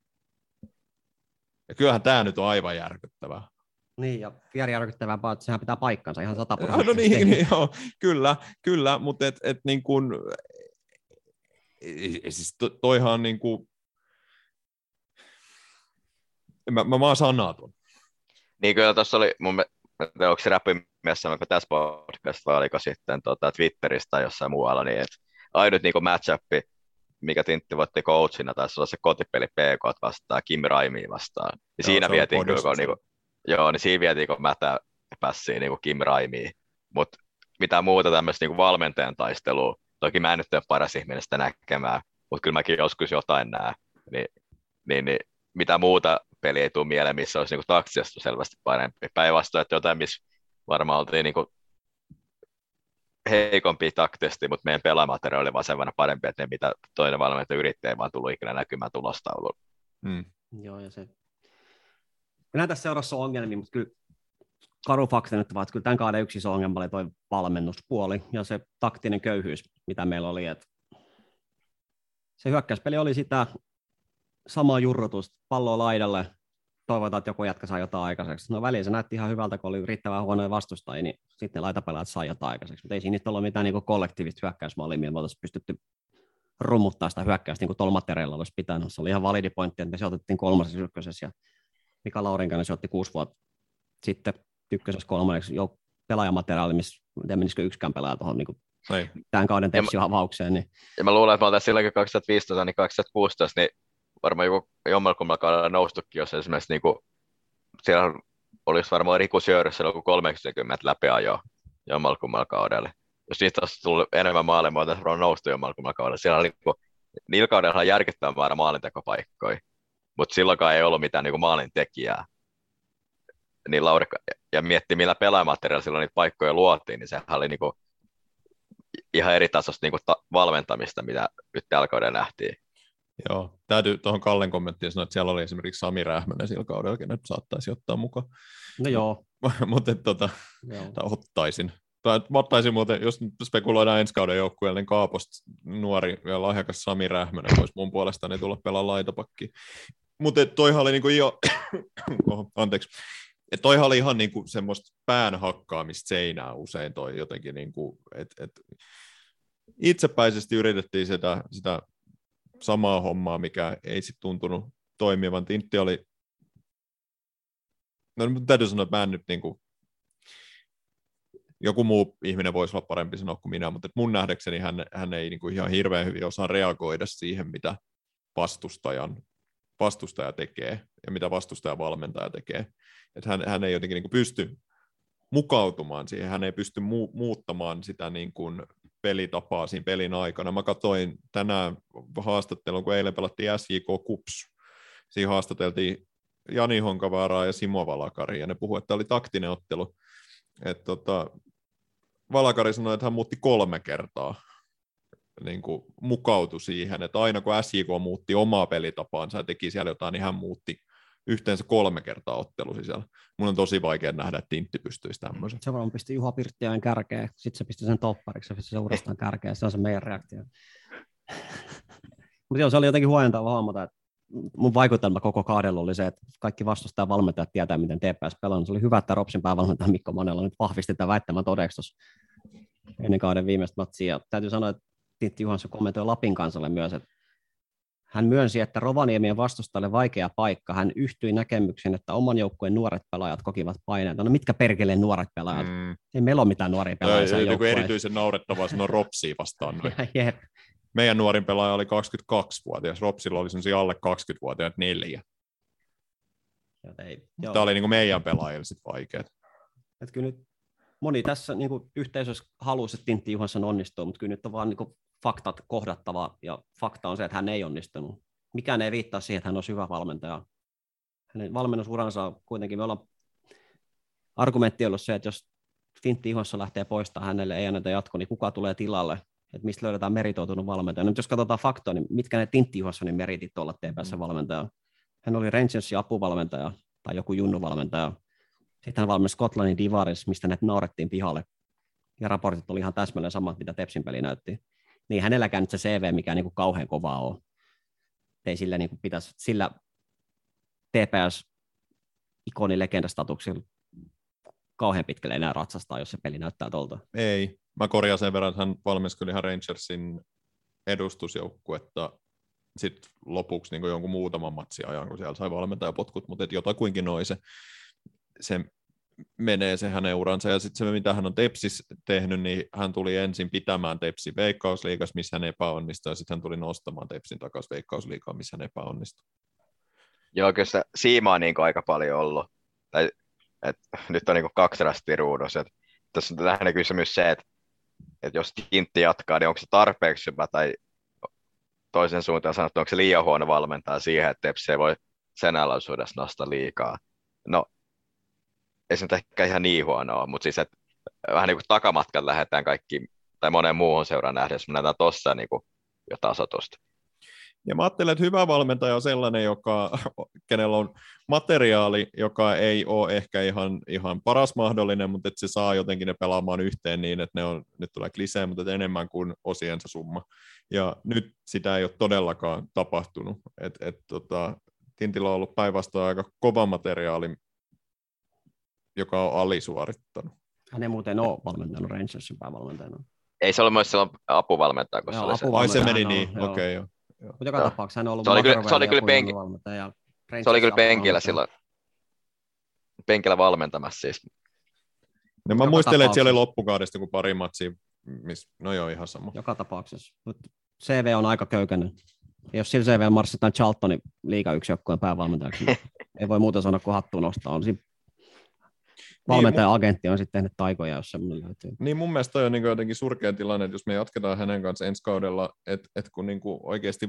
Ja kyllähän tämä nyt on aivan järkyttävää. Niin, ja vielä järkyttävämpää, että sehän pitää paikkansa ihan 100%. No niin, joo, kyllä, mutta niin kuin, siis toihan on niin kuin, mä oon sanaton. Niin kyllä tuossa oli mun mielestä, onko se räppimies sanoiko tässä podcastissa vai oliko sitten Twitteristä tai jossain muualla, niin että ainut niin match-upi, mikä Tintti voitti coachina, taisi olla se kotipeli PK vastaan, Kim Raimiin vastaan. Ja siinä vietiin kyllä, niin siinä vietiin, kun Mätä pääsi niin Kim Raimiin. Mutta mitään muuta tämmöistä niin valmentajan taistelua, toki mä en nyt ole paras ihminen sitä näkemään, mutta kyllä mäkin joskus jotain näen, niin mitä muuta peli ei tule mieleen, missä olisi niin taktisesti selvästi parempi. Päinvastoin, että jotain, missä varmaan oltiin niin heikompi taktisesti, mutta meidän pelaamateriaali oli vaan sen verran parempi, että ne mitä toinen valmentaja yritti, ei vaan tullut ikinä näkymään tulostaululla. Joo, ja se. Minä tässä seurassa on ongelmia, mutta kyllä karu fakta nyt vaan, että kyllä tämän kauden yksi iso ongelma oli tuo valmennuspuoli ja se taktinen köyhyys, mitä meillä oli. Että se hyökkäyspeli oli sitä samaa jurrutusta, palloa laidalle, toivotaan, että joku jätkä saa jotain aikaiseksi. No väliin se näytti ihan hyvältä, kun oli riittävän huonoja vastustajia, niin sitten ne laitapelaajat saa jotain aikaiseksi. Mutta ei siinä nyt ollut mitään niin kollektiivista hyökkäysmallia, millä me oltaisiin pystytty rummuttaa sitä hyökkäystä niin kuin tuolla materiaalilla olisi pitänyt. Se oli ihan validi pointti, että me sijoitettiin 3. ykkösessä ja Mika Laurinkainen sijoitti 6 vuotta sitten ykkösessä 3. pelaajamateriaali, missä menisikö yksikään pelaaja tuohon niin tämän kauden Tepsi-avaukseen. Niin. Ja mä luulen, että me oltaisiin silloinkin 2015, niin 2016, niin varmaan joku jommalkummalla kaudella noustukin, jos esimerkiksi niin kuin, siellä olisi varmaan Riku Sjöörössä joku 30 läpiajoa jommalkummalla kaudella. Jos niistä olisi tullut enemmän maaleja, me oltaisiin varmaan noustu jommalkummalla kaudella. Siellä oli niillä kaudella on järkyttävä määrä maalintekopaikkoja, mutta silloinkaan ei ollut mitään niin maalintekijää. Niin ja miettii, millä pelaajamateriaalilla silloin niitä paikkoja luotiin, niin sehän oli niin kuin ihan eri tasosta niin valmentamista, mitä nyt tällä kaudella nähtiin. Joo, täytyy tuohon Kallen kommenttiin sanoa, että siellä oli esimerkiksi Sami Rähmänen sillä kaudella, kenet saattaisi ottaa mukaan. No joo. Mutta ottaisin. Mä ottaisin muuten, jos spekuloidaan ensi kauden joukkueelle, niin Kaaposta nuori ja lahjakas Sami Rähmänen voisi mun puolestani tulla pelaa laitapakkiin. Mutta toihan oli niinku anteeksi. Toihan oli ihan niinku semmoista pään hakkaamista seinää usein toi jotenkin, niinku, että itsepäisesti yritettiin sitä samaa hommaa, mikä ei sitten tuntunut toimivan. Tintti oli, no täytyy sanoa, että mä en nyt niinku, joku muu ihminen voisi olla parempi sanoa kuin minä, mutta mun nähdäkseni hän ei niin kuin ihan hirveän hyvin osaa reagoida siihen, mitä vastustaja tekee ja mitä vastustaja valmentaja tekee. Että hän ei jotenkin niin kuin pysty mukautumaan siihen, hän ei pysty muuttamaan sitä niin kuin pelitapaa siinä pelin aikana. Mä katsoin tänään haastattelun, kun eilen pelattiin SJK KuPS. Siinä haastateltiin Jani Honkavaaraa ja Simo Valakari, ja ne puhuivat, että tämä oli taktinen ottelu. Valakari sanoi, että hän muutti 3 kertaa, niin kuin mukautui siihen, että aina kun SJK muutti omaa pelitapaansa ja teki siellä jotain, niin hän muutti yhteensä 3 kertaa ottelu sisällä. Mun on tosi vaikea nähdä, että Tintti pystyisi tämmöisen. Se varmaan pisti Juha Pirttiainen kärkeen, sitten se pisti sen toppariksi, se pisti sen uudestaan kärkeen, se on se meidän reaktio. Mutta joo, se oli jotenkin huojentava huomata, että mun vaikutelma koko kaudella oli se, että kaikki vastustajavalmentajat tietää, miten TPS pelaa. Se oli hyvä, että Ropsin päävalmentaja Mikko Manella nyt vahvisti tämän väittämän todeksi ennen kauden viimeistä matsia. Ja täytyy sanoa, että Tintti Juhansson kommentoi Lapin kansalle myös, että hän myönsi, että Rovaniemien vastustajalle vaikea paikka. Hän yhtyi näkemykseen, että oman joukkueen nuoret pelaajat kokivat paineita. No mitkä perkeleen nuoret pelaajat? Ei meillä ole mitään nuoria pelaajia. Joku erityisen naurettavaa sanoa Ropsia vastaan. Jep. Meidän nuorin pelaaja oli 22-vuotias, Ropsilla oli sellaisia alle 20-vuotiaat 4. Tämä oli niin kuin meidän pelaajille sitten vaikeaa. Kyllä nyt moni tässä niin kuin yhteisössä halusi, että Tintti Juhansson onnistuu, mutta kyllä nyt on vaan niin kuin faktat kohdattava, ja fakta on se, että hän ei onnistunut. Mikään ei viittaa siihen, että hän on hyvä valmentaja. Hänen valmennusuransa on kuitenkin, me ollaan argumentti ollut se, että jos Tintti Juhansson lähtee poistamaan, hänelle ei anneta jatko, niin kuka tulee tilalle? Että mistä löydetään meritoitunut valmentaja. Nyt jos katsotaan faktoja, niin mitkä ne Tintti Juhanssonin meritit olla TPS-valmentaja? Hän oli Rangersin apuvalmentaja tai joku junnuvalmentaja. Sitten hän valmensi Skotlannin Divaris, mistä ne naurettiin pihalle. Ja raportit oli ihan täsmälleen samat, mitä Tepsin peli näytti. Niin hänelläkään nyt se CV, mikä niin kuin kauhean kovaa on. Ei sillä niin kuin pitäisi, sillä TPS-ikonin legendastatuksella kauhean pitkälle enää ratsastaa, jos se peli näyttää tuolta. Ei. Mä korjaan sen verran, että hän valmiskeli ihan Rangersin edustusjoukkuetta sitten lopuksi niin jonkun muutaman matsin ajan, kun siellä sai valmentajapotkut, mutta jotakuinkin noin se menee se hänen uransa. Ja sitten se, mitä hän on Tepsis tehnyt, niin hän tuli ensin pitämään Tepsin Veikkausliigassa, missä hän epäonnistui, ja sitten hän tuli nostamaan Tepsin takaisin Veikkausliigaan, missä hän epäonnistui. Joo, kyllä se siimaa on niin aika paljon ollut. Nyt on niin 2 rastia ruudussa. Tässä on lähinnä kysymys se, että jos Tintti jatkaa, niin onko se tarpeeksi hyvä, tai toisen suuntaan sanottu, onko se liian huono valmentaa siihen, että Tepsi ei voi sen alaisuudessa nostaa liikaa. No, ei se nyt ehkä ihan niin huonoa, mutta siis, että vähän niin kuin takamatkan lähdetään kaikki, tai monen muuhun seuraan nähdä, jos me nähdään tuossa niin jo tasoitusta. Ja mä ajattelen, että hyvä valmentaja on sellainen, kenellä on materiaali, joka ei ole ehkä ihan paras mahdollinen, mutta että se saa jotenkin ne pelaamaan yhteen niin, että nyt tulee klisee, mutta enemmän kuin osiensa summa. Ja nyt sitä ei ole todellakaan tapahtunut. Tintillä on ollut päinvastoin aika kova materiaali, joka on alisuorittanut. Hän ei muuten ole valmentanut Rangersin päävalmentajana. Ei se ole myös silloin apuvalmentaja, kun se meni niin, okei joo. Mutta joka tapauksessa hän on ollut se oli kyllä penkillä silloin. Penkillä valmentamassa siis. No mä muistelen, että siellä oli loppukaudesta kuin pari matsia, no joo, ihan sama. Joka tapauksessa. CV on aika köykäinen. Ja jos sillä CV marssitaan Charltonin Liiga 1 joukkueen päävalmentajaksi, niin ei voi muuta sanoa kuin hattuun nostaa. On siinä valmentaja-agentti on sitten tehnyt taikoja, jos semmoinen löytyy. Niin mun mielestä on niin jotenkin surkea tilanne, että jos me jatketaan hänen kanssa ensi kaudella, että kun niin oikeasti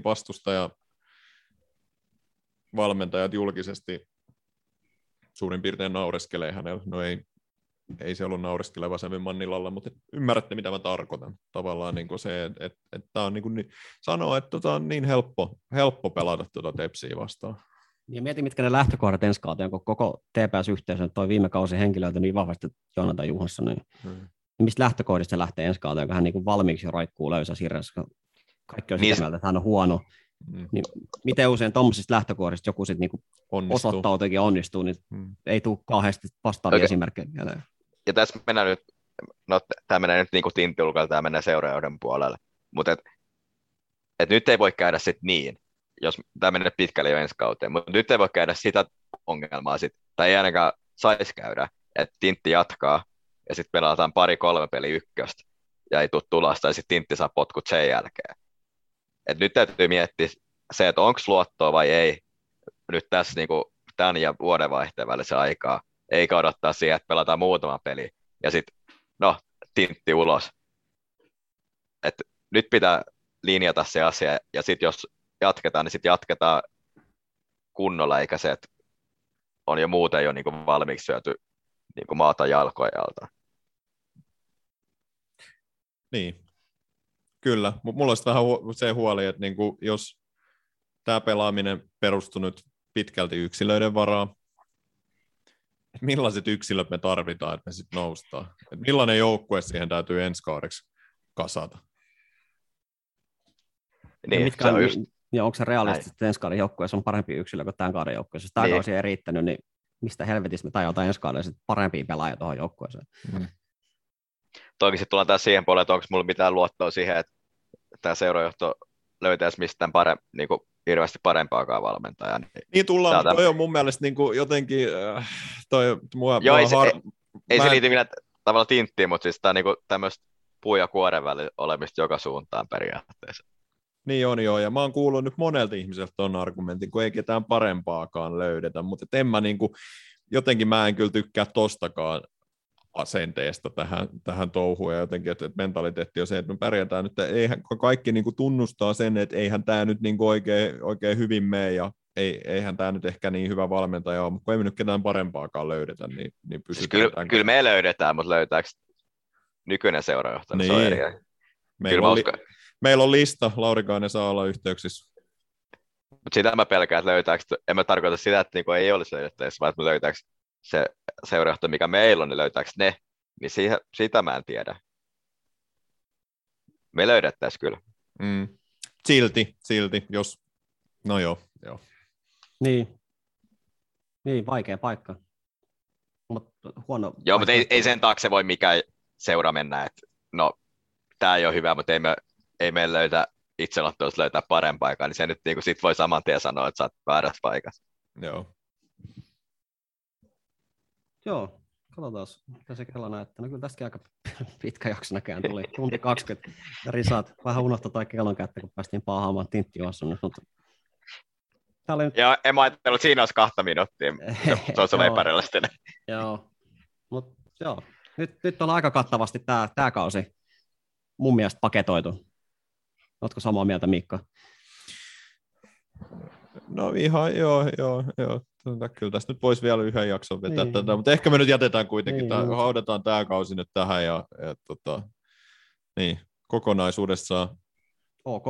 valmentajat julkisesti suurin piirtein naureskelee hänellä. No ei se ollut naureskeleva Sävy Mannilalla, mutta ymmärrätte, mitä mä tarkoitan. Tavallaan niin se, että tämä on niin sanoo, että on niin helppo pelata Tepsiä vastaan. Ja mieti, mitkä ne lähtökohdat ensi kauteen, kun koko TPS-yhteisön toi viime kausi henkilöitä niin vahvasti Jonathan Juhansson. Niin mistä lähtökohdista se lähtee ensi kauteen, kun hän niin valmiiksi jo raikkuu löysä sirrassa. Kaikki on sitä mieltä, että hän on huono. Niin miten usein tuommoisista lähtökohdista joku sitten niin osoittautuukin ja onnistuu, niin ei tule kauheasti vastaavia esimerkkejä. Ja tässä mennään nyt, no tämä menee nyt niin kuin Tintti-ulkoille, tämä menee seuraajoiden puolelle, mutta et nyt ei voi käydä sitten niin, jos tämä menee pitkälle jo ensi kauteen, mutta nyt ei voi käydä sitä ongelmaa sitten, tai ei ainakaan saisi käydä, että Tintti jatkaa, ja sitten pelataan 2-3 peliä ykköstä, ja ei tule tulosta, ja sitten Tintti saa potkut sen jälkeen. Et nyt täytyy miettiä se, että onko luottoa vai ei, nyt tässä niinku tämän ja vuodenvaihteen välissä aikaa, eikä odottaa siihen, että pelataan muutama peli, ja sitten, no, Tintti ulos. Et nyt pitää linjata se asia, ja sitten jos jatketaan, niin sitten jatketaan kunnolla, eikä se, että on jo muuten jo niinku valmiiksi syöty niinku maata jalkojen alta. Niin, kyllä. Mulla olisi vähän se huoli, että niinku, jos tämä pelaaminen perustuu nyt pitkälti yksilöiden varaan, että millaiset yksilöt me tarvitaan, että me sitten noustaan. Että millainen joukkue siihen täytyy ensi kaudeksi kasata. Niin, mitkä se on on, Niin. just, ja onko se realistista, että ensi kauden joukkueessa on parempi yksilö kuin tämän kauden joukkueessa? Jos tämä Niin. kausi ei riittänyt, niin mistä helvetistä me tajutaan ensi kaudella parempia pelaajia tuohon joukkueeseen? toki sitten tullaan taas siihen puolelle, että onko mulla mitään luottoa siihen, että tämä seurajohto löytäisi mistään niinku hirveästi parempaakaan valmentajaa. Niin tullaan, toi on mun mielestä niinku jotenkin, Joo, ei se liity minä tavallaan Tinttiin, mutta siis tämä on niinku tämmöistä puu ja kuoren välillä olemista joka suuntaan periaatteessa. Niin on joo, ja mä oon kuullut nyt monelta ihmiseltä ton argumentin, kun ei ketään parempaakaan löydetä, mutta jotenkin mä en kyllä tykkää tostakaan asenteesta tähän touhuun, ja jotenkin, että mentaliteetti on se, että me pärjätään nyt, eihän kaikki niin kuin tunnustaa sen, että eihän tämä nyt niin kuin oikein hyvin mene, ja eihän tämä nyt ehkä niin hyvä valmentaja ole, mutta kun ei me nyt ketään parempaakaan löydetä, niin pysytään. Siis kyllä me löydetään, mutta löytääkö nykyinen seurajohtaja? Niin. Se on eri. Meillä on lista, Laurikainen saa olla yhteyksissä. Mutta sitä mä pelkään, että löytääkö, en mä tarkoita sitä, että niinku ei olisi löydettävissä, vaan että me löytääkö se seurajohtaja, mikä meillä on, niin löytääkö ne, niin sitä mä en tiedä. Me löydettäisiin kyllä. Silti, jos, no joo. Niin, vaikea paikka. Huono joo, mutta ei sen taakse voi mikään seura mennä, että no, tämä ei ole hyvä, mutta ei me itselottelussa löytää parempaa aikaa, niin se nyt niin sit voi saman tien sanoa, että sä oot väärässä paikassa. Joo, katsotaan, mitä se kello näyttää. No kyllä tästäkin aika pitkä jakso näköjään tuli. Tunti 20. Ja Risaat vähän unohtaa toi kellon käyttä, kun päästiin paahaamaan Tintti Johansson. Joo, en mä ajatellut, että siinä olisi 2 minuuttia. Se on se epärealistinen. Joo, mutta joo. Nyt on aika kattavasti tämä kausi mun mielestä paketoitu. Ootko samaa mieltä, Mikko? No ihan, joo. Kyllä tästä nyt voisi vielä yhden jakson vetää tätä, mutta ehkä me nyt jätetään kuitenkin, haudataan tämä kausi nyt tähän ja niin, kokonaisuudessaan. OK+.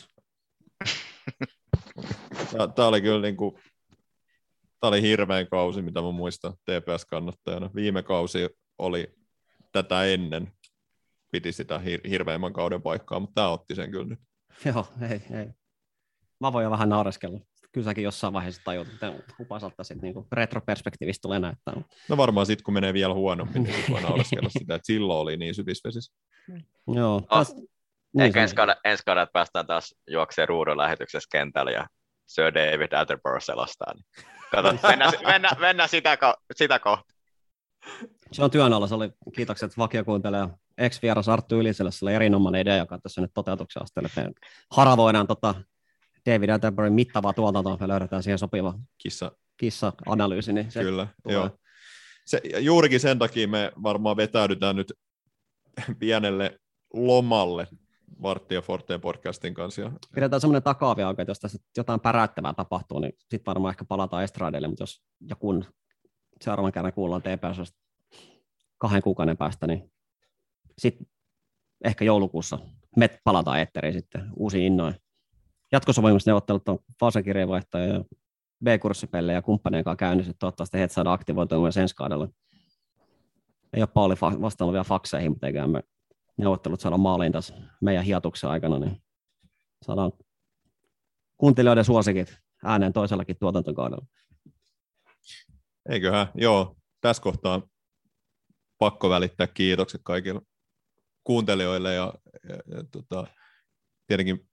Tämä oli kyllä niinku, tämä oli hirveän kausi, mitä mä muistan TPS-kannattajana. Viime kausi oli tätä ennen, piti sitä hirveimmän kauden paikkaa, mutta tämä otti sen kyllä nyt. Joo, ei. Mä voin jo vähän naureskella. Kyllä säkin jossain vaiheessa tajut, että hupasalta sitten niinku retroperspektiivistä tulee näyttää. No varmaan sitten, kun menee vielä huonommin, niin voi naureskella sitä, että silloin oli niin syvissä vesissä. Joo. Ehkä ensi kaudella päästään taas juokseen ruudun lähetyksessä kentällä ja Sir David Attenborough selostaa. Niin. Mennään sitä kohti. Se on työn alla. Se oli, kiitokset vakiokuuntelija. Ex-vieras Arttu Yliselle, se oli erinomainen idea, joka tässä nyt toteutuksen asteelle. Haravoidaan David Attenboroughn mittavaa tuotantoa, me löydetään siihen sopiva kissa-analyysi. Niin se kyllä, joo. Juurikin sen takia me varmaan vetäydytään nyt pienelle lomalle Vartti ja Forteen podcastin kanssa. Pidetään semmoinen takaavia aika, että jos tässä jotain päräyttävää tapahtuu, niin sitten varmaan ehkä palataan estradelle, mutta jos ja kun seuraavan kerran kuullaan TPS 2 kuukauden päästä, niin sitten ehkä joulukuussa me palataan eetteriin sitten uusiin innoin. Jatkosopimusneuvottelut on fasakirjeenvaihtaja ja B-kurssipellejä ja kumppaneen kanssa käynnissä, että toivottavasti heitä saadaan aktivoitua myös ensi kaudella. Ei ole Pauli vastannut vielä fakseihin, mutta eiköhän me neuvottelut saada maaliin tässä meidän hiatuksen aikana, niin saadaan kuuntelijoiden suosikit ääneen toisellakin tuotantokaudella. Eiköhän, joo. Tässä kohtaa pakko välittää kiitokset kaikille kuuntelijoille ja tietenkin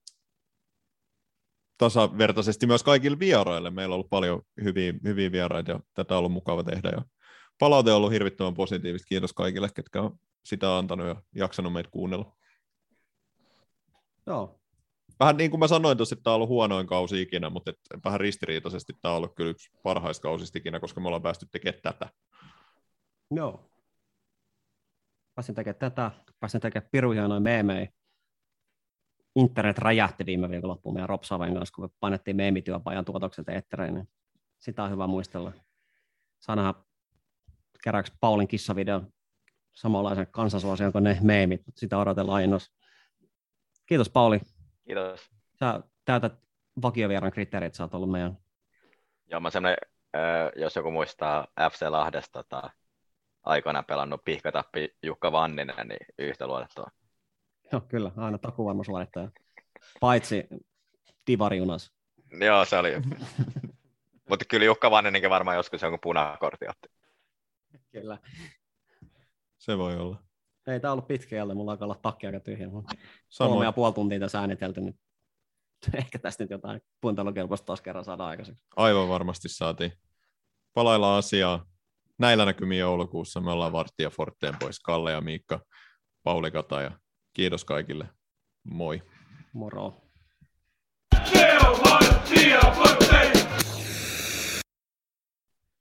tasavertaisesti myös kaikille vieraille. Meillä on ollut paljon hyviä vieraita ja tätä on ollut mukava tehdä ja Palaute on ollut hirvittävän positiivista. Kiitos kaikille, ketkä on sitä antanut ja jaksanut meitä kuunnella. Joo. Vähän niin kuin mä sanoin tuossa, että tämä on ollut huonoin kausi ikinä, mutta vähän ristiriitaisesti tämä on ollut kyllä yksi parhaista kausista ikinä, koska me ollaan päästy tekemään tätä. Joo. Pääsin tekemään tätä, pääsin tekemään piruja meemejä. Internet räjähti viime viikonloppuun meidän Rob Saven kanssa, kun me painettiin meemityöpajan tuotokset eettereen, niin sitä on hyvä muistella. Saa nähdä kerääks Paulin kissavideon samanlaisen kansansuosion kuin ne meemit, mutta sitä odotellaan innossa. Kiitos Pauli. Kiitos. Sä täytät vakiovieran kriteerit, sä oot ollut meidän. Joo, mä semmoinen, jos joku muistaa FC Lahdesta aikoinaan pelannut pihkatappi Jukka Vanninen, niin yhtä luotettava. Joo, kyllä, aina takuvarmuuslaittaja. Paitsi Divari-junas. Joo, se oli. Mutta kyllä Jukka Vanninenkin varmaan joskus jonkun punakortti otti. Kyllä. Se voi olla. Ei tää ollut pitkä jälleen, mulla alkaa olla takki aika tyhjä. 3,5 tuntia tässä äänitelty, niin ehkä tästä nyt jotain puntalukelpoista taas kerran saada aikaiseksi. Aivan varmasti saatiin. Palaillaan asiaa. Näillä näkymin joulukuussa me ollaan Vartti ja Forteen pois. Kalle ja Miikka, Pauli Kataja. Kiitos kaikille. Moi. Moro. Se on Vartti ja Forte!